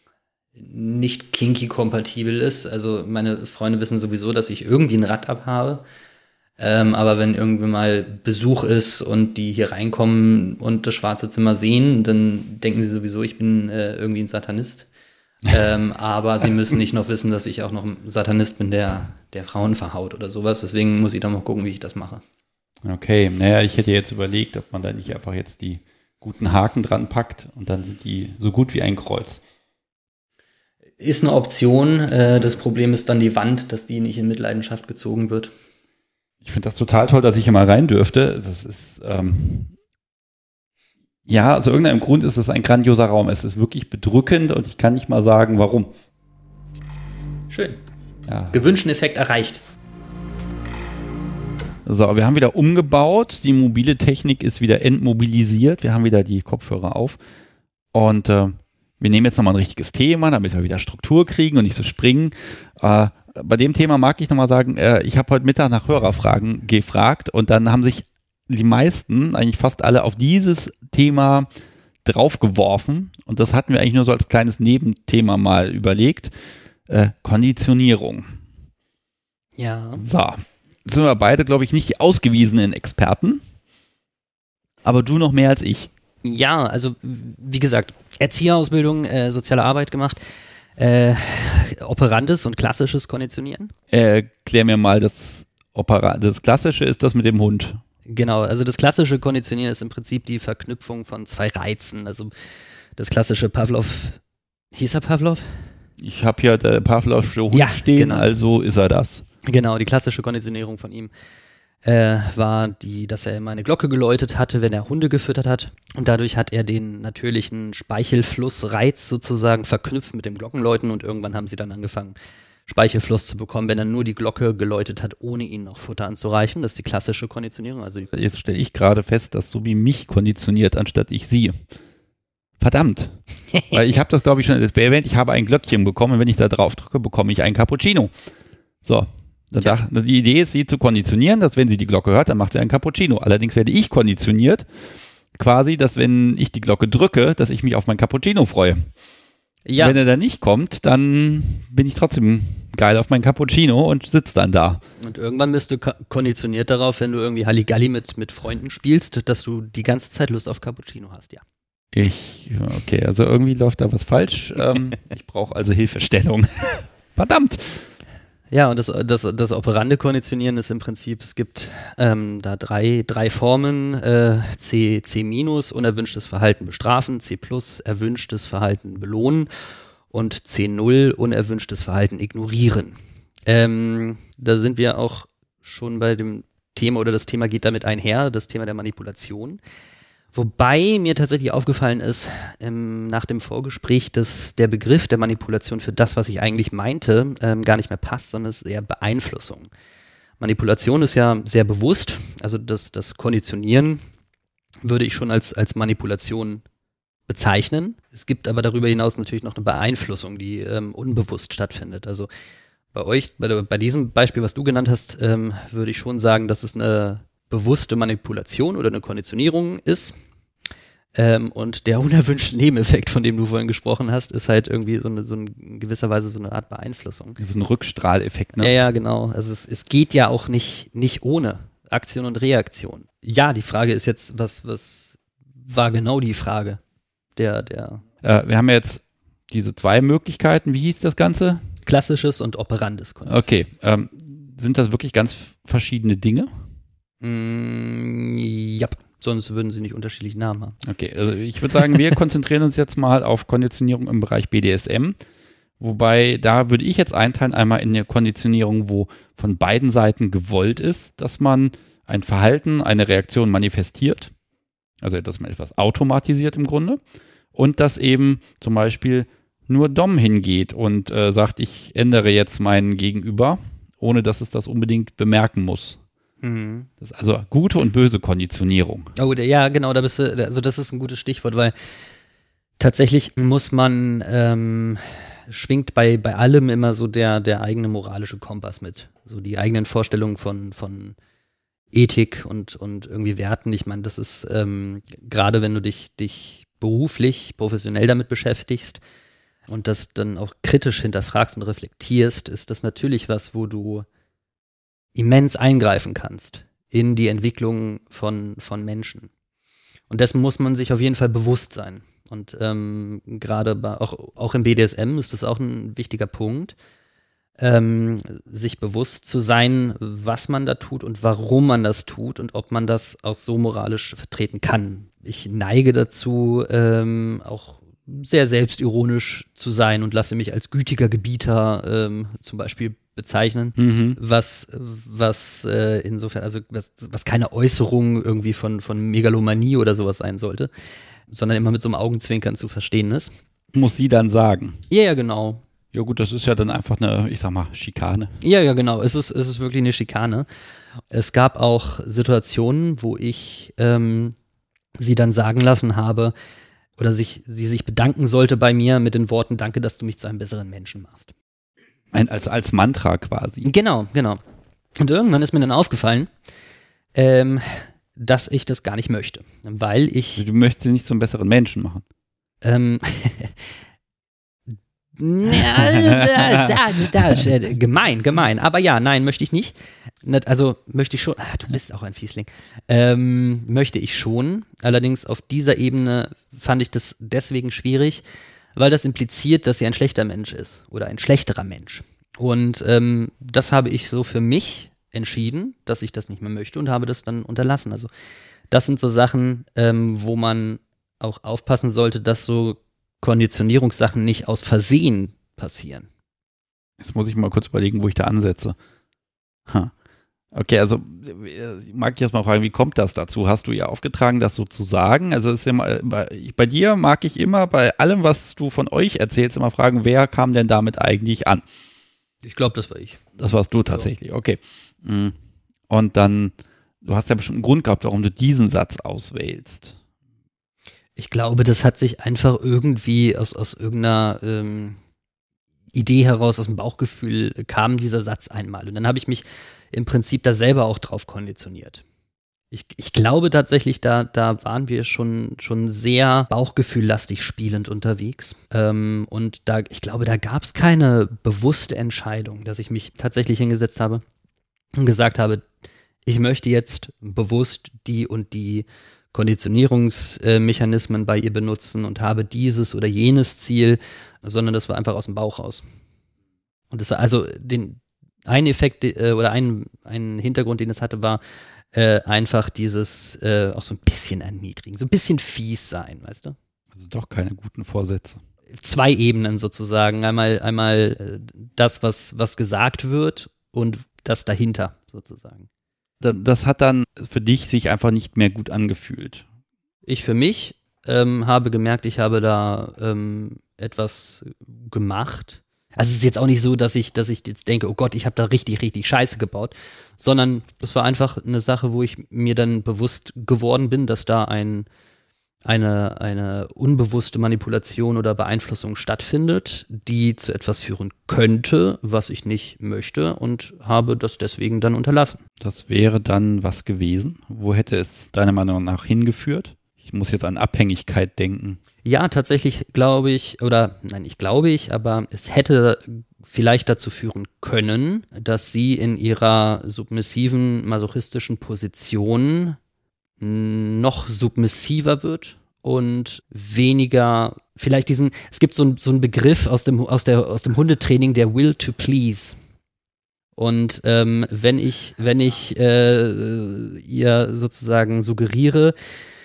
nicht kinky-kompatibel ist. Also meine Freunde wissen sowieso, dass ich irgendwie ein Rad abhabe. Ähm, aber wenn irgendwie mal Besuch ist und die hier reinkommen und das schwarze Zimmer sehen, dann denken sie sowieso, ich bin äh, irgendwie ein Satanist. ähm, aber sie müssen nicht noch wissen, dass ich auch noch ein Satanist bin, der, der Frauen verhaut oder sowas. Deswegen muss ich dann mal gucken, wie ich das mache. Okay, naja, ich hätte jetzt überlegt, ob man da nicht einfach jetzt die guten Haken dran packt und dann sind die so gut wie ein Kreuz. Ist eine Option. Äh, das Problem ist dann die Wand, dass die nicht in Mitleidenschaft gezogen wird. Ich finde das total toll, dass ich hier mal rein dürfte. Das ist, ähm, ja, aus irgendeinem Grund ist es ein grandioser Raum. Es ist wirklich bedrückend und ich kann nicht mal sagen, warum. Schön. Ja. Gewünschten Effekt erreicht. So, wir haben wieder umgebaut. Die mobile Technik ist wieder entmobilisiert. Wir haben wieder die Kopfhörer auf. Und äh, wir nehmen jetzt nochmal ein richtiges Thema, damit wir wieder Struktur kriegen und nicht so springen. Äh, Bei dem Thema mag ich nochmal sagen, äh, ich habe heute Mittag nach Hörerfragen gefragt und dann haben sich die meisten, eigentlich fast alle, auf dieses Thema draufgeworfen und das hatten wir eigentlich nur so als kleines Nebenthema mal überlegt. Äh, Konditionierung. Ja. So, jetzt sind wir beide, glaube ich, nicht die ausgewiesenen Experten, aber du noch mehr als ich. Ja, also wie gesagt, Erzieherausbildung, äh, soziale Arbeit gemacht. Äh, operantes und klassisches Konditionieren? Äh, klär mir mal, das, Opera- das Klassische ist das mit dem Hund. Genau, also das klassische Konditionieren ist im Prinzip die Verknüpfung von zwei Reizen. Also das klassische Pavlov, hieß er Pavlov? Ich habe hier der Pavlovsche Hund ja, stehen, genau. Also ist er das. Genau, die klassische Konditionierung von ihm äh, war die, dass er immer eine Glocke geläutet hatte, wenn er Hunde gefüttert hat. Und dadurch hat er den natürlichen Speichelflussreiz sozusagen verknüpft mit dem Glockenläuten und irgendwann haben sie dann angefangen, Speichelfluss zu bekommen, wenn er nur die Glocke geläutet hat, ohne ihnen noch Futter anzureichen. Das ist die klassische Konditionierung. Also jetzt stelle ich gerade fest, dass Subi mich konditioniert, anstatt ich sie. Verdammt. Weil ich habe das, glaube ich, schon erwähnt, ich habe ein Glöckchen bekommen und wenn ich da drauf drücke, bekomme ich einen Cappuccino. So. Ja. Die Idee ist, sie zu konditionieren, dass wenn sie die Glocke hört, dann macht sie einen Cappuccino. Allerdings werde ich konditioniert, quasi, dass wenn ich die Glocke drücke, dass ich mich auf mein Cappuccino freue. Ja. Wenn er dann nicht kommt, dann bin ich trotzdem geil auf mein Cappuccino und sitze dann da. Und irgendwann bist du ka- konditioniert darauf, wenn du irgendwie Halligalli mit, mit Freunden spielst, dass du die ganze Zeit Lust auf Cappuccino hast, ja. Ich, okay, also irgendwie läuft da was falsch. ähm, ich brauche also Hilfestellung. Verdammt! Ja, und das, das, das operante Konditionieren ist im Prinzip, es gibt ähm, da drei, drei Formen, äh, C, C-, unerwünschtes Verhalten bestrafen, C+, erwünschtes Verhalten belohnen und C null, unerwünschtes Verhalten ignorieren. Ähm, da sind wir auch schon bei dem Thema, oder das Thema geht damit einher, das Thema der Manipulation. Wobei mir tatsächlich aufgefallen ist, ähm, nach dem Vorgespräch, dass der Begriff der Manipulation für das, was ich eigentlich meinte, ähm, gar nicht mehr passt, sondern es ist eher Beeinflussung. Manipulation ist ja sehr bewusst, also das, das Konditionieren würde ich schon als, als Manipulation bezeichnen. Es gibt aber darüber hinaus natürlich noch eine Beeinflussung, die ähm, unbewusst stattfindet. Also bei euch, bei, bei diesem Beispiel, was du genannt hast, ähm, würde ich schon sagen, dass es eine bewusste Manipulation oder eine Konditionierung ist. Ähm, und der unerwünschte Nebeneffekt, von dem du vorhin gesprochen hast, ist halt irgendwie so eine, so in gewisser Weise so eine Art Beeinflussung. So ein Rückstrahleffekt, ne? Ja, ja, genau. Also es, es geht ja auch nicht, nicht ohne Aktion und Reaktion. Ja, die Frage ist jetzt, was, was war genau die Frage? Der, der Äh, wir haben ja jetzt diese zwei Möglichkeiten. Wie hieß das Ganze? Klassisches und operandes Kondition. Okay. Ähm, sind das wirklich ganz verschiedene Dinge? Mm, ja, sonst würden sie nicht unterschiedliche Namen haben. Okay, also ich würde sagen, wir konzentrieren uns jetzt mal auf Konditionierung im Bereich B D S M. Wobei, da würde ich jetzt einteilen, einmal in eine Konditionierung, wo von beiden Seiten gewollt ist, dass man ein Verhalten, eine Reaktion manifestiert. Also, dass man etwas automatisiert im Grunde. Und dass eben zum Beispiel nur Dom hingeht und äh, sagt, ich ändere jetzt meinen Gegenüber, ohne dass es das unbedingt bemerken muss. Mhm. Das ist also gute und böse Konditionierung. Oh, ja, genau, da bist du, also das ist ein gutes Stichwort, weil tatsächlich muss man, ähm, schwingt bei, bei allem immer so der, der eigene moralische Kompass mit. So die eigenen Vorstellungen von, von Ethik und, und irgendwie Werten. Ich meine, das ist, ähm, gerade wenn du dich, dich beruflich, professionell damit beschäftigst und das dann auch kritisch hinterfragst und reflektierst, ist das natürlich was, wo du immens eingreifen kannst in die Entwicklung von, von Menschen. Und dessen muss man sich auf jeden Fall bewusst sein. Und ähm, gerade bei, auch, auch im B D S M ist das auch ein wichtiger Punkt, ähm, sich bewusst zu sein, was man da tut und warum man das tut und ob man das auch so moralisch vertreten kann. Ich neige dazu, ähm, auch sehr selbstironisch zu sein und lasse mich als gütiger Gebieter ähm, zum Beispiel bezeichnen, Mhm. was, was äh, insofern, also was, was keine Äußerung irgendwie von, von Megalomanie oder sowas sein sollte, sondern immer mit so einem Augenzwinkern zu verstehen ist. Muss sie dann sagen. Ja, ja, genau. Ja gut, das ist ja dann einfach eine, ich sag mal, Schikane. Ja, ja, genau. Es ist, es ist wirklich eine Schikane. Es gab auch Situationen, wo ich ähm, sie dann sagen lassen habe oder sich, sie sich bedanken sollte bei mir mit den Worten, danke, dass du mich zu einem besseren Menschen machst. Ein, als, als Mantra quasi. Genau, genau. Und irgendwann ist mir dann aufgefallen, ähm, dass ich das gar nicht möchte, weil ich Du möchtest sie nicht zum besseren Menschen machen. ähm, ja, da, da, da, gemein, gemein. Aber ja, nein, möchte ich nicht. Also möchte ich schon, ach, du bist auch ein Fiesling, ähm, möchte ich schon. Allerdings auf dieser Ebene fand ich das deswegen schwierig, weil das impliziert, dass sie ein schlechter Mensch ist oder ein schlechterer Mensch. Und ähm, das habe ich so für mich entschieden, dass ich das nicht mehr möchte und habe das dann unterlassen. Also das sind so Sachen, ähm, wo man auch aufpassen sollte, dass so Konditionierungssachen nicht aus Versehen passieren. Jetzt muss ich mal kurz überlegen, wo ich da ansetze. Ha. Okay, also mag ich erst mal fragen, wie kommt das dazu? Hast du ihr aufgetragen, das so zu sagen? Also es ist immer, bei, bei dir mag ich immer bei allem, was du von euch erzählst, immer fragen, wer kam denn damit eigentlich an? Ich glaube, das war ich. Das warst du tatsächlich, okay. Und dann, du hast ja bestimmt einen Grund gehabt, warum du diesen Satz auswählst. Ich glaube, das hat sich einfach irgendwie aus, aus irgendeiner ähm, Idee heraus, aus dem Bauchgefühl kam dieser Satz einmal. Und dann habe ich mich im Prinzip da selber auch drauf konditioniert. Ich, ich glaube tatsächlich, da, da waren wir schon, schon sehr bauchgefühllastig spielend unterwegs. Ähm, und da, ich glaube, da gab es keine bewusste Entscheidung, dass ich mich tatsächlich hingesetzt habe und gesagt habe, ich möchte jetzt bewusst die und die Konditionierungsmechanismen bei ihr benutzen und habe dieses oder jenes Ziel, sondern das war einfach aus dem Bauch raus. Und das also den ein Effekt äh, oder ein, ein Hintergrund, den es hatte, war äh, einfach dieses äh, auch so ein bisschen erniedrigen, so ein bisschen fies sein, weißt du? Also doch keine guten Vorsätze. Zwei Ebenen sozusagen. Einmal, einmal äh, das, was, was gesagt wird und das dahinter sozusagen. Das hat dann für dich sich einfach nicht mehr gut angefühlt. Ich für mich ähm, habe gemerkt, ich habe da ähm, etwas gemacht. Also es ist jetzt auch nicht so, dass ich, dass ich jetzt denke, oh Gott, ich habe da richtig, richtig Scheiße gebaut, sondern es war einfach eine Sache, wo ich mir dann bewusst geworden bin, dass da ein, eine, eine unbewusste Manipulation oder Beeinflussung stattfindet, die zu etwas führen könnte, was ich nicht möchte, und habe das deswegen dann unterlassen. Das wäre dann was gewesen? Wo hätte es deiner Meinung nach hingeführt? Ich muss jetzt an Abhängigkeit denken. Ja, tatsächlich glaube ich, oder nein, nicht glaube ich, aber es hätte vielleicht dazu führen können, dass sie in ihrer submissiven, masochistischen Position noch submissiver wird und weniger, vielleicht diesen, es gibt so, ein, so einen Begriff aus dem, aus, der, aus dem Hundetraining, der Will to Please. Und ähm, wenn ich, wenn ich äh, ihr sozusagen suggeriere,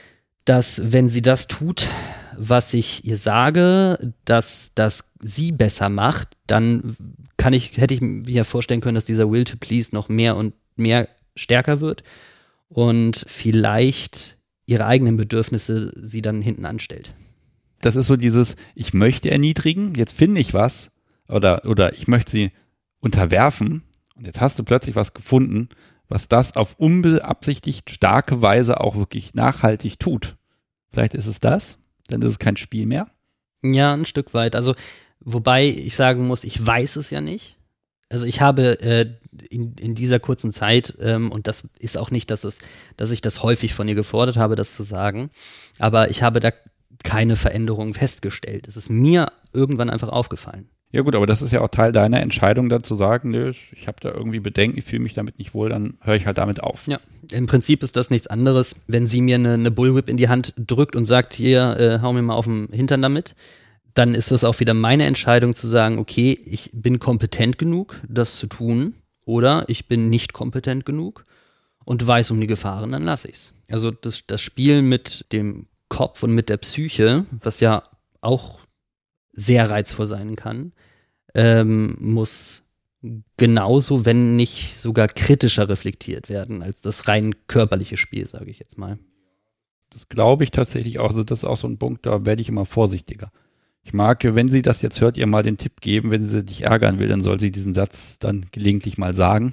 dass wenn sie das tut, was ich ihr sage, dass das sie besser macht, dann kann ich, hätte ich mir vorstellen können, dass dieser Will to Please noch mehr und mehr stärker wird und vielleicht ihre eigenen Bedürfnisse sie dann hinten anstellt. Das ist so dieses, ich möchte erniedrigen, jetzt finde ich was, oder, oder ich möchte sie unterwerfen, und jetzt hast du plötzlich was gefunden, was das auf unbeabsichtigt starke Weise auch wirklich nachhaltig tut. Vielleicht ist es das, dann ist es kein Spiel mehr. Ja, ein Stück weit. Also, wobei ich sagen muss, ich weiß es ja nicht. Also ich habe äh, in, in dieser kurzen Zeit, ähm, und das ist auch nicht, dass, es, dass ich das häufig von ihr gefordert habe, das zu sagen, aber ich habe da keine Veränderung festgestellt. Es ist mir irgendwann einfach aufgefallen. Ja gut, aber das ist ja auch Teil deiner Entscheidung, da zu sagen, nö, ich habe da irgendwie Bedenken, ich fühle mich damit nicht wohl, dann höre ich halt damit auf. Ja, im Prinzip ist das nichts anderes, wenn sie mir eine, eine Bullwhip in die Hand drückt und sagt, hier, äh, hau mir mal auf den Hintern damit, dann ist es auch wieder meine Entscheidung zu sagen, okay, ich bin kompetent genug, das zu tun, oder ich bin nicht kompetent genug und weiß um die Gefahren, dann lasse ich's. Also das, das Spiel mit dem Kopf und mit der Psyche, was ja auch sehr reizvoll sein kann, ähm, muss genauso, wenn nicht sogar kritischer reflektiert werden, als das rein körperliche Spiel, sage ich jetzt mal. Das glaube ich tatsächlich auch, also das ist auch so ein Punkt, da werde ich immer vorsichtiger. Ich mag, wenn sie das jetzt hört, ihr mal den Tipp geben, wenn sie dich ärgern will, dann soll sie diesen Satz dann gelegentlich mal sagen.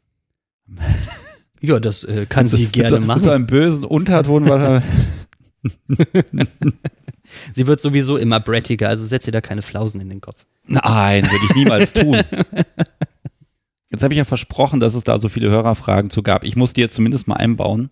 Ja, das äh, kann sie mit gerne so, machen. Mit so einem bösen Unterton. Sie wird sowieso immer brattiger, also setzt ihr da keine Flausen in den Kopf. Nein, würde ich niemals tun. Jetzt habe ich ja versprochen, dass es da so viele Hörerfragen zu gab. Ich muss die jetzt zumindest mal einbauen.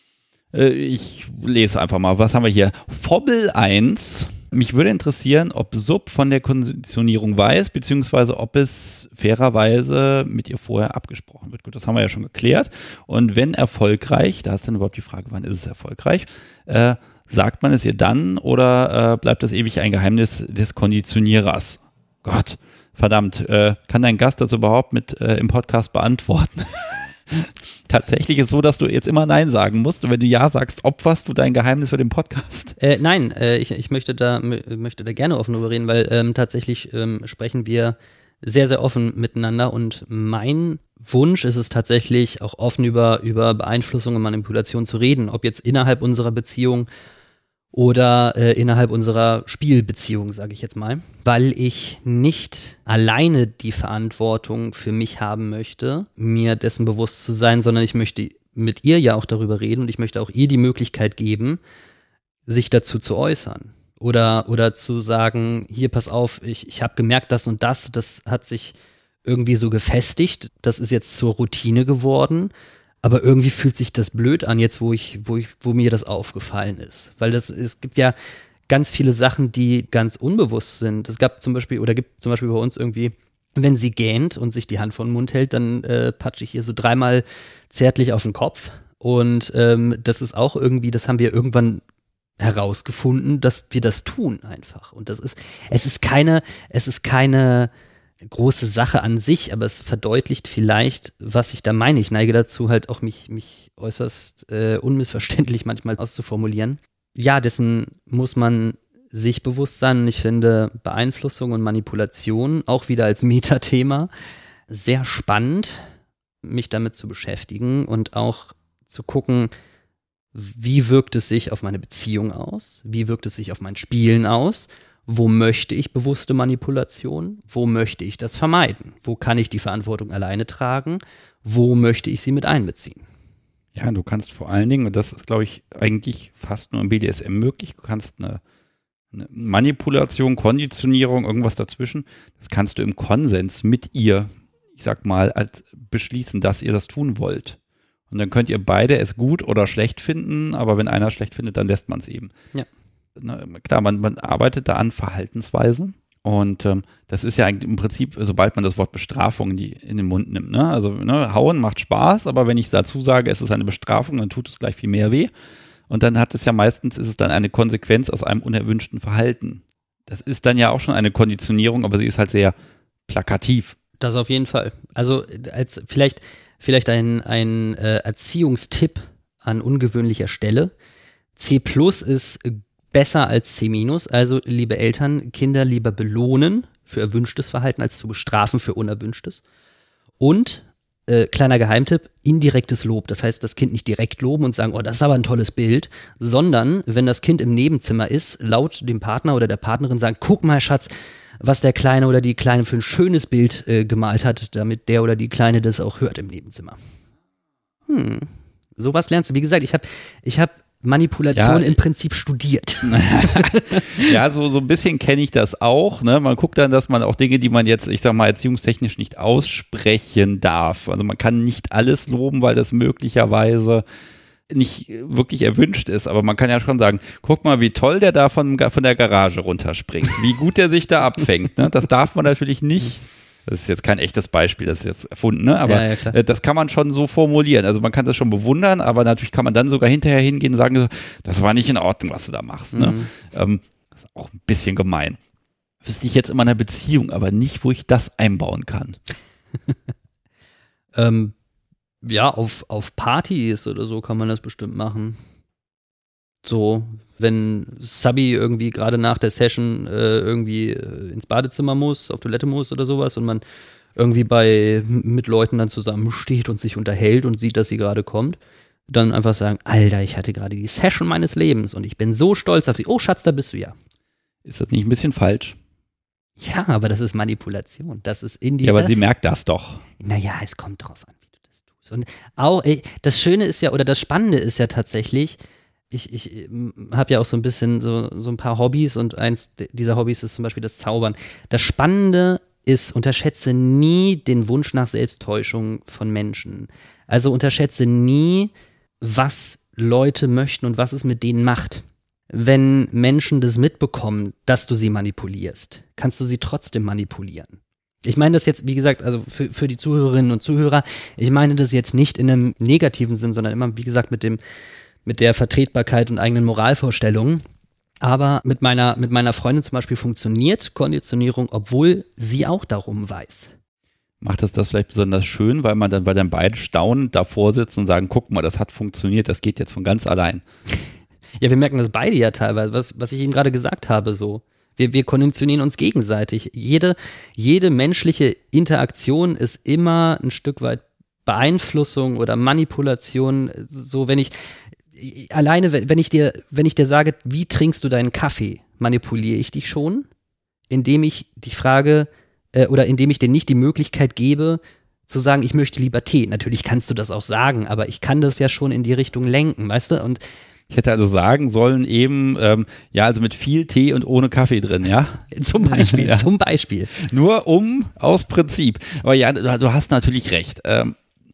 Ich lese einfach mal, was haben wir hier? Fobbel eins. Mich würde interessieren, ob Sub von der Konditionierung weiß, beziehungsweise ob es fairerweise mit ihr vorher abgesprochen wird. Gut, das haben wir ja schon geklärt. Und wenn erfolgreich, da ist dann überhaupt die Frage, wann ist es erfolgreich, äh, sagt man es ihr dann oder äh, bleibt das ewig ein Geheimnis des Konditionierers? Gott, verdammt, äh, kann dein Gast das überhaupt mit äh, im Podcast beantworten? Tatsächlich ist es so, dass du jetzt immer Nein sagen musst und wenn du Ja sagst, opferst du dein Geheimnis für den Podcast? Äh, nein, äh, ich, ich möchte da, möchte da gerne offen drüber reden, weil ähm, tatsächlich ähm, sprechen wir sehr, sehr offen miteinander und mein Wunsch ist es tatsächlich, auch offen über, über Beeinflussung und Manipulation zu reden, ob jetzt innerhalb unserer Beziehung oder äh, innerhalb unserer Spielbeziehung, sage ich jetzt mal, weil ich nicht alleine die Verantwortung für mich haben möchte, mir dessen bewusst zu sein, sondern ich möchte mit ihr ja auch darüber reden und ich möchte auch ihr die Möglichkeit geben, sich dazu zu äußern oder, oder zu sagen, hier, pass auf, ich, ich habe gemerkt, das und das, das hat sich irgendwie so gefestigt, das ist jetzt zur Routine geworden. Aber irgendwie fühlt sich das blöd an, jetzt wo ich, wo ich, wo mir das aufgefallen ist. Weil das, es gibt ja ganz viele Sachen, die ganz unbewusst sind. Es gab zum Beispiel, oder gibt zum Beispiel bei uns irgendwie, wenn sie gähnt und sich die Hand vor den Mund hält, dann äh, patsche ich ihr so dreimal zärtlich auf den Kopf. Und ähm, das ist auch irgendwie, das haben wir irgendwann herausgefunden, dass wir das tun einfach. Und das ist, es ist keine, es ist keine große Sache an sich, aber es verdeutlicht vielleicht, was ich da meine. Ich neige dazu, halt auch mich, mich äußerst äh, unmissverständlich manchmal auszuformulieren. Ja, dessen muss man sich bewusst sein. Und ich finde Beeinflussung und Manipulation auch wieder als Metathema sehr spannend, mich damit zu beschäftigen und auch zu gucken, wie wirkt es sich auf meine Beziehung aus? Wie wirkt es sich auf mein Spielen aus? Wo möchte ich bewusste Manipulation? Wo möchte ich das vermeiden? Wo kann ich die Verantwortung alleine tragen? Wo möchte ich sie mit einbeziehen? Ja, du kannst vor allen Dingen, und das ist, glaube ich, eigentlich fast nur im B D S M möglich, du kannst eine, eine Manipulation, Konditionierung, irgendwas dazwischen, das kannst du im Konsens mit ihr, ich sag mal, als beschließen, dass ihr das tun wollt. Und dann könnt ihr beide es gut oder schlecht finden, aber wenn einer schlecht findet, dann lässt man es eben. Ja. Na, klar, man, man arbeitet da an Verhaltensweisen. Und ähm, das ist ja eigentlich im Prinzip, sobald man das Wort Bestrafung in, die, in den Mund nimmt. Ne? Also ne, hauen macht Spaß, aber wenn ich dazu sage, es ist eine Bestrafung, dann tut es gleich viel mehr weh. Und dann hat es ja meistens, ist es dann eine Konsequenz aus einem unerwünschten Verhalten. Das ist dann ja auch schon eine Konditionierung, aber sie ist halt sehr plakativ. Das auf jeden Fall. Also als vielleicht, vielleicht ein, ein äh, Erziehungstipp an ungewöhnlicher Stelle. C plus ist besser als C minus, also liebe Eltern, Kinder lieber belohnen für erwünschtes Verhalten, als zu bestrafen für unerwünschtes. Und, äh, kleiner Geheimtipp, indirektes Lob. Das heißt, das Kind nicht direkt loben und sagen, oh, das ist aber ein tolles Bild, sondern, wenn das Kind im Nebenzimmer ist, laut dem Partner oder der Partnerin sagen, guck mal, Schatz, was der Kleine oder die Kleine für ein schönes Bild äh, gemalt hat, damit der oder die Kleine das auch hört im Nebenzimmer. Hm, sowas lernst du. Wie gesagt, ich habe ich hab Manipulation ja, im Prinzip studiert. Ja, so, so ein bisschen kenne ich das auch. Ne? Man guckt dann, dass man auch Dinge, die man jetzt, ich sag mal, erziehungstechnisch nicht aussprechen darf. Also man kann nicht alles loben, weil das möglicherweise nicht wirklich erwünscht ist. Aber man kann ja schon sagen, guck mal, wie toll der da von, von der Garage runterspringt. Wie gut der sich da abfängt. Ne? Das darf man natürlich nicht. Das ist jetzt kein echtes Beispiel, das ist jetzt erfunden, ne? Aber ja, ja, das kann man schon so formulieren. Also man kann das schon bewundern, aber natürlich kann man dann sogar hinterher hingehen und sagen, das war nicht in Ordnung, was du da machst. Ne? Mhm. Ähm, das ist auch ein bisschen gemein. Wüsste ich jetzt in meiner Beziehung, aber nicht, wo ich das einbauen kann. ähm, ja, auf, auf Partys oder so kann man das bestimmt machen. So, wenn Sabi irgendwie gerade nach der Session äh, irgendwie äh, ins Badezimmer muss, auf Toilette muss oder sowas und man irgendwie bei mit Leuten dann zusammensteht und sich unterhält und sieht, dass sie gerade kommt, dann einfach sagen, Alter, ich hatte gerade die Session meines Lebens und ich bin so stolz auf sie. Oh, Schatz, da bist du ja. Ist das nicht ein bisschen falsch? Ja, aber das ist Manipulation. Das ist in die. Ja, aber sie merkt das doch. Naja, es kommt drauf an, wie du das tust. Und auch, ey, das Schöne ist ja, oder das Spannende ist ja tatsächlich, Ich, ich habe ja auch so ein bisschen so, so ein paar Hobbys und eins dieser Hobbys ist zum Beispiel das Zaubern. Das Spannende ist, unterschätze nie den Wunsch nach Selbsttäuschung von Menschen. Also unterschätze nie, was Leute möchten und was es mit denen macht. Wenn Menschen das mitbekommen, dass du sie manipulierst, kannst du sie trotzdem manipulieren. Ich meine das jetzt, wie gesagt, also für, für die Zuhörerinnen und Zuhörer, ich meine das jetzt nicht in einem negativen Sinn, sondern immer, wie gesagt, mit dem mit der Vertretbarkeit und eigenen Moralvorstellungen. Aber mit meiner, mit meiner Freundin zum Beispiel funktioniert Konditionierung, obwohl sie auch darum weiß. Macht es das vielleicht besonders schön, weil man dann, weil dann beide staunend davor sitzen und sagen, guck mal, das hat funktioniert, das geht jetzt von ganz allein. Ja, wir merken das beide ja teilweise, was, was ich eben gerade gesagt habe, so. Wir, wir konditionieren uns gegenseitig. Jede, jede menschliche Interaktion ist immer ein Stück weit Beeinflussung oder Manipulation. So, wenn ich Alleine, wenn ich dir, wenn ich dir sage, wie trinkst du deinen Kaffee, manipuliere ich dich schon, indem ich dich frage äh, oder indem ich dir nicht die Möglichkeit gebe, zu sagen, ich möchte lieber Tee. Natürlich kannst du das auch sagen, aber ich kann das ja schon in die Richtung lenken, weißt du? Und ich hätte also sagen sollen eben, ähm, ja, also mit viel Tee und ohne Kaffee drin, ja? Zum Beispiel, ja. zum Beispiel. Nur um, aus Prinzip. Aber ja, du, du hast natürlich recht. Ähm,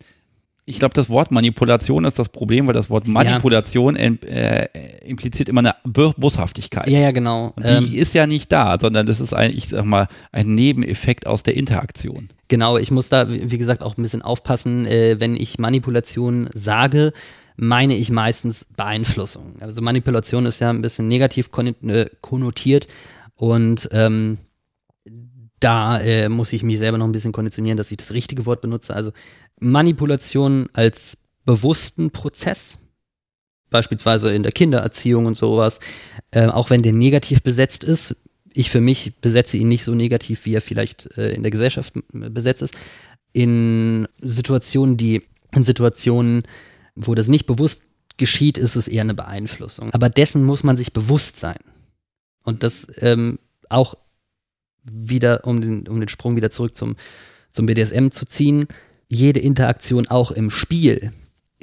Ich glaube, das Wort Manipulation ist das Problem, weil das Wort Manipulation ja. äh, impliziert immer eine Boshaftigkeit. Ja, ja, genau. Und die ähm, ist ja nicht da, sondern das ist ein, ich sag mal, ein Nebeneffekt aus der Interaktion. Genau, ich muss da, wie gesagt, auch ein bisschen aufpassen, äh, wenn ich Manipulation sage, meine ich meistens Beeinflussung. Also Manipulation ist ja ein bisschen negativ konnotiert und ähm, da äh, muss ich mich selber noch ein bisschen konditionieren, dass ich das richtige Wort benutze. Also Manipulation als bewussten Prozess, beispielsweise in der Kindererziehung und sowas, äh, auch wenn der negativ besetzt ist. Ich für mich besetze ihn nicht so negativ, wie er vielleicht äh, in der Gesellschaft besetzt ist. In Situationen, die, in Situationen, wo das nicht bewusst geschieht, ist es eher eine Beeinflussung. Aber dessen muss man sich bewusst sein. Und das ähm, auch wieder, um den, um den Sprung wieder zurück zum, zum B D S M zu ziehen, jede Interaktion auch im Spiel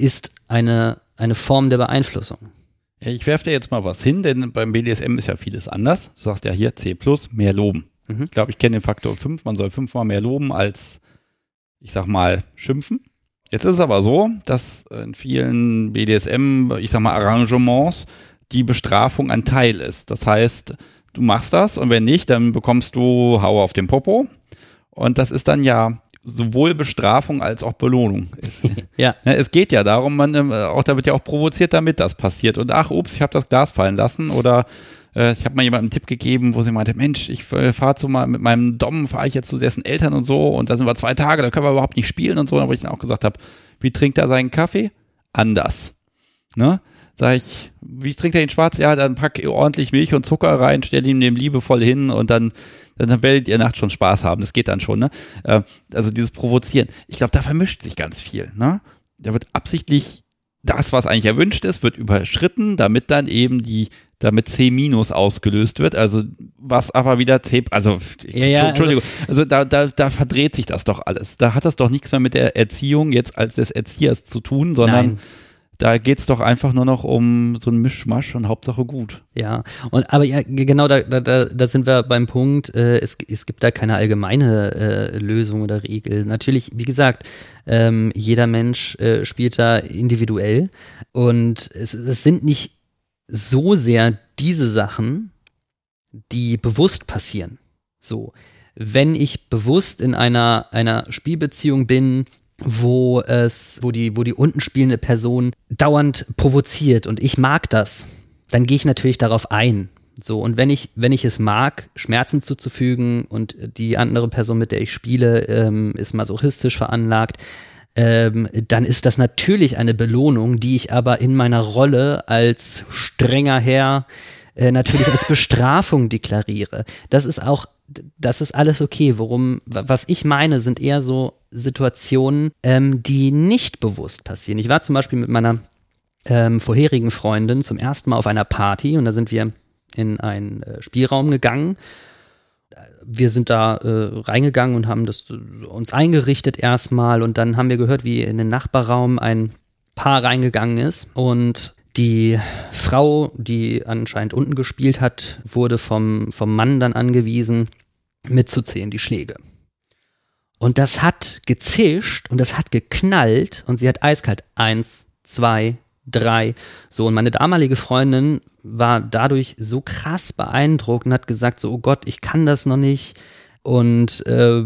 ist eine, eine Form der Beeinflussung. Ich werfe dir jetzt mal was hin, denn beim B D S M ist ja vieles anders. Du sagst ja hier C plus, mehr loben. Mhm. Ich glaube, ich kenne den Faktor fünf, man soll fünfmal mehr loben als, ich sag mal, schimpfen. Jetzt ist es aber so, dass in vielen B D S M, ich sag mal, Arrangements die Bestrafung ein Teil ist. Das heißt, du machst das und wenn nicht, dann bekommst du Hau auf den Popo. Und das ist dann ja sowohl Bestrafung als auch Belohnung. Ja. Es geht ja darum, man, auch da wird ja auch provoziert, damit das passiert. Und ach, ups, ich habe das Glas fallen lassen oder äh, ich habe mal jemandem einen Tipp gegeben, wo sie meinte, Mensch, ich äh, fahre zu mal mit meinem Dom, fahre ich jetzt zu dessen Eltern und so und da sind wir zwei Tage, da können wir überhaupt nicht spielen und so. Und wo ich dann auch gesagt habe, wie trinkt er seinen Kaffee? Anders. Ne? Sag ich, wie trinkt er den schwarz? Ja, dann pack ordentlich Milch und Zucker rein, stell ihm dem liebevoll hin und dann, dann werdet ihr Nacht schon Spaß haben. Das geht dann schon, ne? Äh, also dieses Provozieren. Ich glaube, da vermischt sich ganz viel, ne? Da wird absichtlich das, was eigentlich erwünscht ist, wird überschritten, damit dann eben die, damit C minus ausgelöst wird. Also was aber wieder C, also ja, ja, Entschuldigung, also, also da, da, da verdreht sich das doch alles. Da hat das doch nichts mehr mit der Erziehung jetzt als des Erziehers zu tun, sondern Nein. Da geht es doch einfach nur noch um so ein Mischmasch und Hauptsache gut. Ja, und aber ja, genau, da, da, da sind wir beim Punkt, äh, es, es gibt da keine allgemeine äh, Lösung oder Regel. Natürlich, wie gesagt, ähm, jeder Mensch äh, spielt da individuell und es, es sind nicht so sehr diese Sachen, die bewusst passieren. So, wenn ich bewusst in einer, einer Spielbeziehung bin, wo es, wo die, wo die unten spielende Person dauernd provoziert und ich mag das, dann gehe ich natürlich darauf ein. So, und wenn ich, wenn ich es mag, Schmerzen zuzufügen und die andere Person, mit der ich spiele, ähm, ist masochistisch veranlagt, ähm, dann ist das natürlich eine Belohnung, die ich aber in meiner Rolle als strenger Herr äh, natürlich als Bestrafung deklariere. Das ist auch, das ist alles okay. Worum, was ich meine, sind eher so Situationen, ähm, die nicht bewusst passieren. Ich war zum Beispiel mit meiner ähm, vorherigen Freundin zum ersten Mal auf einer Party und da sind wir in einen äh, Spielraum gegangen. Wir sind da äh, reingegangen und haben das äh, uns eingerichtet erstmal und dann haben wir gehört, wie in den Nachbarraum ein Paar reingegangen ist und die Frau, die anscheinend unten gespielt hat, wurde vom, vom Mann dann angewiesen, mitzuzählen, die Schläge. Und das hat gezischt und das hat geknallt und sie hat eiskalt eins, zwei, drei, so. Und meine damalige Freundin war dadurch so krass beeindruckt und hat gesagt so, oh Gott, ich kann das noch nicht und äh,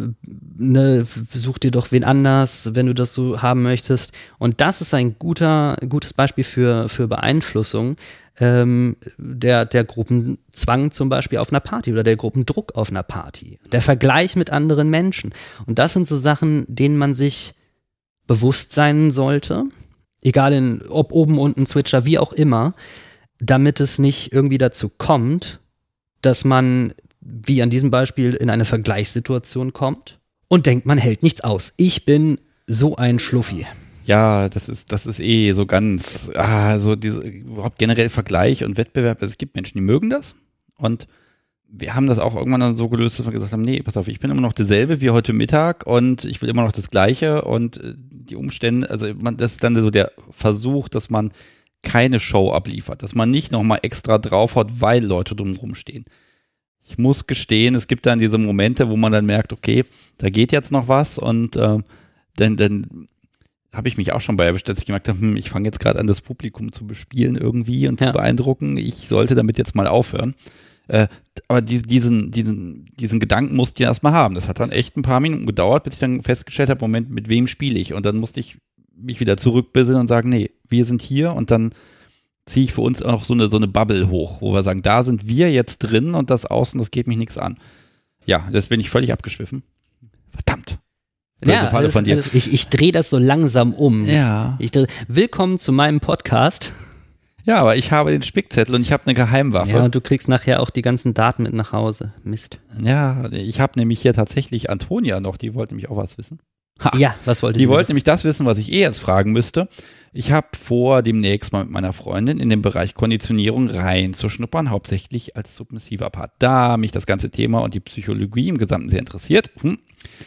ne, such dir doch wen anders, wenn du das so haben möchtest. Und das ist ein guter, gutes Beispiel für, für Beeinflussung ähm, der, der Gruppenzwang zum Beispiel auf einer Party oder der Gruppendruck auf einer Party. Der Vergleich mit anderen Menschen. Und das sind so Sachen, denen man sich bewusst sein sollte, egal in, ob oben, unten, Switcher, wie auch immer, damit es nicht irgendwie dazu kommt, dass man, wie an diesem Beispiel, in eine Vergleichssituation kommt und denkt, man hält nichts aus. Ich bin so ein Schluffi. Ja, das ist, das ist eh so ganz, ah, so diese, überhaupt generell Vergleich und Wettbewerb. Also es gibt Menschen, die mögen das und wir haben das auch irgendwann dann so gelöst, dass wir gesagt haben, nee, pass auf, ich bin immer noch derselbe wie heute Mittag und ich will immer noch das Gleiche und die Umstände, also man, das ist dann so der Versuch, dass man keine Show abliefert, dass man nicht nochmal extra draufhaut, weil Leute drumherum stehen. Ich muss gestehen, es gibt dann diese Momente, wo man dann merkt, okay, da geht jetzt noch was und äh, dann, dann habe ich mich auch schon bei erwischt, dass ich gemerkt habe, hm, ich fange jetzt gerade an, das Publikum zu bespielen irgendwie und ja. zu beeindrucken. Ich sollte damit jetzt mal aufhören. Äh, aber die, diesen, diesen, diesen Gedanken musste ich erstmal haben. Das hat dann echt ein paar Minuten gedauert, bis ich dann festgestellt habe, Moment, mit wem spiele ich? Und dann musste ich mich wieder zurückbesinnen und sagen, nee, wir sind hier und dann ziehe ich für uns auch so eine, so eine Bubble hoch, wo wir sagen, da sind wir jetzt drin und das Außen, das geht mich nichts an. Ja, das bin ich völlig abgeschwiffen. Verdammt. Ja, alles, von dir. Alles, ich, ich drehe das so langsam um. Ja. Ich dreh, willkommen zu meinem Podcast. Ja, aber ich habe den Spickzettel und ich habe eine Geheimwaffe. Ja, und du kriegst nachher auch die ganzen Daten mit nach Hause. Mist. Ja, ich habe nämlich hier tatsächlich Antonia noch, die wollte nämlich auch was wissen. Ha, ja, was wollte die sie? Die wollte nämlich das wissen, was ich eh jetzt fragen müsste. Ich habe vor, demnächst mal mit meiner Freundin in den Bereich Konditionierung reinzuschnuppern, hauptsächlich als submissiver Part. Da mich das ganze Thema und die Psychologie im Gesamten sehr interessiert. Hm.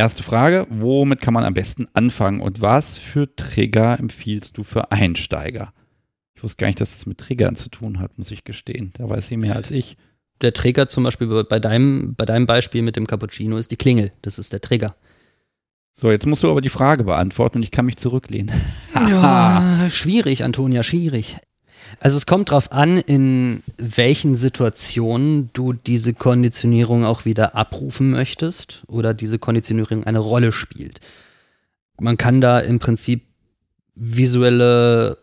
erste Frage, womit kann man am besten anfangen und was für Trigger empfiehlst du für Einsteiger? Ich wusste gar nicht, dass das mit Triggern zu tun hat, muss ich gestehen. Da weiß sie mehr als ich. Der Trigger zum Beispiel bei deinem, bei deinem Beispiel mit dem Cappuccino ist die Klingel. Das ist der Trigger. So, jetzt musst du aber die Frage beantworten und ich kann mich zurücklehnen. Ja, schwierig, Antonia, schwierig. Also es kommt drauf an, in welchen Situationen du diese Konditionierung auch wieder abrufen möchtest oder diese Konditionierung eine Rolle spielt. Man kann da im Prinzip visuelle,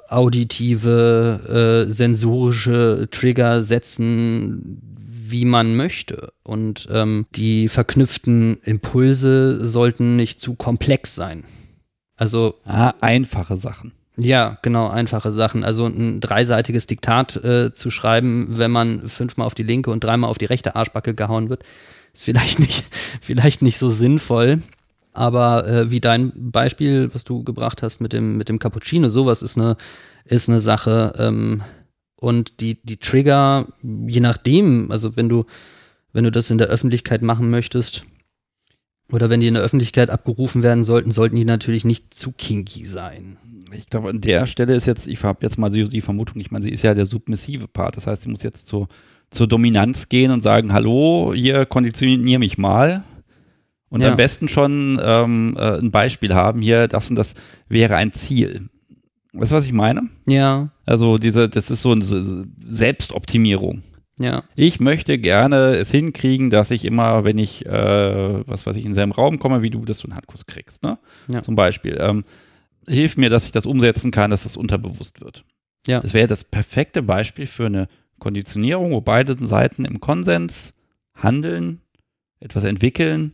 auditive, äh, sensorische Trigger setzen, wie man möchte. Und ähm, die verknüpften Impulse sollten nicht zu komplex sein. Also ah, einfache Sachen. Ja, genau, einfache Sachen. Also ein dreiseitiges Diktat äh, zu schreiben, wenn man fünfmal auf die linke und dreimal auf die rechte Arschbacke gehauen wird, ist vielleicht nicht, vielleicht nicht so sinnvoll. Aber äh, wie dein Beispiel, was du gebracht hast mit dem, mit dem Cappuccino, sowas ist eine, ist eine Sache. Ähm, und die, die Trigger, je nachdem, also wenn du, wenn du das in der Öffentlichkeit machen möchtest oder wenn die in der Öffentlichkeit abgerufen werden sollten, sollten die natürlich nicht zu kinky sein. Ich glaube, an der Stelle ist jetzt, ich habe jetzt mal die Vermutung, ich meine, sie ist ja der submissive Part. Das heißt, sie muss jetzt zur, zur Dominanz gehen und sagen, hallo, hier, konditionier mich mal. Und Ja. am besten schon ähm, äh, ein Beispiel haben, hier, das und das wäre ein Ziel. Weißt du, was ich meine? Ja, Also diese, das ist so eine Selbstoptimierung. ja. Ich möchte gerne es hinkriegen, dass ich immer, wenn ich, äh, was weiß ich, in seinem Raum komme, wie du, dass du einen Handkuss kriegst, ne? Ja. Zum Beispiel. Ähm, hilf mir, dass ich das umsetzen kann, dass das unterbewusst wird. Ja. Das wäre das perfekte Beispiel für eine Konditionierung, wo beide Seiten im Konsens handeln, etwas entwickeln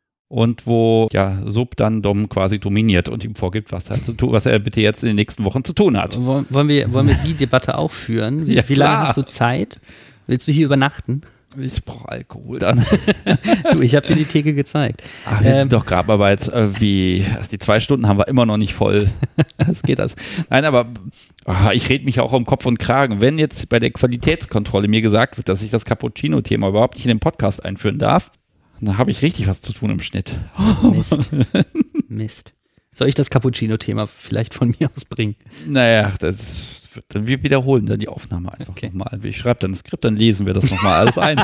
und wo ja Sub dann Dom quasi dominiert und ihm vorgibt, was er, zu tun, was er bitte jetzt in den nächsten Wochen zu tun hat. Wollen wollen wir, wollen wir die Debatte auch führen? Wie, Ja, wie lange klar. hast du Zeit? Willst du hier übernachten? Ich brauche Alkohol dann. Du, ich habe dir die Theke gezeigt. Ach, wir Ähm, sind doch gerade mal bei jetzt, äh, wie, die zwei Stunden haben wir immer noch nicht voll. Das geht das. Nein, aber ah, ich rede mich auch um Kopf und Kragen. Wenn jetzt bei der Qualitätskontrolle mir gesagt wird, dass ich das Cappuccino-Thema überhaupt nicht in den Podcast einführen darf, dann habe ich richtig was zu tun im Schnitt. Mist. Mist. Soll ich das Cappuccino-Thema vielleicht von mir aus bringen? Naja, das wird dann, wir wiederholen dann die Aufnahme einfach Okay. nochmal. Ich schreibe dann ein Skript, dann lesen wir das nochmal alles ein.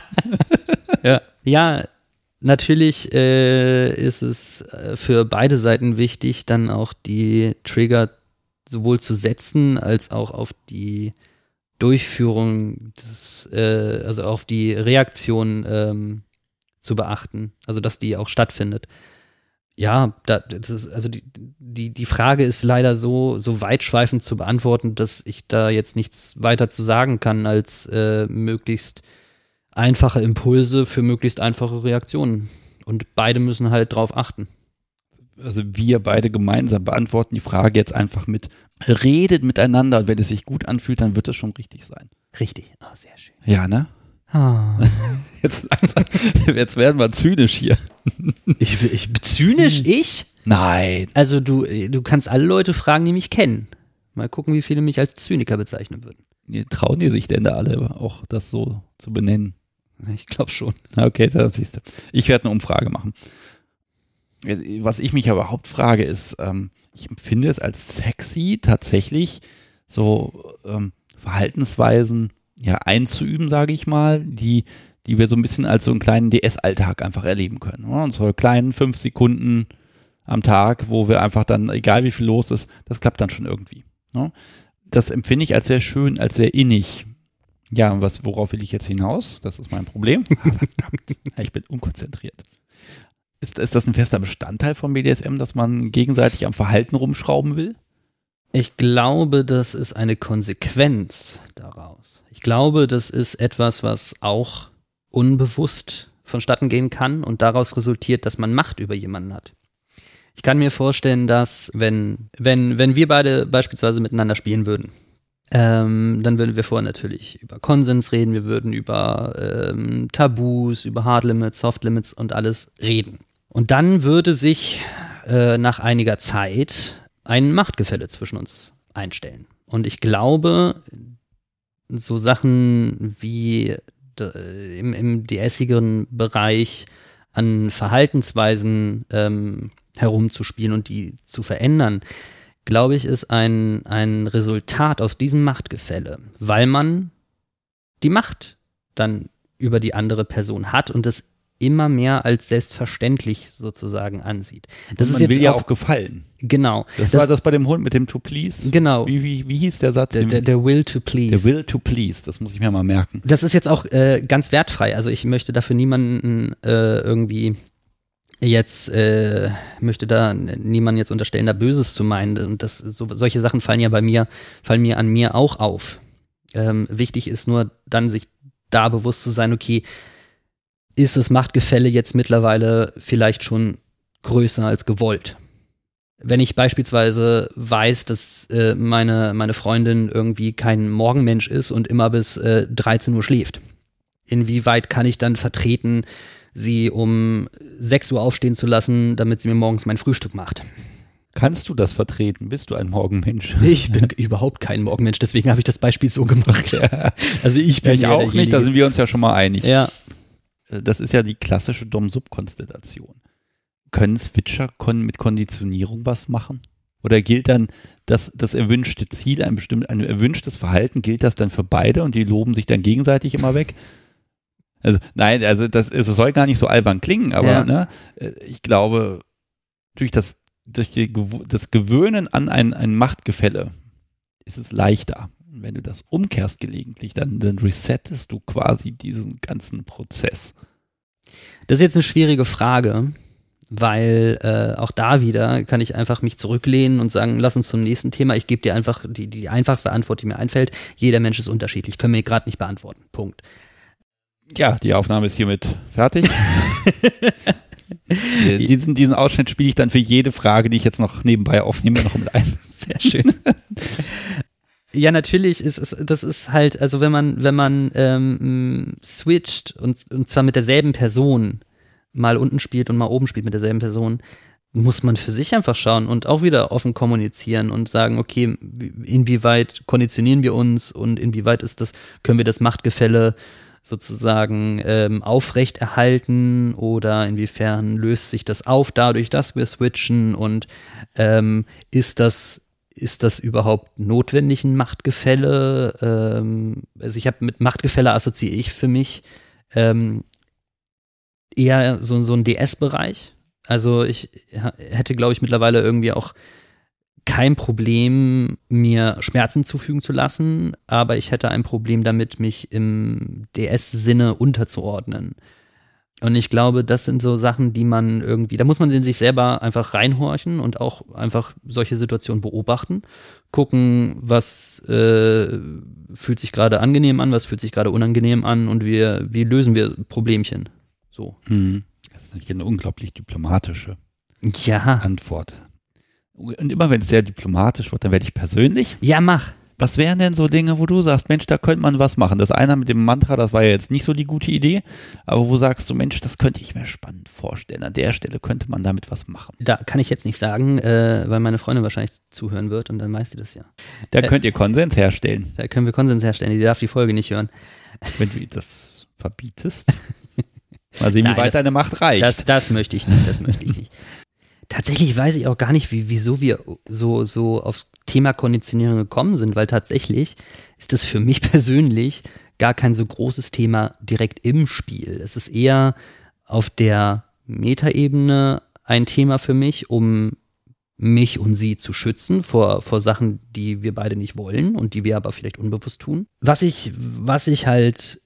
Ja. Ja, natürlich äh, ist es äh, für beide Seiten wichtig, dann auch die Trigger sowohl zu setzen, als auch auf die Durchführung des, äh, also auf die Reaktion ähm, zu beachten. Also, dass die auch stattfindet. Ja, da, das ist, also die, die, die Frage ist leider so, so weitschweifend zu beantworten, dass ich da jetzt nichts weiter zu sagen kann, als äh, möglichst einfache Impulse für möglichst einfache Reaktionen. Und beide müssen halt drauf achten. Also wir beide gemeinsam beantworten die Frage jetzt einfach mit, redet miteinander und wenn es sich gut anfühlt, dann wird es schon richtig sein. Richtig. Oh, sehr schön. Ja, ne? Ah. Jetzt, langsam, jetzt werden wir zynisch hier. Ich, ich zynisch, ich? Nein. Also du, du kannst alle Leute fragen, die mich kennen. Mal gucken, wie viele mich als Zyniker bezeichnen würden. Trauen die sich denn da alle auch, das so zu benennen? Ich glaube schon. Okay, das siehst du. Ich werde eine Umfrage machen. Was ich mich aber überhaupt frage ist, ähm, ich empfinde es als sexy, tatsächlich so ähm, Verhaltensweisen ja einzuüben, sage ich mal, die, die wir so ein bisschen als so einen kleinen D S-Alltag einfach erleben können. Oder? Und so kleinen fünf Sekunden am Tag, wo wir einfach dann, egal wie viel los ist, das klappt dann schon irgendwie. Ne? Das empfinde ich als sehr schön, als sehr innig. Ja, und was, worauf will ich jetzt hinaus? Das ist mein Problem. Ah, verdammt, ich bin unkonzentriert. Ist, ist das ein fester Bestandteil von B D S M, dass man gegenseitig am Verhalten rumschrauben will? Ich glaube, das ist eine Konsequenz daraus. Ich glaube, das ist etwas, was auch unbewusst vonstatten gehen kann und daraus resultiert, dass man Macht über jemanden hat. Ich kann mir vorstellen, dass wenn, wenn, wenn wir beide beispielsweise miteinander spielen würden, ähm, dann würden wir vorher natürlich über Konsens reden, wir würden über ähm, Tabus, über Hard Limits, Soft Limits und alles reden. Und dann würde sich äh, nach einiger Zeit ein Machtgefälle zwischen uns einstellen. Und ich glaube, so Sachen wie d- im, im D S-igeren Bereich an Verhaltensweisen ähm, herumzuspielen und die zu verändern, glaube ich, ist ein, ein Resultat aus diesem Machtgefälle, weil man die Macht dann über die andere Person hat und das immer mehr als selbstverständlich sozusagen ansieht. Das und man ist jetzt will ja auch, auch gefallen. Genau. Das, das war das bei dem Hund mit dem to please? Genau. Wie, wie, wie hieß der Satz? Der, der, der will to please. Der will to please, das muss ich mir mal merken. Das ist jetzt auch äh, ganz wertfrei. Also ich möchte dafür niemanden äh, irgendwie jetzt, äh, möchte da niemanden jetzt unterstellen, da Böses zu meinen. Und das, so, solche Sachen fallen ja bei mir, fallen mir an mir auch auf. Ähm, wichtig ist nur dann, sich da bewusst zu sein, okay, ist das Machtgefälle jetzt mittlerweile vielleicht schon größer als gewollt? Wenn ich beispielsweise weiß, dass äh, meine, meine Freundin irgendwie kein Morgenmensch ist und immer bis äh, dreizehn Uhr schläft, inwieweit kann ich dann vertreten, sie um sechs Uhr aufstehen zu lassen, damit sie mir morgens mein Frühstück macht? Kannst du das vertreten? Bist du ein Morgenmensch? Ich bin überhaupt kein Morgenmensch, deswegen habe ich das Beispiel so gemacht. Ja. Also ich bin ja, ich auch derjenige. Nicht, da sind wir uns ja schon mal einig. Ja. Das ist ja die klassische Dom-Sub-Konstellation. Können Switcher kon- mit Konditionierung was machen? Oder gilt dann das, das erwünschte Ziel, ein bestimmtes, ein erwünschtes Verhalten, gilt das dann für beide und die loben sich dann gegenseitig immer weg? Also nein, also das, es soll gar nicht so albern klingen, aber ja. ne, ich glaube, durch das, durch die, das Gewöhnen an ein, ein Machtgefälle ist es leichter. Wenn du das umkehrst gelegentlich, dann, dann resettest du quasi diesen ganzen Prozess. Das ist jetzt eine schwierige Frage, weil äh, auch da wieder kann ich einfach mich zurücklehnen und sagen, lass uns zum nächsten Thema. Ich gebe dir einfach die, die einfachste Antwort, die mir einfällt. Jeder Mensch ist unterschiedlich, können wir gerade nicht beantworten. Punkt. Ja, die Aufnahme ist hiermit fertig. diesen, diesen Ausschnitt spiele ich dann für jede Frage, die ich jetzt noch nebenbei aufnehme, noch mit ein. Sehr schön. Ja, natürlich ist es, das ist halt, also wenn man, wenn man ähm, switcht und, und zwar mit derselben Person, mal unten spielt und mal oben spielt mit derselben Person, muss man für sich einfach schauen und auch wieder offen kommunizieren und sagen, okay, inwieweit konditionieren wir uns und inwieweit ist das, können wir das Machtgefälle sozusagen ähm, aufrechterhalten oder inwiefern löst sich das auf dadurch, dass wir switchen und ähm, ist das Ist das überhaupt notwendig, ein Machtgefälle? Ähm, also ich habe mit Machtgefälle assoziiere ich für mich ähm, eher so, so einen D S-Bereich. Also ich hätte, glaube ich, mittlerweile irgendwie auch kein Problem, mir Schmerzen zufügen zu lassen, aber ich hätte ein Problem damit, mich im D S-Sinne unterzuordnen. Und ich glaube, das sind so Sachen, die man irgendwie, da muss man in sich selber einfach reinhorchen und auch einfach solche Situationen beobachten, gucken, was äh, fühlt sich gerade angenehm an, was fühlt sich gerade unangenehm an und wir, wie lösen wir Problemchen. So. Hm. Das ist natürlich eine unglaublich diplomatische ja. Antwort. Und immer wenn es sehr diplomatisch wird, dann werde ich persönlich. Ja, mach. Was wären denn so Dinge, wo du sagst, Mensch, da könnte man was machen? Das eine mit dem Mantra, das war ja jetzt nicht so die gute Idee, aber wo sagst du, Mensch, das könnte ich mir spannend vorstellen. An der Stelle könnte man damit was machen. Da kann ich jetzt nicht sagen, äh, weil meine Freundin wahrscheinlich zuhören wird und dann weiß sie das ja. Da äh, könnt ihr Konsens herstellen. Da können wir Konsens herstellen, die darf die Folge nicht hören. Wenn du das verbietest. Mal sehen, wie Nein, weit das, deine Macht reicht. Das, das möchte ich nicht, das möchte ich nicht. Tatsächlich weiß ich auch gar nicht, wie, wieso wir so, so aufs Thema Konditionierung gekommen sind, weil tatsächlich ist das für mich persönlich gar kein so großes Thema direkt im Spiel. Es ist eher auf der Metaebene ein Thema für mich, um mich und sie zu schützen vor, vor Sachen, die wir beide nicht wollen und die wir aber vielleicht unbewusst tun. Was ich, was ich halt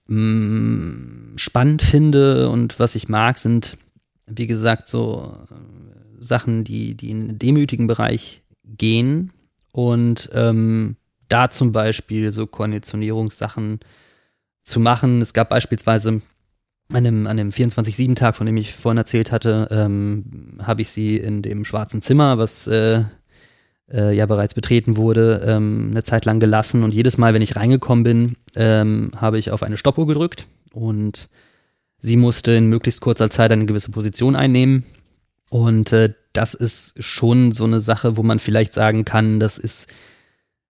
mh, spannend finde und was ich mag, sind, wie gesagt, so Sachen, die, die in den demütigen Bereich gehen und ähm, da zum Beispiel so Konditionierungssachen zu machen. Es gab beispielsweise an dem, an dem vierundzwanzig sieben Tag, von dem ich vorhin erzählt hatte, ähm, habe ich sie in dem schwarzen Zimmer, was äh, äh, ja bereits betreten wurde, ähm, eine Zeit lang gelassen und jedes Mal, wenn ich reingekommen bin, ähm, habe ich auf eine Stoppuhr gedrückt und sie musste in möglichst kurzer Zeit eine gewisse Position einnehmen. Und äh, das ist schon so eine Sache, wo man vielleicht sagen kann, das ist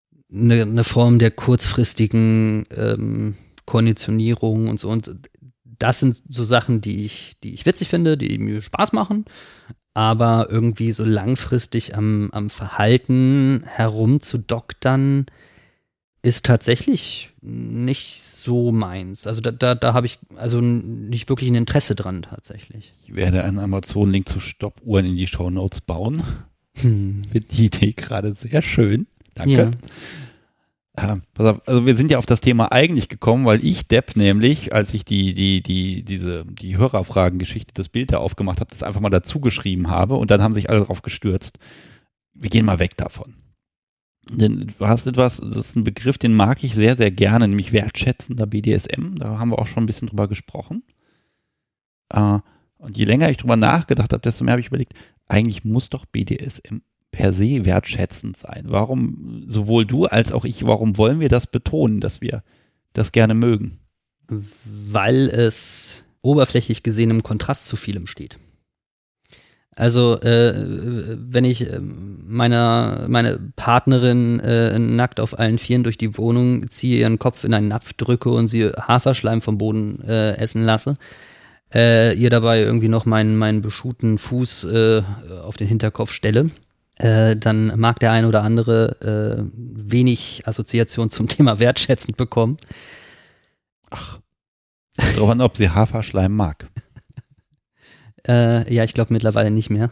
eine, eine Form der kurzfristigen ähm, Konditionierung und so. Und das sind so Sachen, die ich, die ich witzig finde, die mir Spaß machen, aber irgendwie so langfristig am, am Verhalten herumzudoktern, ist tatsächlich nicht so meins. Also da, da, da habe ich also nicht wirklich ein Interesse dran tatsächlich. Ich werde einen Amazon-Link zu Stoppuhren in die Shownotes bauen. Hm. Finde die Idee gerade sehr schön. Danke. Ja. Äh, pass auf, also wir sind ja auf das Thema eigentlich gekommen, weil ich Depp nämlich, als ich die, die, die, diese, die Hörerfragen-Geschichte, das Bild da aufgemacht habe, das einfach mal dazu geschrieben habe und dann haben sich alle drauf gestürzt. Wir gehen mal weg davon. Denn du hast etwas, das ist ein Begriff, den mag ich sehr, sehr gerne, nämlich wertschätzender B D S M. Da haben wir auch schon ein bisschen drüber gesprochen. Äh, und je länger ich drüber nachgedacht habe, desto mehr habe ich überlegt, eigentlich muss doch B D S M per se wertschätzend sein. Warum, sowohl du als auch ich, warum wollen wir das betonen, dass wir das gerne mögen? Weil es oberflächlich gesehen im Kontrast zu vielem steht. Also äh, wenn ich meiner, meine Partnerin äh, nackt auf allen Vieren durch die Wohnung ziehe, ihren Kopf in einen Napf drücke und sie Haferschleim vom Boden äh, essen lasse, äh, ihr dabei irgendwie noch meinen, meinen beschuhten Fuß äh, auf den Hinterkopf stelle, äh, dann mag der ein oder andere äh, wenig Assoziation zum Thema wertschätzend bekommen. Ach, darauf an, ob sie Haferschleim mag. Äh, ja, ich glaube mittlerweile nicht mehr.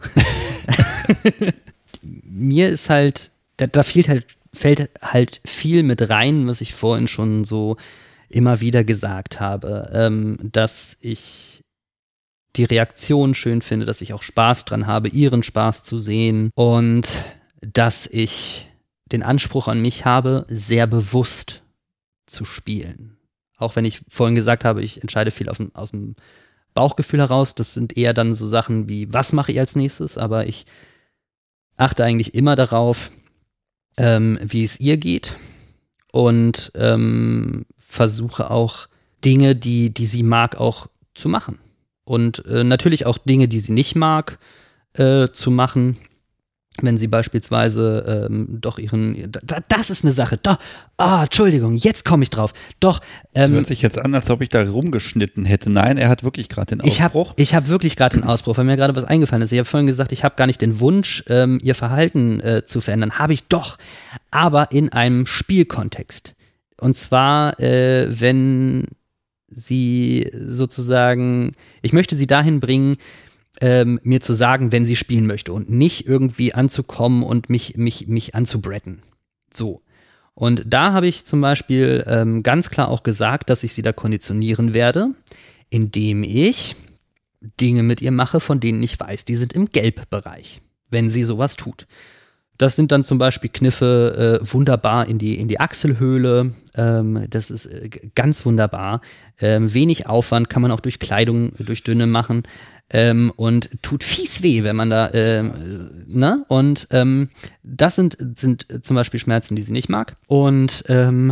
Mir ist halt, da, da fehlt halt, fällt halt viel mit rein, was ich vorhin schon so immer wieder gesagt habe, ähm, dass ich die Reaktion schön finde, dass ich auch Spaß dran habe, ihren Spaß zu sehen und dass ich den Anspruch an mich habe, sehr bewusst zu spielen. Auch wenn ich vorhin gesagt habe, ich entscheide viel aus dem, aus dem Bauchgefühl heraus, das sind eher dann so Sachen wie, was mache ich als nächstes, aber ich achte eigentlich immer darauf, ähm, wie es ihr geht und ähm, versuche auch Dinge, die, die sie mag, auch zu machen. Und äh, natürlich auch Dinge, die sie nicht mag, äh, zu machen. Wenn sie beispielsweise ähm, doch ihren, da, das ist eine Sache, doch, ah, Entschuldigung, jetzt komme ich drauf, doch. Es ähm, hört sich jetzt an, als ob ich da rumgeschnitten hätte. Nein, er hat wirklich gerade den Ausbruch. Ich habe hab wirklich gerade den Ausbruch, weil mir gerade was eingefallen ist. Ich habe vorhin gesagt, ich habe gar nicht den Wunsch, ähm, ihr Verhalten äh, zu verändern. Habe ich doch, aber in einem Spielkontext. Und zwar, äh, wenn sie sozusagen, ich möchte sie dahin bringen, Ähm, mir zu sagen, wenn sie spielen möchte und nicht irgendwie anzukommen und mich, mich, mich anzubretten. So. Und da habe ich zum Beispiel ähm, ganz klar auch gesagt, dass ich sie da konditionieren werde, indem ich Dinge mit ihr mache, von denen ich weiß, die sind im Gelbbereich, wenn sie sowas tut. Das sind dann zum Beispiel Kniffe äh, wunderbar in die, in die Achselhöhle. Ähm, das ist äh, ganz wunderbar. Ähm, wenig Aufwand, kann man auch durch Kleidung, durch dünne machen. Ähm, und tut fies weh, wenn man da, ähm, ne? Und ähm, das sind, sind zum Beispiel Schmerzen, die sie nicht mag. Und ähm,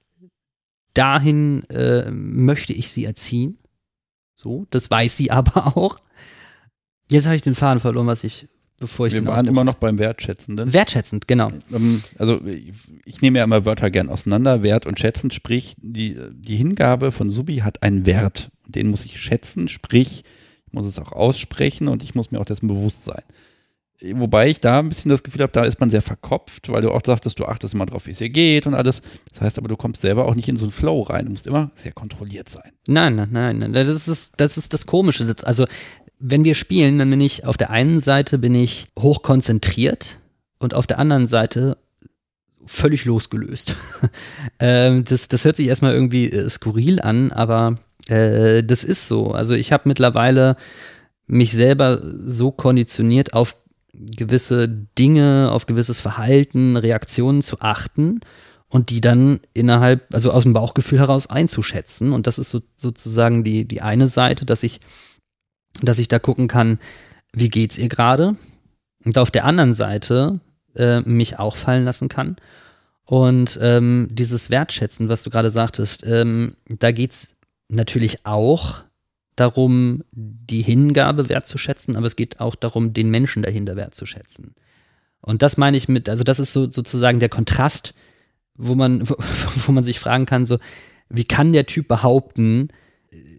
dahin äh, möchte ich sie erziehen. So, das weiß sie aber auch. Jetzt habe ich den Faden verloren, was ich, bevor ich Wir den waren Ausbruch immer noch beim Wertschätzenden. Wertschätzend, genau. Ähm, also ich, ich nehme ja immer Wörter gern auseinander. Wert und schätzend, sprich, die, die Hingabe von Subi hat einen Wert. Den muss ich schätzen, sprich, ich muss es auch aussprechen und ich muss mir auch dessen bewusst sein. Wobei ich da ein bisschen das Gefühl habe, da ist man sehr verkopft, weil du auch sagtest, du achtest immer drauf, wie es dir geht und alles. Das heißt aber, du kommst selber auch nicht in so einen Flow rein. Du musst immer sehr kontrolliert sein. Nein, nein, nein, nein. Das ist, das ist das Komische. Also, wenn wir spielen, dann bin ich auf der einen Seite bin ich hochkonzentriert und auf der anderen Seite völlig losgelöst. ähm, das, das hört sich erstmal irgendwie äh, skurril an, aber äh, das ist so. Also ich habe mittlerweile mich selber so konditioniert, auf gewisse Dinge, auf gewisses Verhalten, Reaktionen zu achten und die dann innerhalb, also aus dem Bauchgefühl heraus einzuschätzen. Und das ist so, sozusagen die, die eine Seite, dass ich, dass ich da gucken kann, wie geht's ihr gerade? Und auf der anderen Seite äh, mich auch fallen lassen kann. Und ähm, dieses Wertschätzen, was du gerade sagtest, ähm, da geht's natürlich auch darum, die Hingabe wertzuschätzen, aber es geht auch darum, den Menschen dahinter wertzuschätzen. Und das meine ich mit, also das ist so sozusagen der Kontrast, wo man, wo, wo man sich fragen kann, so, wie kann der Typ behaupten,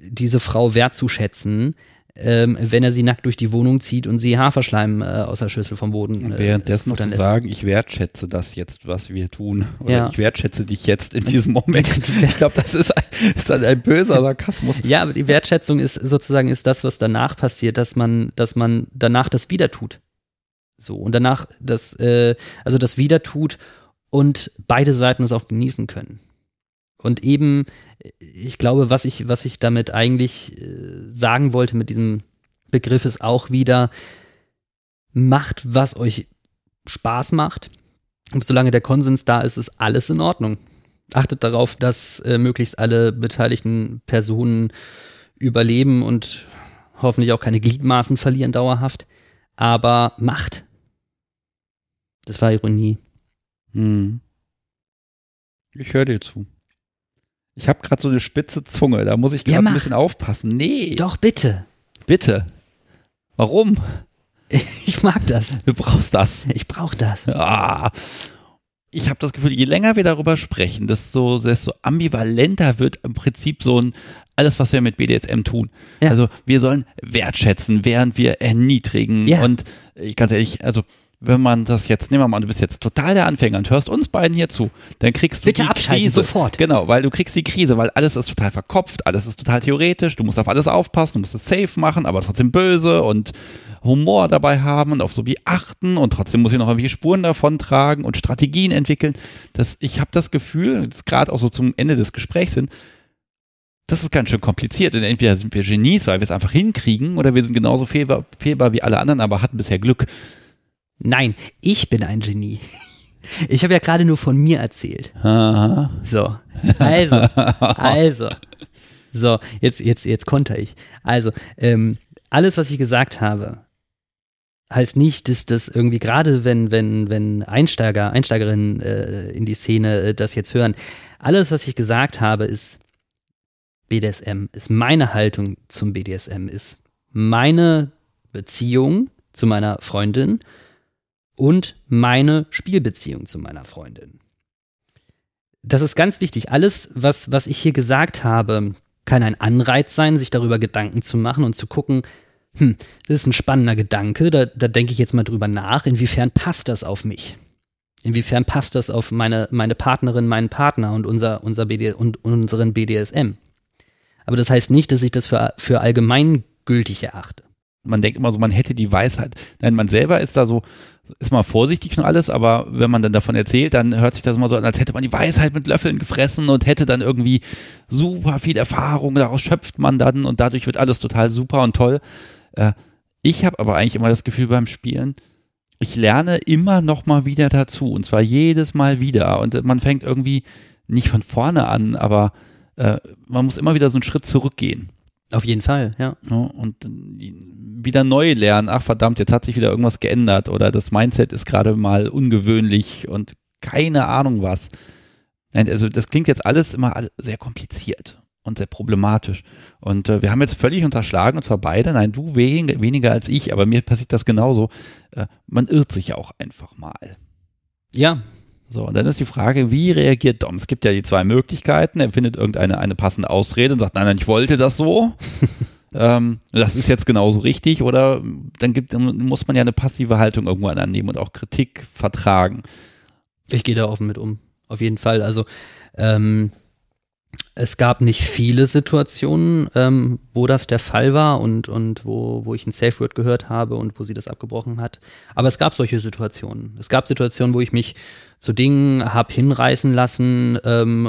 diese Frau wertzuschätzen, ähm, wenn er sie nackt durch die Wohnung zieht und sie Haferschleim äh, aus der Schüssel vom Boden äh, währenddessen noch zu sagen, ich wertschätze das jetzt, was wir tun. Oder ja. ich wertschätze dich jetzt in diesem Moment. Ich glaube, das ist, ist dann ein böser Sarkasmus. Ja, aber die Wertschätzung ist sozusagen ist das, was danach passiert, dass man, dass man danach das wieder tut. So, und danach das, äh, also das wieder tut und beide Seiten es auch genießen können. Und eben, ich glaube, was ich, was ich damit eigentlich äh, sagen wollte mit diesem Begriff ist auch wieder, macht, was euch Spaß macht. Und solange der Konsens da ist, ist alles in Ordnung. Achtet darauf, dass äh, möglichst alle beteiligten Personen überleben und hoffentlich auch keine Gliedmaßen verlieren dauerhaft. Aber macht. Das war Ironie. Hm. Ich höre dir zu. Ich habe gerade so eine spitze Zunge, da muss ich gerade ja, ein bisschen aufpassen. Nee. Doch, bitte. Bitte. Warum? Ich mag das. Du brauchst das. Ich brauche das. Ah. Ich habe das Gefühl, je länger wir darüber sprechen, desto, desto ambivalenter wird im Prinzip so ein alles, was wir mit B D S M tun. Ja. Also wir sollen wertschätzen, während wir erniedrigen. Ja. Und ich ganz ehrlich, also wenn man das jetzt, nehmen wir mal, du bist jetzt total der Anfänger und hörst uns beiden hier zu, dann kriegst du Bitte die abschalten, Krise. Sofort. Genau, weil du kriegst die Krise, weil alles ist total verkopft, alles ist total theoretisch, du musst auf alles aufpassen, du musst es safe machen, aber trotzdem böse und Humor dabei haben und auf so wie achten und trotzdem muss ich noch irgendwelche Spuren davon tragen und Strategien entwickeln. Das, ich habe das Gefühl, gerade auch so zum Ende des Gesprächs hin, das ist ganz schön kompliziert und entweder sind wir Genies, weil wir es einfach hinkriegen oder wir sind genauso fehlbar, fehlbar wie alle anderen, aber hatten bisher Glück. Nein, ich bin ein Genie. Ich habe ja gerade nur von mir erzählt. Aha. So, also, also. So, jetzt, jetzt, jetzt konter ich. Also, ähm, alles, was ich gesagt habe, heißt nicht, dass das irgendwie, gerade wenn, wenn, wenn Einsteiger, Einsteigerinnen äh, in die Szene äh, das jetzt hören, alles, was ich gesagt habe, ist B D S M, ist meine Haltung zum B D S M, ist meine Beziehung zu meiner Freundin und meine Spielbeziehung zu meiner Freundin. Das ist ganz wichtig. Alles, was, was ich hier gesagt habe, kann ein Anreiz sein, sich darüber Gedanken zu machen und zu gucken, hm, das ist ein spannender Gedanke, da, da denke ich jetzt mal drüber nach, inwiefern passt das auf mich? Inwiefern passt das auf meine, meine Partnerin, meinen Partner und, unser, unser B D, und unseren B D S M? Aber das heißt nicht, dass ich das für, für allgemeingültig erachte. Man denkt immer so, man hätte die Weisheit. Nein, man selber ist da so, ist mal vorsichtig und alles, aber wenn man dann davon erzählt, dann hört sich das immer so an, als hätte man die Weisheit mit Löffeln gefressen und hätte dann irgendwie super viel Erfahrung, daraus schöpft man dann und dadurch wird alles total super und toll. Ich habe aber eigentlich immer das Gefühl beim Spielen, ich lerne immer noch mal wieder dazu und zwar jedes Mal wieder und man fängt irgendwie nicht von vorne an, aber man muss immer wieder so einen Schritt zurückgehen. Auf jeden Fall, ja. Und wieder neu lernen, ach verdammt, jetzt hat sich wieder irgendwas geändert oder das Mindset ist gerade mal ungewöhnlich und keine Ahnung was. Also das klingt jetzt alles immer sehr kompliziert und sehr problematisch. Und äh, wir haben jetzt völlig unterschlagen, und zwar beide, nein, du wen, weniger als ich, aber mir passiert das genauso. Äh, man irrt sich auch einfach mal. Ja. So, und dann ist die Frage, wie reagiert Dom? Es gibt ja die zwei Möglichkeiten. Er findet irgendeine eine passende Ausrede und sagt, nein, nein, ich wollte das so. ähm, das ist jetzt genauso richtig. Oder dann gibt, muss man ja eine passive Haltung irgendwo annehmen und auch Kritik vertragen. Ich gehe da offen mit um. Auf jeden Fall. Also, ähm, es gab nicht viele Situationen, ähm, wo das der Fall war und, und wo, wo ich ein Safe Word gehört habe und wo sie das abgebrochen hat. Aber es gab solche Situationen. Es gab Situationen, wo ich mich zu Dingen habe hinreißen lassen, ähm,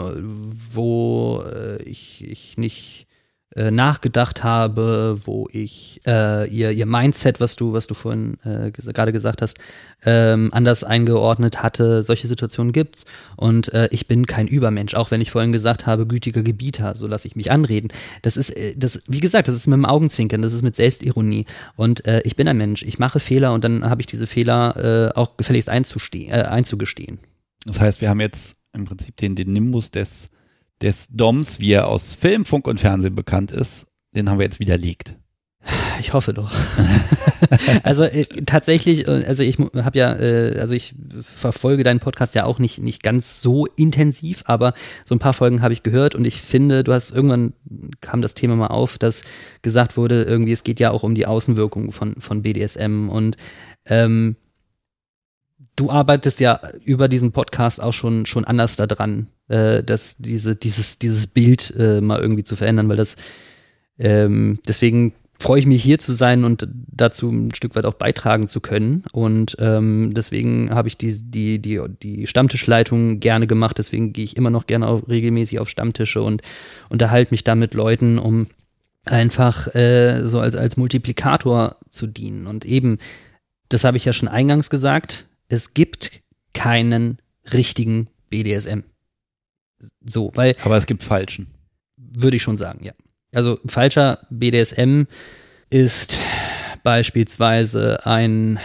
wo äh, ich, ich nicht äh, nachgedacht habe, wo ich äh, ihr, ihr Mindset, was du, was du vorhin äh, ges- gerade gesagt hast, ähm, anders eingeordnet hatte. Solche Situationen gibt's. Und äh, ich bin kein Übermensch, auch wenn ich vorhin gesagt habe, gütiger Gebieter, so lasse ich mich anreden. Das ist, äh, das, wie gesagt, das ist mit dem Augenzwinkern, das ist mit Selbstironie. Und äh, ich bin ein Mensch, ich mache Fehler und dann habe ich diese Fehler äh, auch gefälligst einzustehen, äh, einzugestehen. Das heißt, wir haben jetzt im Prinzip den, den Nimbus des, des Doms, wie er aus Film, Funk und Fernsehen bekannt ist, den haben wir jetzt widerlegt. Ich hoffe doch. Also äh, tatsächlich, äh, also ich habe ja, äh, also ich verfolge deinen Podcast ja auch nicht, nicht ganz so intensiv, aber so ein paar Folgen habe ich gehört und ich finde, du hast irgendwann kam das Thema mal auf, dass gesagt wurde, irgendwie es geht ja auch um die Außenwirkung von, von B D S M und ähm, du arbeitest ja über diesen Podcast auch schon, schon anders daran, äh, dass diese, dieses, dieses Bild äh, mal irgendwie zu verändern, weil das ähm, deswegen freue ich mich, hier zu sein und dazu ein Stück weit auch beitragen zu können. Und ähm, deswegen habe ich die, die, die, die Stammtischleitung gerne gemacht. Deswegen gehe ich immer noch gerne auch regelmäßig auf Stammtische und unterhalte mich da mit Leuten, um einfach äh, so als, als Multiplikator zu dienen. Und eben, das habe ich ja schon eingangs gesagt, es gibt keinen richtigen B D S M. So, weil. Aber es gibt falschen. Würde ich schon sagen, ja. Also falscher B D S M ist beispielsweise ein,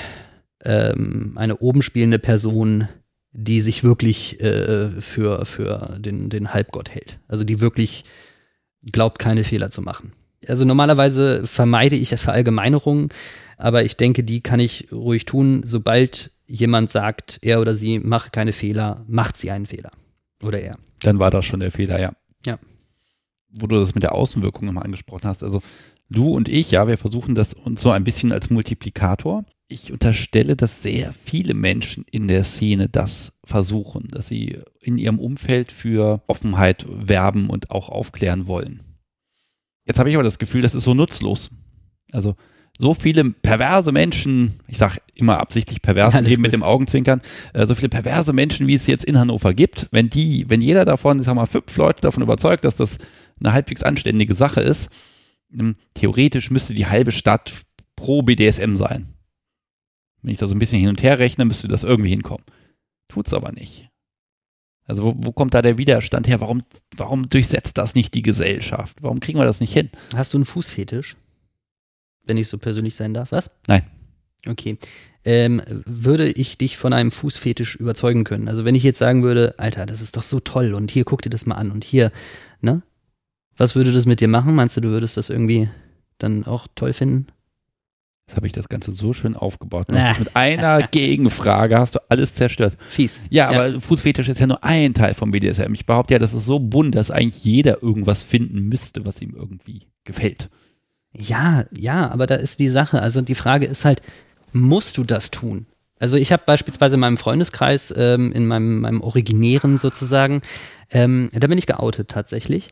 ähm, eine oben spielende Person, die sich wirklich äh, für, für den, den Halbgott hält. Also die wirklich glaubt, keine Fehler zu machen. Also normalerweise vermeide ich Verallgemeinerungen, aber ich denke, die kann ich ruhig tun. Sobald jemand sagt, er oder sie macht keine Fehler, macht sie einen Fehler. Oder er. Dann war das schon der Fehler, ja. Ja. Wo du das mit der Außenwirkung nochmal angesprochen hast. Also du und ich, ja, wir versuchen das uns so ein bisschen als Multiplikator. Ich unterstelle, dass sehr viele Menschen in der Szene das versuchen, dass sie in ihrem Umfeld für Offenheit werben und auch aufklären wollen. Jetzt habe ich aber das Gefühl, das ist so nutzlos. Also so viele perverse Menschen, ich sage immer absichtlich pervers, Alles eben mit gut. dem Augenzwinkern, äh, so viele perverse Menschen, wie es jetzt in Hannover gibt, wenn die, wenn jeder davon, ich sag mal, fünf Leute davon überzeugt, dass das eine halbwegs anständige Sache ist, ähm, theoretisch müsste die halbe Stadt pro B D S M sein. Wenn ich da so ein bisschen hin und her rechne, müsste das irgendwie hinkommen. Tut's aber nicht. Also wo, wo kommt da der Widerstand her? Warum, warum durchsetzt das nicht die Gesellschaft? Warum kriegen wir das nicht hin? Hast du einen Fußfetisch? Wenn ich so persönlich sein darf, was? Nein. Okay. Ähm, würde ich dich von einem Fußfetisch überzeugen können? Also wenn ich jetzt sagen würde, Alter, das ist doch so toll und hier, guck dir das mal an und hier, ne? Was würde das mit dir machen? Meinst du, du würdest das irgendwie dann auch toll finden? Jetzt habe ich das Ganze so schön aufgebaut. Mit einer Gegenfrage hast du alles zerstört. Fies. Ja, aber ja. Fußfetisch ist ja nur ein Teil vom B D S M. Ich behaupte ja, das ist so bunt, dass eigentlich jeder irgendwas finden müsste, was ihm irgendwie gefällt. Ja, ja, aber da ist die Sache, also die Frage ist halt, musst du das tun? Also ich habe beispielsweise in meinem Freundeskreis, ähm, in meinem, meinem Originären sozusagen, ähm, da bin ich geoutet tatsächlich.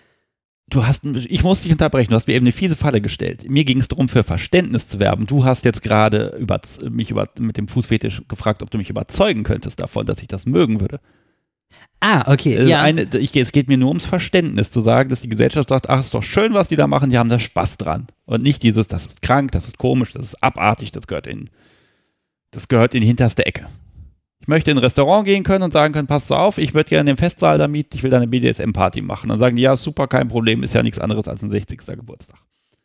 Du hast, ich muss dich unterbrechen, du hast mir eben eine fiese Falle gestellt. Mir ging es darum, für Verständnis zu werben. Du hast jetzt gerade über, mich über, mit dem Fußfetisch gefragt, ob du mich überzeugen könntest davon, dass ich das mögen würde. Ah, okay, also ja. Eine, ich, es geht mir nur ums Verständnis, zu sagen, dass die Gesellschaft sagt, ach, ist doch schön, was die da machen, die haben da Spaß dran. Und nicht dieses, das ist krank, das ist komisch, das ist abartig, das gehört in, das gehört in die hinterste Ecke. Ich möchte in ein Restaurant gehen können und sagen können, passt auf, ich würde gerne den Festsaal da mieten, ich will da eine B D S M-Party machen. Dann sagen die, ja, super, kein Problem, ist ja nichts anderes als ein sechzigster Geburtstag.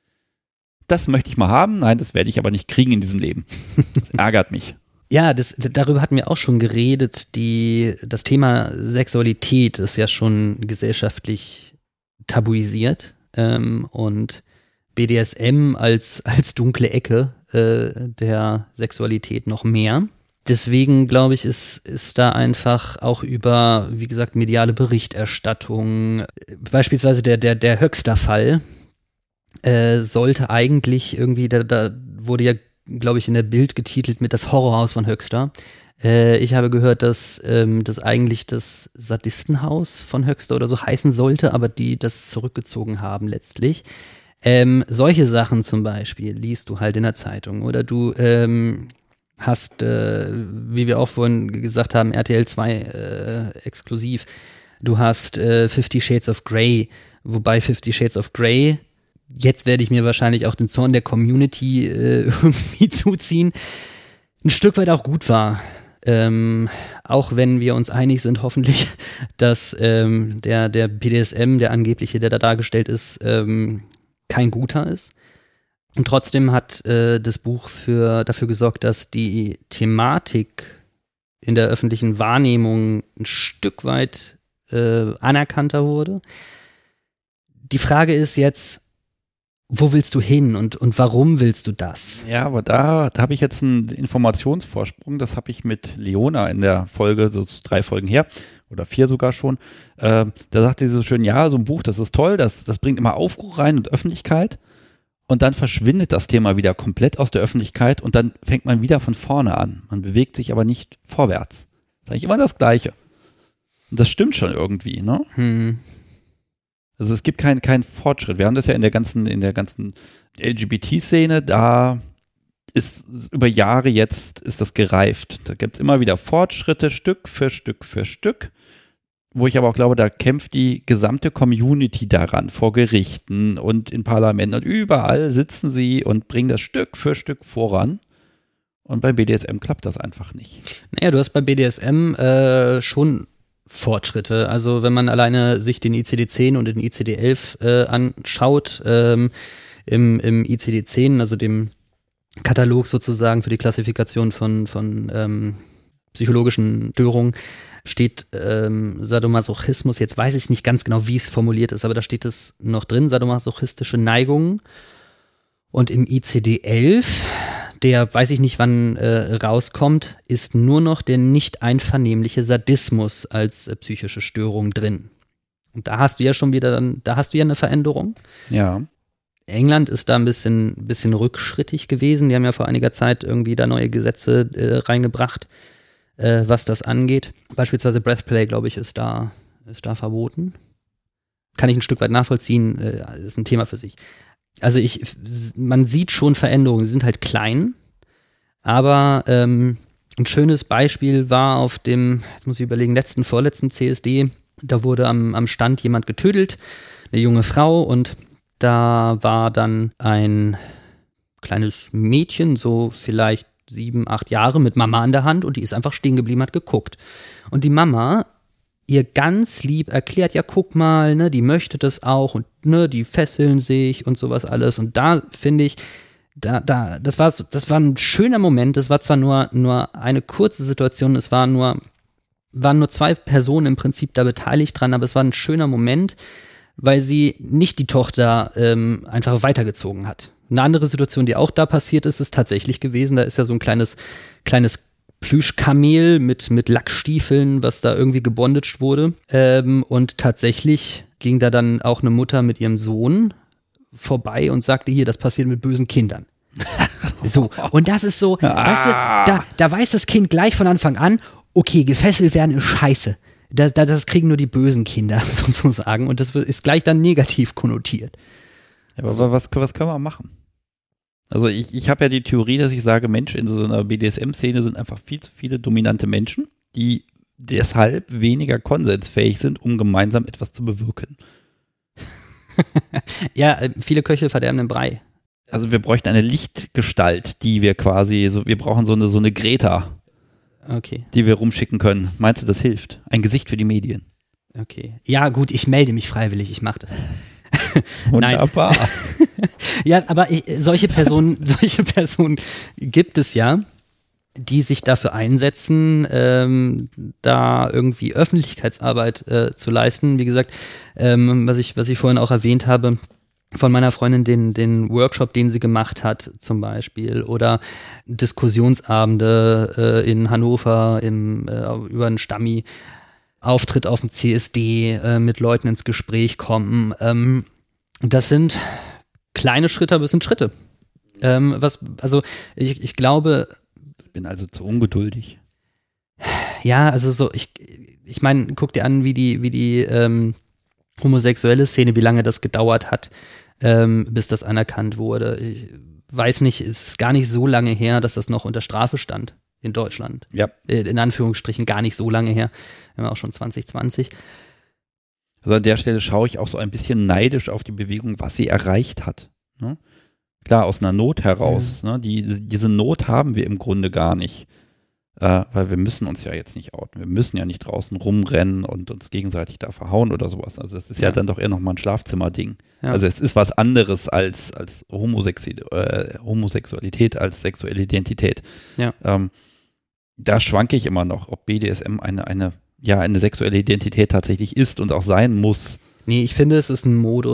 Das möchte ich mal haben, nein, das werde ich aber nicht kriegen in diesem Leben. Das ärgert mich. Ja, das, darüber hatten wir auch schon geredet. Die, das Thema Sexualität ist ja schon gesellschaftlich tabuisiert ähm, und B D S M als, als dunkle Ecke äh, der Sexualität noch mehr. Deswegen, glaube ich, ist, ist da einfach auch über, wie gesagt, mediale Berichterstattung, beispielsweise der, der, der Höxter-Fall, äh, sollte eigentlich irgendwie, da, da wurde ja, glaube ich, in der Bild getitelt mit das Horrorhaus von Höxter. Äh, ich habe gehört, dass ähm, das eigentlich das Sadistenhaus von Höxter oder so heißen sollte, aber die das zurückgezogen haben letztlich. Ähm, solche Sachen zum Beispiel liest du halt in der Zeitung oder du ähm, hast, äh, wie wir auch vorhin gesagt haben, R T L zwei äh, exklusiv. Du hast äh, Fifty Shades of Grey, wobei Fifty Shades of Grey, jetzt werde ich mir wahrscheinlich auch den Zorn der Community äh, irgendwie zuziehen, ein Stück weit auch gut war. Ähm, auch wenn wir uns einig sind, hoffentlich, dass ähm, der, der B D S M, der angebliche, der da dargestellt ist, ähm, kein guter ist. Und trotzdem hat äh, das Buch für, dafür gesorgt, dass die Thematik in der öffentlichen Wahrnehmung ein Stück weit äh, anerkannter wurde. Die Frage ist jetzt, wo willst du hin und, und warum willst du das? Ja, aber da, da habe ich jetzt einen Informationsvorsprung, das habe ich mit Leona in der Folge, so drei Folgen her, oder vier sogar schon, äh, da sagte sie so schön, ja, so ein Buch, das ist toll, das, das bringt immer Aufruhr rein und Öffentlichkeit und dann verschwindet das Thema wieder komplett aus der Öffentlichkeit und dann fängt man wieder von vorne an. Man bewegt sich aber nicht vorwärts. Das ist eigentlich immer das Gleiche. Und das stimmt schon irgendwie, ne? Hm. Also es gibt keinen keinen Fortschritt. Wir haben das ja in der ganzen, in der ganzen L G B T-Szene, da ist über Jahre jetzt, ist das gereift. Da gibt es immer wieder Fortschritte, Stück für Stück für Stück, wo ich aber auch glaube, da kämpft die gesamte Community daran, vor Gerichten und in Parlamenten und überall sitzen sie und bringen das Stück für Stück voran. Und beim B D S M klappt das einfach nicht. Naja, du hast bei B D S M äh, schon Fortschritte. Also wenn man alleine sich den I C D zehn und den I C D elf äh, anschaut, ähm, im, im I C D zehn, also dem Katalog sozusagen für die Klassifikation von, von ähm, psychologischen Störungen, steht ähm, Sadomasochismus, jetzt weiß ich nicht ganz genau, wie es formuliert ist, aber da steht es noch drin, sadomasochistische Neigungen. Und im I C D elf, der weiß ich nicht, wann äh, rauskommt, ist nur noch der nicht einvernehmliche Sadismus als äh, psychische Störung drin. Und da hast du ja schon wieder, dann, da hast du ja eine Veränderung. Ja. England ist da ein bisschen, bisschen rückschrittig gewesen. Die haben ja vor einiger Zeit irgendwie da neue Gesetze äh, reingebracht, äh, was das angeht. Beispielsweise Breathplay, glaube ich, ist da, ist da verboten. Kann ich ein Stück weit nachvollziehen, äh, ist ein Thema für sich. Also ich, man sieht schon Veränderungen, sie sind halt klein, aber ähm, ein schönes Beispiel war auf dem, jetzt muss ich überlegen, letzten, vorletzten C S D, da wurde am, am Stand jemand getötet, eine junge Frau, und da war dann ein kleines Mädchen, so vielleicht sieben, acht Jahre, mit Mama an der Hand, und die ist einfach stehen geblieben, hat geguckt. Und die Mama ihr ganz lieb erklärt, ja, guck mal, ne, die möchte das auch und ne, die fesseln sich und sowas alles. Und da finde ich, da, da, das war, das war ein schöner Moment. Das war zwar nur, nur eine kurze Situation, es war nur, waren nur zwei Personen im Prinzip da beteiligt dran, aber es war ein schöner Moment, weil sie nicht die Tochter ähm, einfach weitergezogen hat. Eine andere Situation, die auch da passiert ist, ist tatsächlich gewesen, da ist ja so ein kleines, kleines Plüschkamel mit, mit Lackstiefeln, was da irgendwie gebondaged wurde. Ähm, und tatsächlich ging da dann auch eine Mutter mit ihrem Sohn vorbei und sagte, hier, das passiert mit bösen Kindern. So, und das ist so, ah. weißt du, da, da weiß das Kind gleich von Anfang an, okay, gefesselt werden ist scheiße. Das, das kriegen nur die bösen Kinder sozusagen, und das ist gleich dann negativ konnotiert. Ja, aber so. was, was können wir machen? Also ich, ich habe ja die Theorie, dass ich sage, Mensch, in so einer B D S M-Szene sind einfach viel zu viele dominante Menschen, die deshalb weniger konsensfähig sind, um gemeinsam etwas zu bewirken. Ja, viele Köche verderben den Brei. Also wir bräuchten eine Lichtgestalt, die wir quasi, so wir brauchen so eine, so eine Greta, okay, die wir rumschicken können. Meinst du, das hilft? Ein Gesicht für die Medien. Okay. Ja gut, ich melde mich freiwillig, ich mache das. Wunderbar. Ja, aber ich, solche Personen, solche Personen gibt es ja, die sich dafür einsetzen, ähm, da irgendwie Öffentlichkeitsarbeit äh, zu leisten. Wie gesagt, ähm, was ich, was ich vorhin auch erwähnt habe, von meiner Freundin den, den Workshop, den sie gemacht hat zum Beispiel, oder Diskussionsabende äh, in Hannover im, äh, über einen Stammi, Auftritt auf dem C S D, äh, mit Leuten ins Gespräch kommen. Ähm, das sind kleine Schritte, aber es sind Schritte. Ähm, was, also ich, ich glaube. Ich bin also zu ungeduldig. Ja, also so, ich, ich meine, guck dir an, wie die, wie die ähm, homosexuelle Szene, wie lange das gedauert hat, ähm, bis das anerkannt wurde. Ich weiß nicht, es ist gar nicht so lange her, dass das noch unter Strafe stand in Deutschland. Ja. In Anführungsstrichen gar nicht so lange her. Wir haben auch schon zwanzig zwanzig. Also an der Stelle schaue ich auch so ein bisschen neidisch auf die Bewegung, was sie erreicht hat. Ne? Klar, aus einer Not heraus. Mhm. Ne? Die, diese Not haben wir im Grunde gar nicht. Äh, weil wir müssen uns ja jetzt nicht outen. Wir müssen ja nicht draußen rumrennen und uns gegenseitig da verhauen oder sowas. Also das ist ja, ja dann doch eher nochmal ein Schlafzimmerding. Ja. Also es ist was anderes als, als Homosexi- äh, Homosexualität, als sexuelle Identität. Ja. Ähm, da schwanke ich immer noch, ob B D S M eine, eine, ja, eine sexuelle Identität tatsächlich ist und auch sein muss. Nee, ich finde, es ist ein Modus.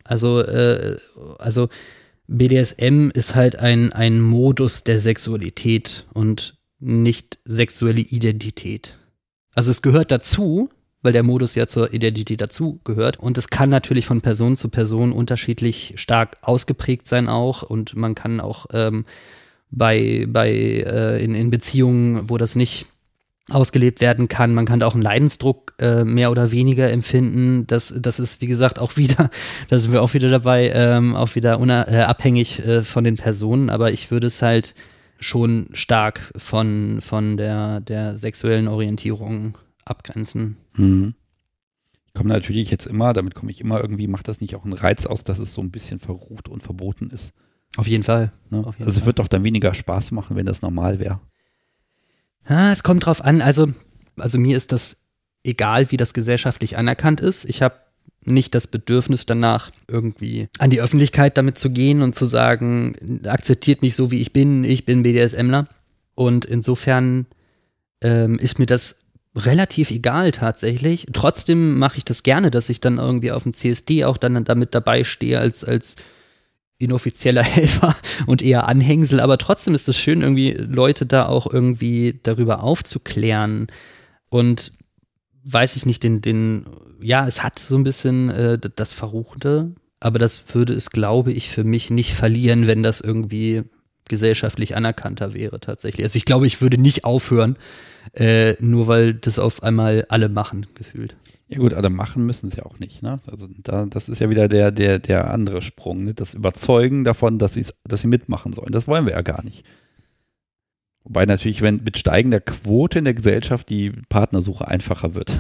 Also, äh, also B D S M ist halt ein, ein Modus der Sexualität und nicht sexuelle Identität. Also es gehört dazu, weil der Modus ja zur Identität dazu gehört. Und es kann natürlich von Person zu Person unterschiedlich stark ausgeprägt sein auch. Und man kann auch ähm, bei, bei äh, in, in Beziehungen, wo das nicht ausgelebt werden kann, man kann da auch einen Leidensdruck äh, mehr oder weniger empfinden. Das, das ist, wie gesagt, auch wieder, da sind wir auch wieder dabei, ähm, auch wieder una- äh, abhängig äh, von den Personen. Aber ich würde es halt schon stark von, von der, der sexuellen Orientierung abgrenzen. Hm. Ich komme natürlich jetzt immer, damit komme ich immer irgendwie, macht das nicht auch einen Reiz aus, dass es so ein bisschen verrucht und verboten ist? Auf jeden Fall. Ne? Auf jeden also es Fall. wird doch dann weniger Spaß machen, wenn das normal wäre. Ah, es kommt drauf an. Also, also mir ist das egal, wie das gesellschaftlich anerkannt ist. Ich habe nicht das Bedürfnis danach, irgendwie an die Öffentlichkeit damit zu gehen und zu sagen, akzeptiert mich so, wie ich bin, ich bin BDSMler. Und insofern ähm, ist mir das relativ egal tatsächlich. Trotzdem mache ich das gerne, dass ich dann irgendwie auf dem C S D auch dann damit dabei stehe als, als inoffizieller Helfer und eher Anhängsel, aber trotzdem ist es schön, irgendwie Leute da auch irgendwie darüber aufzuklären und weiß ich nicht, den, den, ja, es hat so ein bisschen äh, das Verruchte, aber das würde es, glaube ich, für mich nicht verlieren, wenn das irgendwie gesellschaftlich anerkannter wäre tatsächlich. Also ich glaube, ich würde nicht aufhören, äh, nur weil das auf einmal alle machen, gefühlt. Ja gut, alle machen müssen es ja auch nicht, ne? Also da, das ist ja wieder der, der, der andere Sprung, ne? Das Überzeugen davon, dass sie dass sie mitmachen sollen. Das wollen wir ja gar nicht. Wobei natürlich, wenn mit steigender Quote in der Gesellschaft die Partnersuche einfacher wird.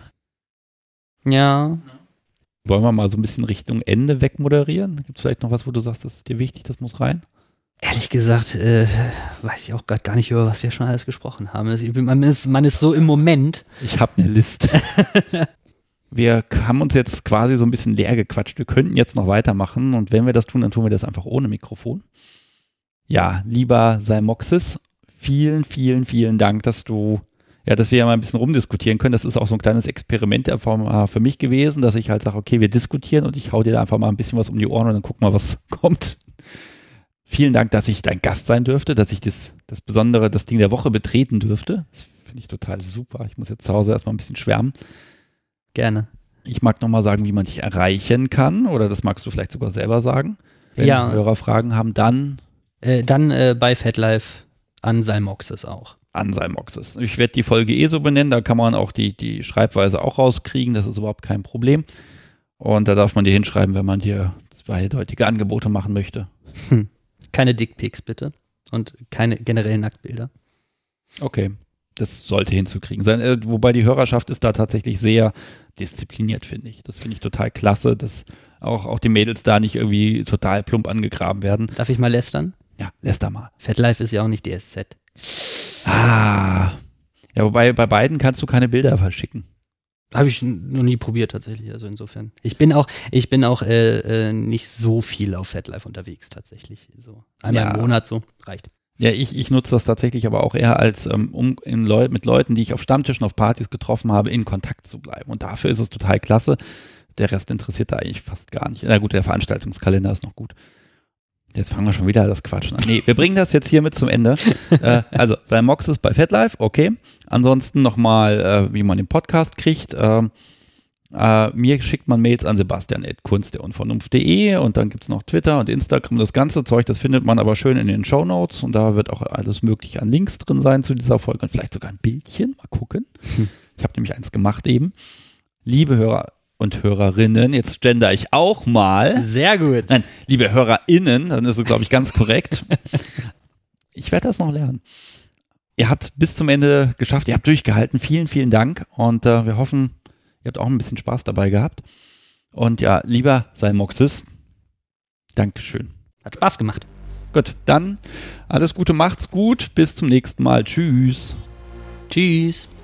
Ja. Wollen wir mal so ein bisschen Richtung Ende wegmoderieren? Gibt es vielleicht noch was, wo du sagst, das ist dir wichtig, das muss rein? Ehrlich gesagt, äh, weiß ich auch gerade gar nicht, über was wir schon alles gesprochen haben. Ich bin, man, ist, man ist so im Moment. Ich habe eine Liste. Wir haben uns jetzt quasi so ein bisschen leer gequatscht. Wir könnten jetzt noch weitermachen und wenn wir das tun, dann tun wir das einfach ohne Mikrofon. Ja, lieber Salmoxis, vielen, vielen, vielen Dank, dass du, ja, dass wir ja mal ein bisschen rumdiskutieren können. Das ist auch so ein kleines Experiment für mich gewesen, dass ich halt sage, okay, wir diskutieren und ich hau dir da einfach mal ein bisschen was um die Ohren und dann guck mal, was kommt. Vielen Dank, dass ich dein Gast sein dürfte, dass ich das, das Besondere, das Ding der Woche betreten dürfte. Das finde ich total super. Ich muss jetzt zu Hause erstmal ein bisschen schwärmen. Gerne. Ich mag nochmal sagen, wie man dich erreichen kann, oder das magst du vielleicht sogar selber sagen. Wenn ja. Hörer Fragen haben, dann äh, dann äh, bei FatLife an Salmoxis auch. An Salmoxis. Ich werde die Folge eh so benennen, da kann man auch die, die Schreibweise auch rauskriegen, das ist überhaupt kein Problem. Und da darf man dir hinschreiben, wenn man dir zweideutige Angebote machen möchte. Hm. Keine Dickpics bitte und keine generellen Nacktbilder. Okay. Das sollte hinzukriegen sein. Äh, wobei die Hörerschaft ist da tatsächlich sehr diszipliniert, finde ich. Das finde ich total klasse, dass auch, auch die Mädels da nicht irgendwie total plump angegraben werden. Darf ich mal lästern? Ja, läster mal. FatLife ist ja auch nicht D S Z. Ah. Ja, wobei bei beiden kannst du keine Bilder verschicken. Habe ich noch nie probiert tatsächlich, also insofern. Ich bin auch, ich bin auch äh, äh, nicht so viel auf FatLife unterwegs tatsächlich. So einmal Ja. im Monat so, reicht. Ja, ich, ich nutze das tatsächlich aber auch eher als, ähm, um in Leu- mit Leuten, die ich auf Stammtischen, auf Partys getroffen habe, in Kontakt zu bleiben. Und dafür ist es total klasse. Der Rest interessiert da eigentlich fast gar nicht. Na gut, der Veranstaltungskalender ist noch gut. Jetzt fangen wir schon wieder das Quatschen an. Nee, wir bringen das jetzt hiermit zum Ende. äh, also, Salmoxis bei FatLife, okay. Ansonsten nochmal, äh, wie man den Podcast kriegt. Ähm, Uh, mir schickt man Mails an sebastian at kunst der unvernunft punkt de und dann gibt es noch Twitter und Instagram. Das ganze Zeug, das findet man aber schön in den Shownotes und da wird auch alles mögliche an Links drin sein zu dieser Folge und vielleicht sogar ein Bildchen. Mal gucken. Hm. Ich habe nämlich eins gemacht eben. Liebe Hörer und Hörerinnen, jetzt gender ich auch mal. Sehr gut. Nein, liebe HörerInnen, dann ist es, glaube ich, ganz korrekt. Ich werde das noch lernen. Ihr habt bis zum Ende geschafft, ihr habt durchgehalten. Vielen, vielen Dank und uh, wir hoffen, ihr habt auch ein bisschen Spaß dabei gehabt. Und ja, lieber Salmoxis, Dankeschön. Hat Spaß gemacht. Gut, dann alles Gute, macht's gut. Bis zum nächsten Mal. Tschüss. Tschüss.